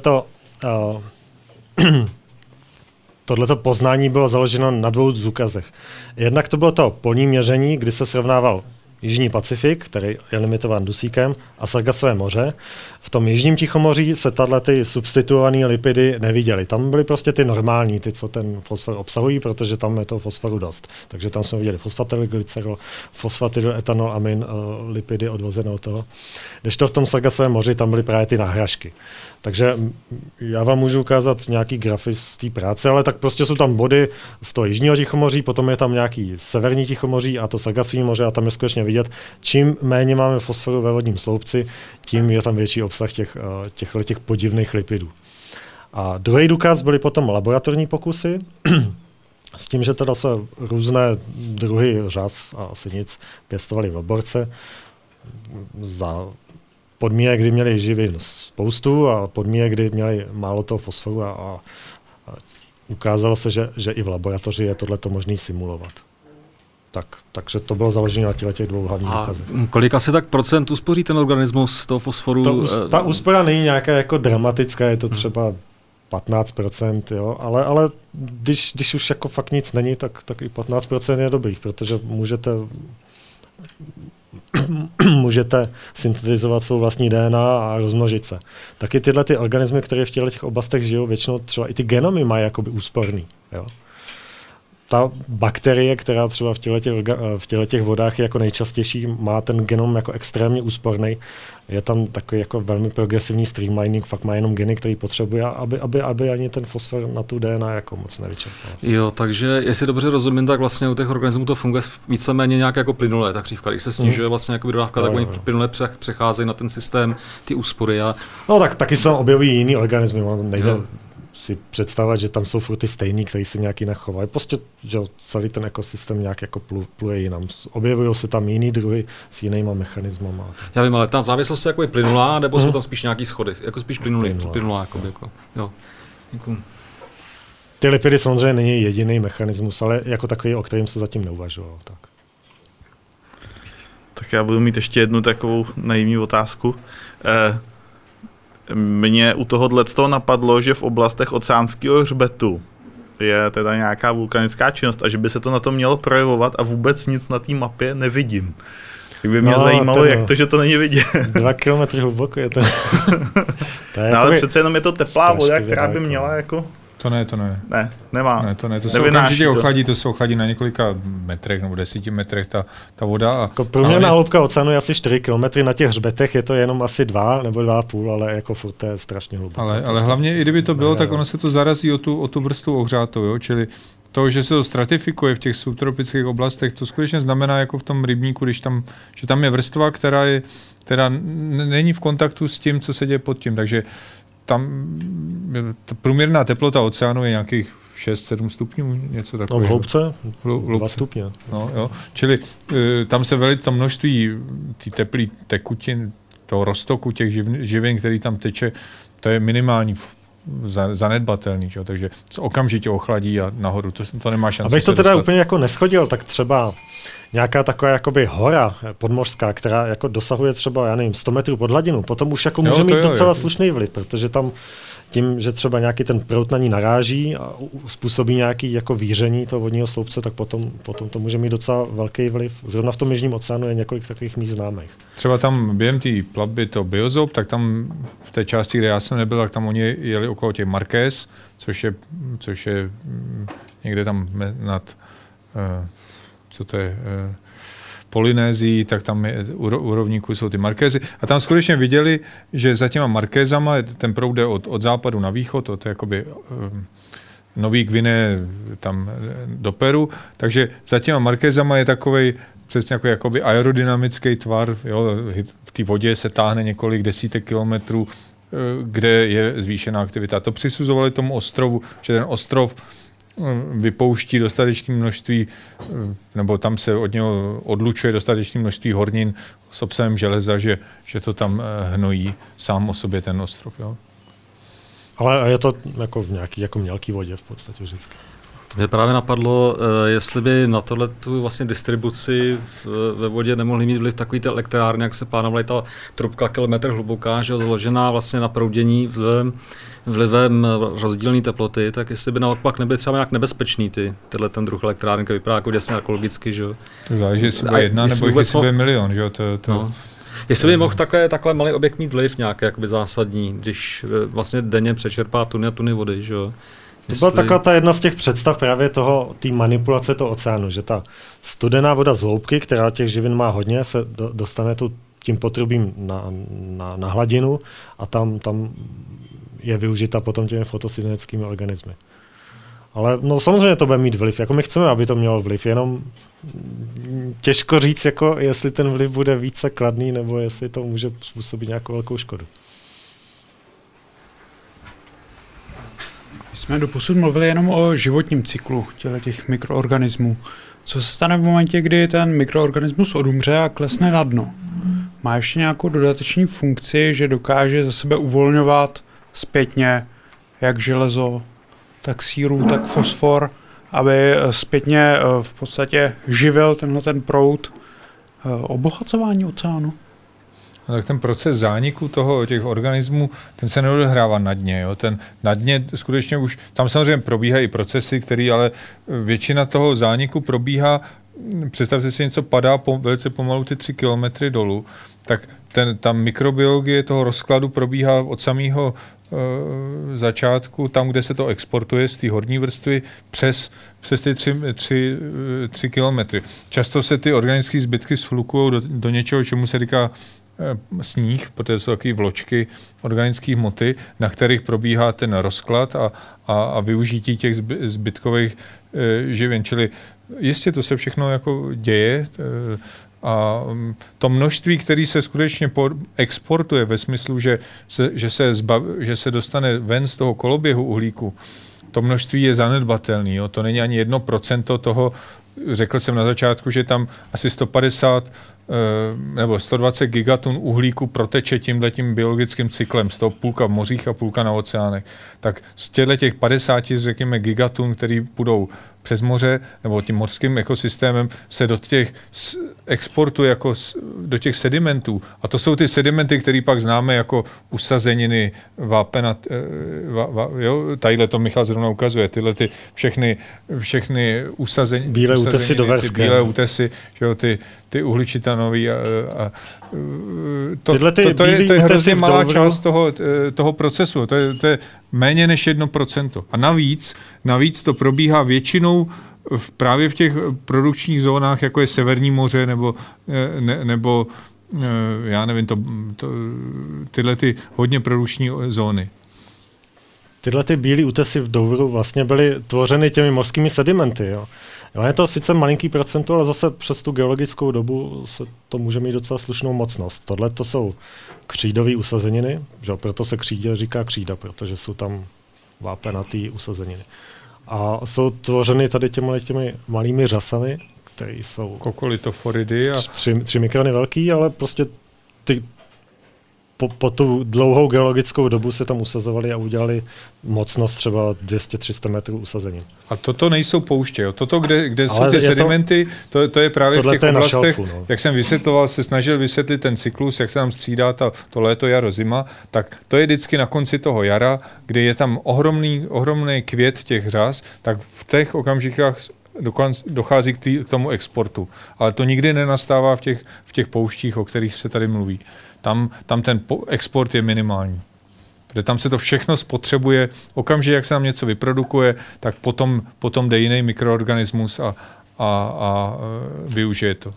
tohleto poznání bylo založeno na dvou důkazech. Jednak to bylo to polní měření, kdy se srovnával Jižní Pacifik, který je limitován dusíkem, a Sargassové moře. V tom Jižním Tichomoří se ty substituované lipidy neviděly. Tam byly prostě ty normální, ty, co ten fosfor obsahují, protože tam je toho fosforu dost. Takže tam jsme viděli fosfatylglycerol, fosfatylethanol, amin, lipidy odvozené od toho. Kdežto v tom Sargassovém moři tam byly právě ty náhražky. Takže já vám můžu ukázat nějaký grafy z té práce, ale tak prostě jsou tam body z toho Jižního Tichomoří, potom je tam nějaký severní Tichomoří a to Sargassové moře a tam je skutečně vidět, čím méně máme fosforu ve vodním sloupci, tím je tam větší obsah těch podivných lipidů. A druhý důkaz byly potom laboratorní pokusy, s tím, že teda se různé druhy řas a sinic pěstovaly v laborce za podmínek, kdy měli živin spoustu a podmínek, kdy měli málo toho fosforu a ukázalo se, že i v laboratoři je tohleto možné simulovat. Takže to bylo založeno na těch dvou hlavních důkazech. Kolik asi tak procent uspoří ten organismus z toho fosforu? Ta úspora není nějaká jako dramatická, je to třeba 15%, jo, ale když už jako fakt nic není, tak i 15% je dobrých, protože můžete syntetizovat svou vlastní DNA a rozmnožit se. Taky tyhle ty organismy, které v těch oblastech žijou, většinou třeba i ty genomy mají jakoby úsporný. Jo. Ta bakterie, která třeba v těch vodách je jako nejčastější, má ten genom jako extrémně úsporný. Je tam takový jako velmi progresivní streamlining, fakt má jenom geny, který potřebuje, aby ani ten fosfor na tu DNA jako moc nevyčerpal. Jo, takže jestli dobře rozumím, tak vlastně u těch organismů to funguje víceméně nějak jako plynulé, tak křivka, když se snižuje vlastně jako dodávka, tak oni plynule přecházejí na ten systém, ty úspory. No tak taky se tam objevují jiný organismy, nejde si představovat, že tam jsou furt ty stejný, který se nějak jinak chovají. Prostě, že celý ten ekosystém nějak jako pluje jinam. Objevují se tam jiný druhy s jinýma mechanismama. Já vím, ale ta závislost je jako plynulá, nebo jsou tam spíš nějaký schody? Jako spíš plynulá jako. Jo. Ty lipidy samozřejmě není jediný mechanismus, ale jako takový, o kterém se zatím neuvažoval. Tak já budu mít ještě jednu takovou naivní otázku. Mně u tohoto napadlo, že v oblastech oceánského hřbetu je teda nějaká vulkanická činnost a že by se to na to mělo projevovat a vůbec nic na té mapě nevidím. Tak by mě zajímalo, jak to, že to není vidět. 2 kilometry hluboko je to. No, ale přece jenom je to teplá voda, která by měla jako... To ne. Ne, nemá. Ne, to ne. To se okamžitě ochladí, to se ochladí na několika metrech nebo 10 metrech ta voda. Jako průměrná hloubka oceánu je asi 4 kilometry, na těch hřbetech je to jenom asi 2 nebo 2,5, ale jako furt to je strašně hluboko. Ale hlavně, i kdyby to bylo, tak ono se to zarazí o tu vrstvu ohřátou, jo? Čili to, že se to stratifikuje v těch subtropických oblastech, to skutečně znamená jako v tom rybníku, že tam je vrstva, která není v kontaktu s tím, co se děje pod tím, takže tam ta průměrná teplota oceánu je nějakých 6-7 stupňů, něco takového. No v hloubce 2 stupně. No, jo. Čili tam se to množství ty teplý tekutin, toho roztoku těch živin, který tam teče, to je minimální, zanedbatelný, čo? Takže co okamžitě ochladí a nahoru, to nemá šanci. Abych to teda úplně jako neschodil, tak třeba nějaká taková jakoby hora podmořská, která jako dosahuje třeba, já nevím, 100 metrů pod hladinu, potom už jako může mít docela slušný vliv, protože tam tím, že třeba nějaký ten proud na ní naráží a způsobí nějaký jako víření toho vodního sloupce, tak potom to může mít docela velký vliv. Zrovna v tom Jižním oceánu je několik takových míst známých. Třeba tam během té plavby to Biozop, tak tam v té části, kde já jsem nebyl, tak tam oni jeli okolo těch Marqués, což je někde tam nad co to je, Polynézii, tak tam je, u rovníku jsou ty Markézy. A tam skutečně viděli, že za těma Markézama ten proud jde od západu na východ, od jakoby Nový Gvineje tam do Peru, takže za těma Markézama je takovej přesně jakoby aerodynamický tvar, jo, v té vodě se táhne několik desítek kilometrů, kde je zvýšená aktivita. To přisuzovali tomu ostrovu, že ten ostrov vypouští dostatečné množství, nebo tam se od něho odlučuje dostatečné množství hornin s obsahem železa, že to tam hnojí sám o sobě ten ostrov. Jo? Ale je to jako v nějaký jako mělký vodě v podstatě vždycky. Mě právě napadlo, jestli by na tohle tu vlastně distribuci ve vodě nemohly mít vliv takový ty elektrárny, jak se plánovaly, ta trubka kilometr hluboká, že zložená vlastně na proudění vlivem rozdílné teploty, tak jestli by naopak nebyly třeba nějak nebezpečný tyhle ten druh elektrárny, který vypadá jako děsně ekologicky, že jo. Tak záleží, jestli bude jedna nebo jestli bude milion, že jo. No. Jestli by mohl takhle malý objekt mít vliv nějaký jakoby zásadní, když vlastně denně přečerpá tuny a tuny vody, že jo. To byla taková ta jedna z těch představ právě té manipulace toho oceánu, že ta studená voda z hloubky, která těch živin má hodně, se dostane tím potrubím na hladinu a tam je využita potom těmi fotosyntetickými organismy. Ale no samozřejmě to bude mít vliv, jako my chceme, aby to mělo vliv, jenom těžko říct, jako jestli ten vliv bude více kladný, nebo jestli to může způsobit nějakou velkou škodu. My jsme doposud mluvili jenom o životním cyklu těch mikroorganismů. Co se stane v momentě, kdy ten mikroorganismus odumře a klesne na dno? Má ještě nějakou dodatečnou funkci, že dokáže za sebe uvolňovat zpětně jak železo, tak síru, tak fosfor, aby zpětně v podstatě živil ten proud obohacování oceánu? No, tak ten proces zániku těch organismů, ten se neodehrává na dně. Jo? Ten na dně skutečně už, tam samozřejmě probíhají procesy, které ale většina toho zániku probíhá, představte si, něco padá velice pomalu ty 3 kilometry dolů, tak ta mikrobiologie toho rozkladu probíhá od samého začátku, tam, kde se to exportuje z té horní vrstvy přes ty 3 kilometry. Často se ty organické zbytky shlukují do něčeho, čemu se říká sníh, protože jsou takové vločky organické hmoty, na kterých probíhá ten rozklad a využití těch zbytkových živin. Čili jistě to se všechno jako děje a to množství, který se skutečně exportuje ve smyslu, že se dostane ven z toho koloběhu uhlíku, to množství je zanedbatelné. To není ani 1% toho. Řekl jsem na začátku, že tam asi 150 nebo 120 gigatun uhlíku proteče tímhletím biologickým cyklem, z toho půlka v mořích a půlka na oceánech. Tak z těch 50, řekněme, gigatun, který půjdou přes moře nebo tím mořským ekosystémem, se do těch exportuje jako do těch sedimentů. A to jsou ty sedimenty, které pak známe jako usazeniny, vápena, tadyhle to Michal zrovna ukazuje, tyhle ty všechny usazeniny. Bílé útesy do Verské. Bílé útesy, ty uhličitanový to je hrozně malá část toho procesu. To je méně než 1%. A navíc to probíhá většinou právě v těch produkčních zónách, jako je Severní moře nebo já nevím, tyhle ty hodně produkční zóny. Tyhle ty bílé útesy v Douvru vlastně byly tvořeny těmi mořskými sedimenty. Jo. Je to sice malinký procento, ale zase přes tu geologickou dobu se to může mít docela slušnou mocnost. Tohle to jsou křídové usazeniny, že? Proto se křídě říká křída, protože jsou tam vápenatý usazeniny. A jsou tvořeny tady těmi malými řasami, které jsou kokolitoforidy a 3 mikrony velký, ale prostě ty po tu dlouhou geologickou dobu se tam usazovali a udělali mocnost třeba 200-300 metrů usazení. A toto nejsou pouště. Jo. Toto, kde jsou ty sedimenty, to je právě v těch oblastech, jak jsem vysvětloval, se snažil vysvětlit ten cyklus, jak se tam střídá to léto, jaro, zima, tak to je vždycky na konci toho jara, kde je tam ohromný květ těch řas, tak v těch okamžikách dochází k tomu exportu. Ale to nikdy nenastává v těch pouštích, o kterých se tady mluví. Tam ten export je minimální. Protože tam se to všechno spotřebuje, okamžitě, jak se tam něco vyprodukuje, tak potom jde jiný mikroorganismus a využije to.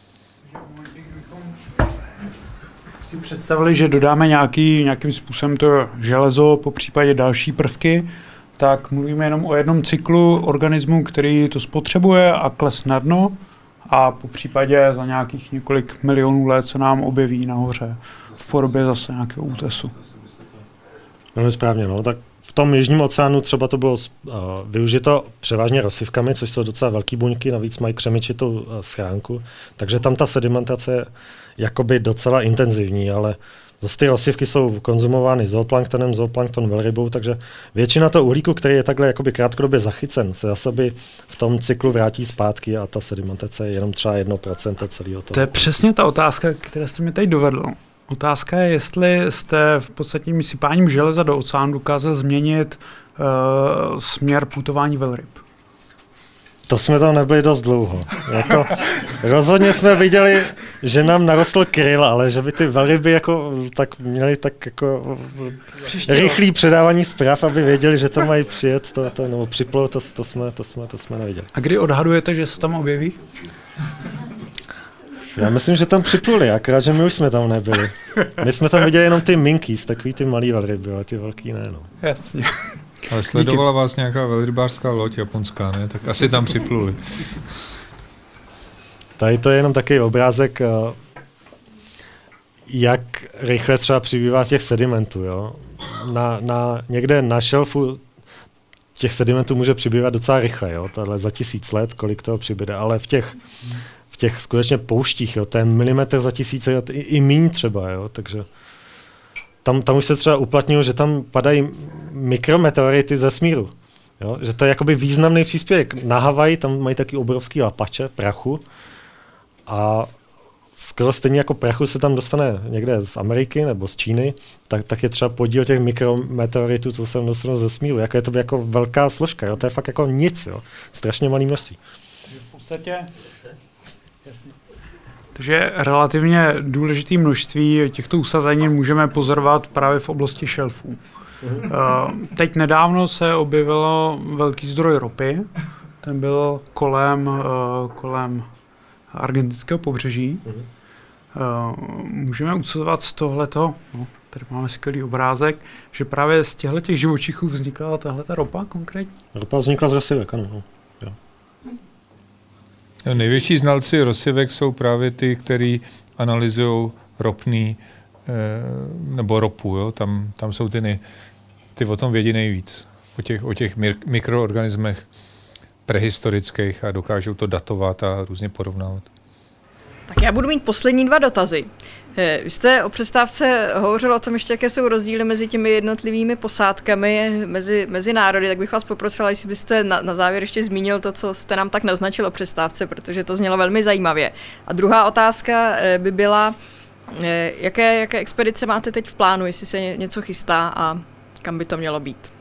Si představili, že dodáme nějakým způsobem to železo, po případě další prvky, tak mluvíme jenom o jednom cyklu organismu, který to spotřebuje a klesne na dno a po případě za nějakých několik milionů let se nám objeví nahoře v podobě zase nějakého útesu. Velmi správně, no. Tak v tom Jižním oceánu třeba to bylo využito převážně rozsivkami, což jsou docela velký buňky, navíc mají křemičitou schránku, takže tam ta sedimentace je jakoby docela intenzivní, ale Zase ty rozsivky jsou konzumovány zooplanktonem, zooplankton velrybou, takže většina toho uhlíku, který je takhle jakoby krátkodobě zachycen, se zase by v tom cyklu vrátí zpátky a ta sedimentace je jenom třeba 1% celého toho. To je přesně ta otázka, která jste mi tady dovedl. Otázka je, jestli jste v podstatě sypáním železa do oceánu dokázal změnit směr putování velryb. To jsme tam nebyli dost dlouho. Jako, rozhodně jsme viděli, že nám narostl kryl, ale že by ty velryby jako, tak měli tak jako rychlý předávání zpráv, aby věděli, že to mají přijet, nebo připlout, to jsme neviděli. A kdy odhadujete, že se tam objeví? Já myslím, že tam připluli, akorát, že my už jsme tam nebyli. My jsme tam viděli jenom ty minkies, takový ty malý velryby, ale ty velký ne. No. Jasně. Ale sledovala vás nějaká velrybářská loď japonská, ne? Tak asi tam připluli. Tady to je jenom takový obrázek, jak rychle třeba přibývá těch sedimentů. Jo? Někde na šelfu těch sedimentů může přibývat docela rychle. Jo? Tohle za 1000 let, kolik toho přibyde, ale v těch skutečně pouštích, jo? To je milimetr za 1000 let, i míň třeba. Jo? Takže tam už se třeba uplatňují, že tam padají mikrometeority ze vesmíru. Jo? Že to je jakoby významný příspěvek. Na Havaji tam mají taky obrovský lapače prachu a skoro stejně jako prachu se tam dostane někde z Ameriky nebo z Číny, tak je třeba podíl těch mikrometeoritů, co se tam dostanou ze vesmíru. Jako je to jako velká složka, jo? To je fakt jako nic. Jo? Strašně malý množství. V podstatě... Jasně. Takže relativně důležité množství těchto usazení můžeme pozorovat právě v oblasti šelfů. Teď nedávno se objevilo velký zdroj ropy, ten byl kolem argentinského pobřeží. Můžeme usazovat z tohleto, tady máme skvělý obrázek, že právě z těchto živočichů vznikla tahleta ropa konkrétně? Ropa vznikla z rozsivek, ano. Největší znalci rozsivek jsou právě ty, kteří analyzují ropný nebo ropu. Jo? Tam jsou ty o tom vědí nejvíc. O těch mikroorganismech prehistorických a dokážou to datovat a různě porovnávat. Tak já budu mít poslední 2 dotazy. Vy jste o přestávce hovořil o tom ještě, jaké jsou rozdíly mezi těmi jednotlivými posádkami, mezi národy, tak bych vás poprosila, jestli byste na závěr ještě zmínil to, co jste nám tak naznačil o přestávce, protože to znělo velmi zajímavě. A druhá otázka by byla, jaké expedice máte teď v plánu, jestli se něco chystá a kam by to mělo být?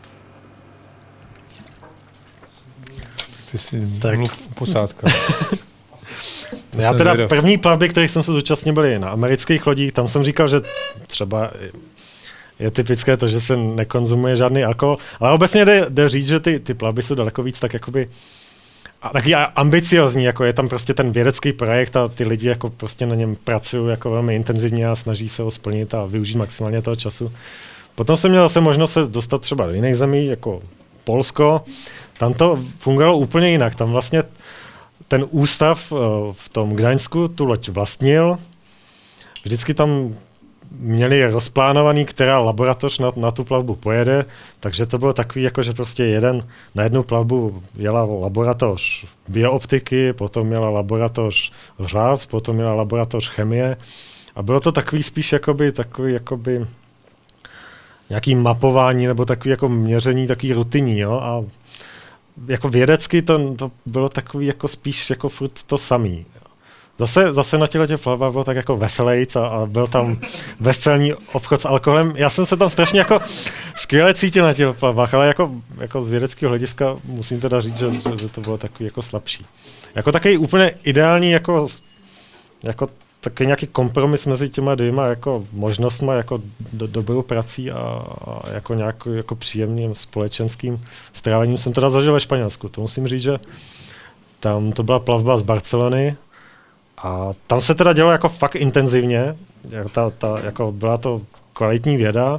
Ty jsi mluv posádka. Já teda první plavby, kterých jsem se zúčastnil, byly na amerických lodích. Tam jsem říkal, že třeba je typické to, že se nekonzumuje žádný alkohol. Ale obecně jde říct, že ty plavby jsou daleko víc tak jakoby taky ambiciozní, jako je tam prostě ten vědecký projekt a ty lidi jako prostě na něm pracují jako velmi intenzivně a snaží se ho splnit a využít maximálně toho času. Potom jsem měl zase možnost se dostat třeba do jiných zemí, jako Polsko. Tam to fungovalo úplně jinak. Tam vlastně ten ústav v tom Gdaňsku tu loď vlastnil. Vždycky tam měli rozplánovaný, která laboratoř na tu plavbu pojede, takže to bylo takový, jako že prostě na jednu plavbu jela laboratoř biooptiky, potom měla laboratoř řád, potom měla laboratoř chemie a bylo to takový spíš takový nějaký mapování nebo takový jako měření, takový rutinní, jo, a jako vědecky to bylo takový jako spíš jako furt to samý. Zase na těchto plavbách bylo tak jako veselejc a byl tam bezcelní obchod s alkoholem. Já jsem se tam strašně jako skvěle cítil na těch plavbách, ale jako z vědeckého hlediska musím teda říct, že to bylo takový jako slabší. Jako takový úplně ideální jako takový nějaký kompromis mezi těma dvěma jako možnostma, jako dobrou prací a jako nějakým jako příjemným společenským strávením jsem teda zažil ve Španělsku. To musím říct, že tam to byla plavba z Barcelony a tam se teda dělalo jako fakt intenzivně, jako byla to kvalitní věda.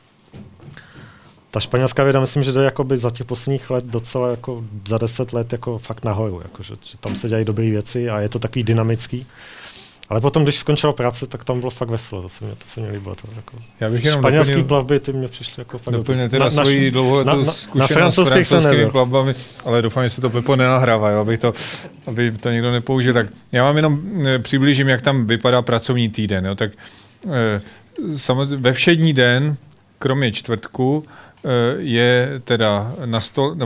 Ta španělská věda, myslím, že jde jakoby za těch posledních let docela jako za 10 let jako fakt nahoru, jako, že tam se dělají dobré věci a je to takový dynamický. Ale potom, když skončila práce, tak tam bylo fakt veselo, to se mě líbilo. Jako já bych jenom španělský plavby, ty mě přišly jako fakt doplně teda svoji dlouholetou zkušenost s francouzskými plavbami, ale doufám, že se to Pepo nenahrává, jo, aby to někdo nepoužil. Tak já vám jenom přiblížím, jak tam vypadá pracovní týden. Jo, tak samozřejmě ve všední den, kromě čtvrtku, je teda na stole,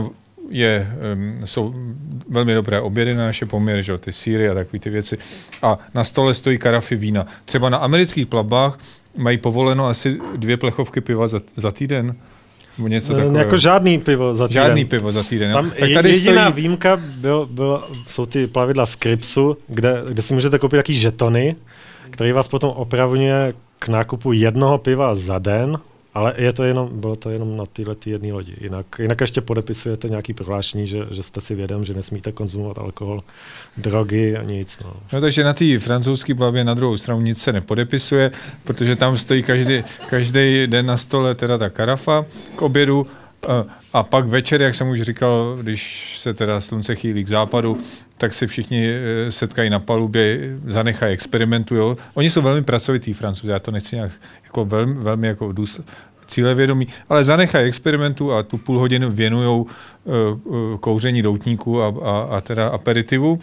jsou velmi dobré obědy na naše poměry, že ty sýry a takové ty věci. A na stole stojí karafy vína. Třeba na amerických plavbách mají povoleno asi 2 plechovky piva za týden. Něco jako žádný pivo za týden. Žádný pivo za týden. Tam jediná výjimka jsou ty plavidla z Kripsu, kde si můžete koupit taky žetony, který vás potom opravňuje k nákupu 1 piva za den, ale bylo to jenom na této jedné lodi. Jinak ještě podepisujete nějaký prohlášení, že jste si vědom, že nesmíte konzumovat alkohol, drogy a nic. No takže na té francouzské plavbě na druhou stranu nic se nepodepisuje, protože tam stojí každý den na stole teda ta karafa k obědu a pak večer, jak jsem už říkal, když se teda slunce chýlí k západu, tak se všichni setkají na palubě, zanechají, experimentují. Oni jsou velmi pracovitý Francouzi, já to nechci nějak jako velmi jako cílevědomí, ale zanechají experimentu a tu půl hodiny věnujou kouření doutníků a teda aperitivu.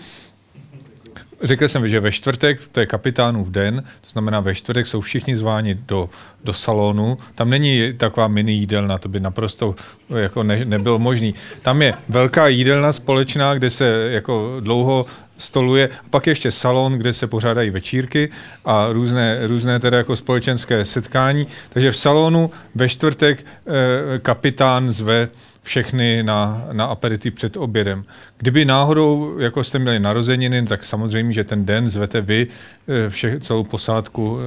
Řekl jsem, že ve čtvrtek, to je kapitánův den, to znamená ve čtvrtek jsou všichni zváni do salonu. Tam není taková mini jídelna, to by naprosto jako nebylo možný. Tam je velká jídelna společná, kde se jako dlouho stoluje, a pak ještě salon, kde se pořádají večírky a různé teda jako společenské setkání. Takže v salonu ve čtvrtek kapitán zve všechny na aperitiv před obědem. Kdyby náhodou jako jste měli narozeniny, tak samozřejmě, že ten den zvete vy celou posádku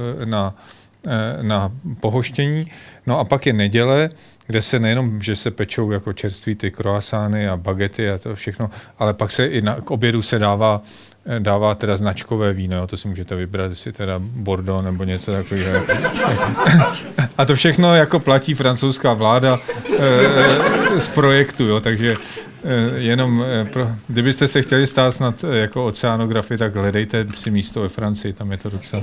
na pohoštění. No a pak je neděle, kde se nejenom, že se pečou jako čerství ty croissány a bagety a to všechno, ale pak se i k obědu se dává teda značkové víno, jo, to si můžete vybrat, jestli teda Bordeaux nebo něco takového. A to všechno jako platí francouzská vláda z projektu, jo, takže jenom kdybyste se chtěli stát snad jako oceanografy, tak hledejte si místo ve Francii, tam je to docela.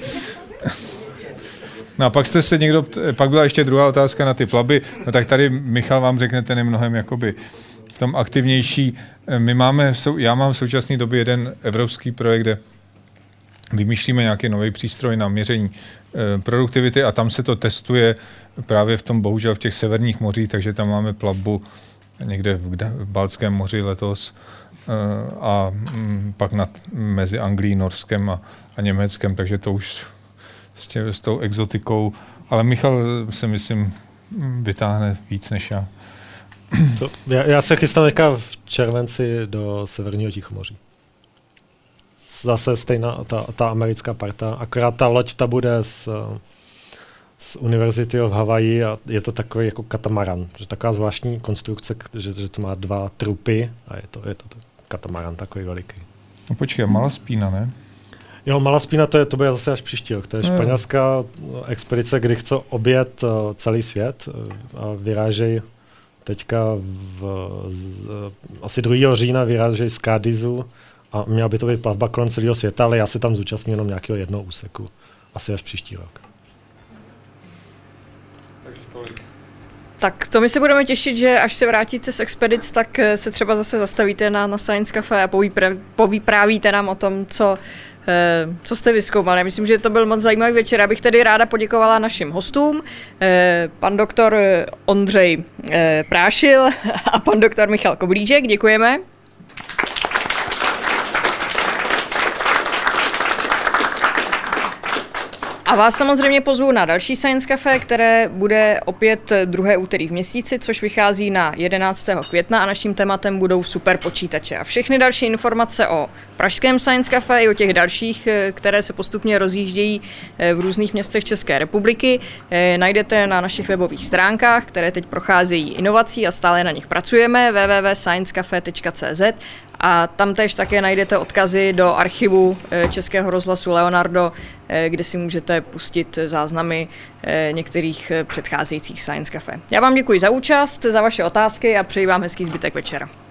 No a pak byla ještě druhá otázka na ty plavby, no tak tady Michal vám řekne, ten je mnohem jakoby v tom aktivnější. Já mám v současné době jeden evropský projekt, kde vymýšlíme nějaký nový přístroj na měření produktivity a tam se to testuje právě bohužel v těch severních mořích, takže tam máme plavbu někde v Baltském moři letos a pak mezi Anglií, Norskem a Německem, takže to už s tou exotikou, ale Michal se myslím vytáhne víc než já. Já se chystám v červenci do Severního Tichomoří. Zase stejná ta americká parta, akorát ta loď bude z univerzity v Havaji a je to takový jako katamaran, že taková zvláštní konstrukce, že to má 2 trupy a je to katamaran takový veliký. No počkej, Malaspina, ne? Jo, Malaspina to bude zase až příští rok. To je španělská expedice, kdy chce objet celý svět a vyrážejí teďka asi 2. října vyrážejí z Cádizu a měla by to být plavba kolem celého světa, ale já se tam zúčastním jenom nějakého jednoho úseku. Asi až příští rok. Tak to my se budeme těšit, že až se vrátíte z expedic, tak se třeba zase zastavíte na Science Café a povyprávíte nám o tom, co jste vyzkoumali. Já myslím, že to byl moc zajímavý večer. Já bych tedy ráda poděkovala našim hostům, pan doktor Ondřej Prášil a pan doktor Michal Koblíček. Děkujeme. A vás samozřejmě pozvu na další Science Café, které bude opět 2. úterý v měsíci, což vychází na 11. května a naším tématem budou superpočítače. A všechny další informace o pražském Science Café i o těch dalších, které se postupně rozjíždějí v různých městech České republiky, najdete na našich webových stránkách, které teď procházejí inovací a stále na nich pracujeme, www.sciencecafe.cz, a tam též také najdete odkazy do archivu Českého rozhlasu Leonardo, kde si můžete pustit záznamy některých předcházejících Science Café. Já vám děkuji za účast, za vaše otázky a přeji vám hezký zbytek večera.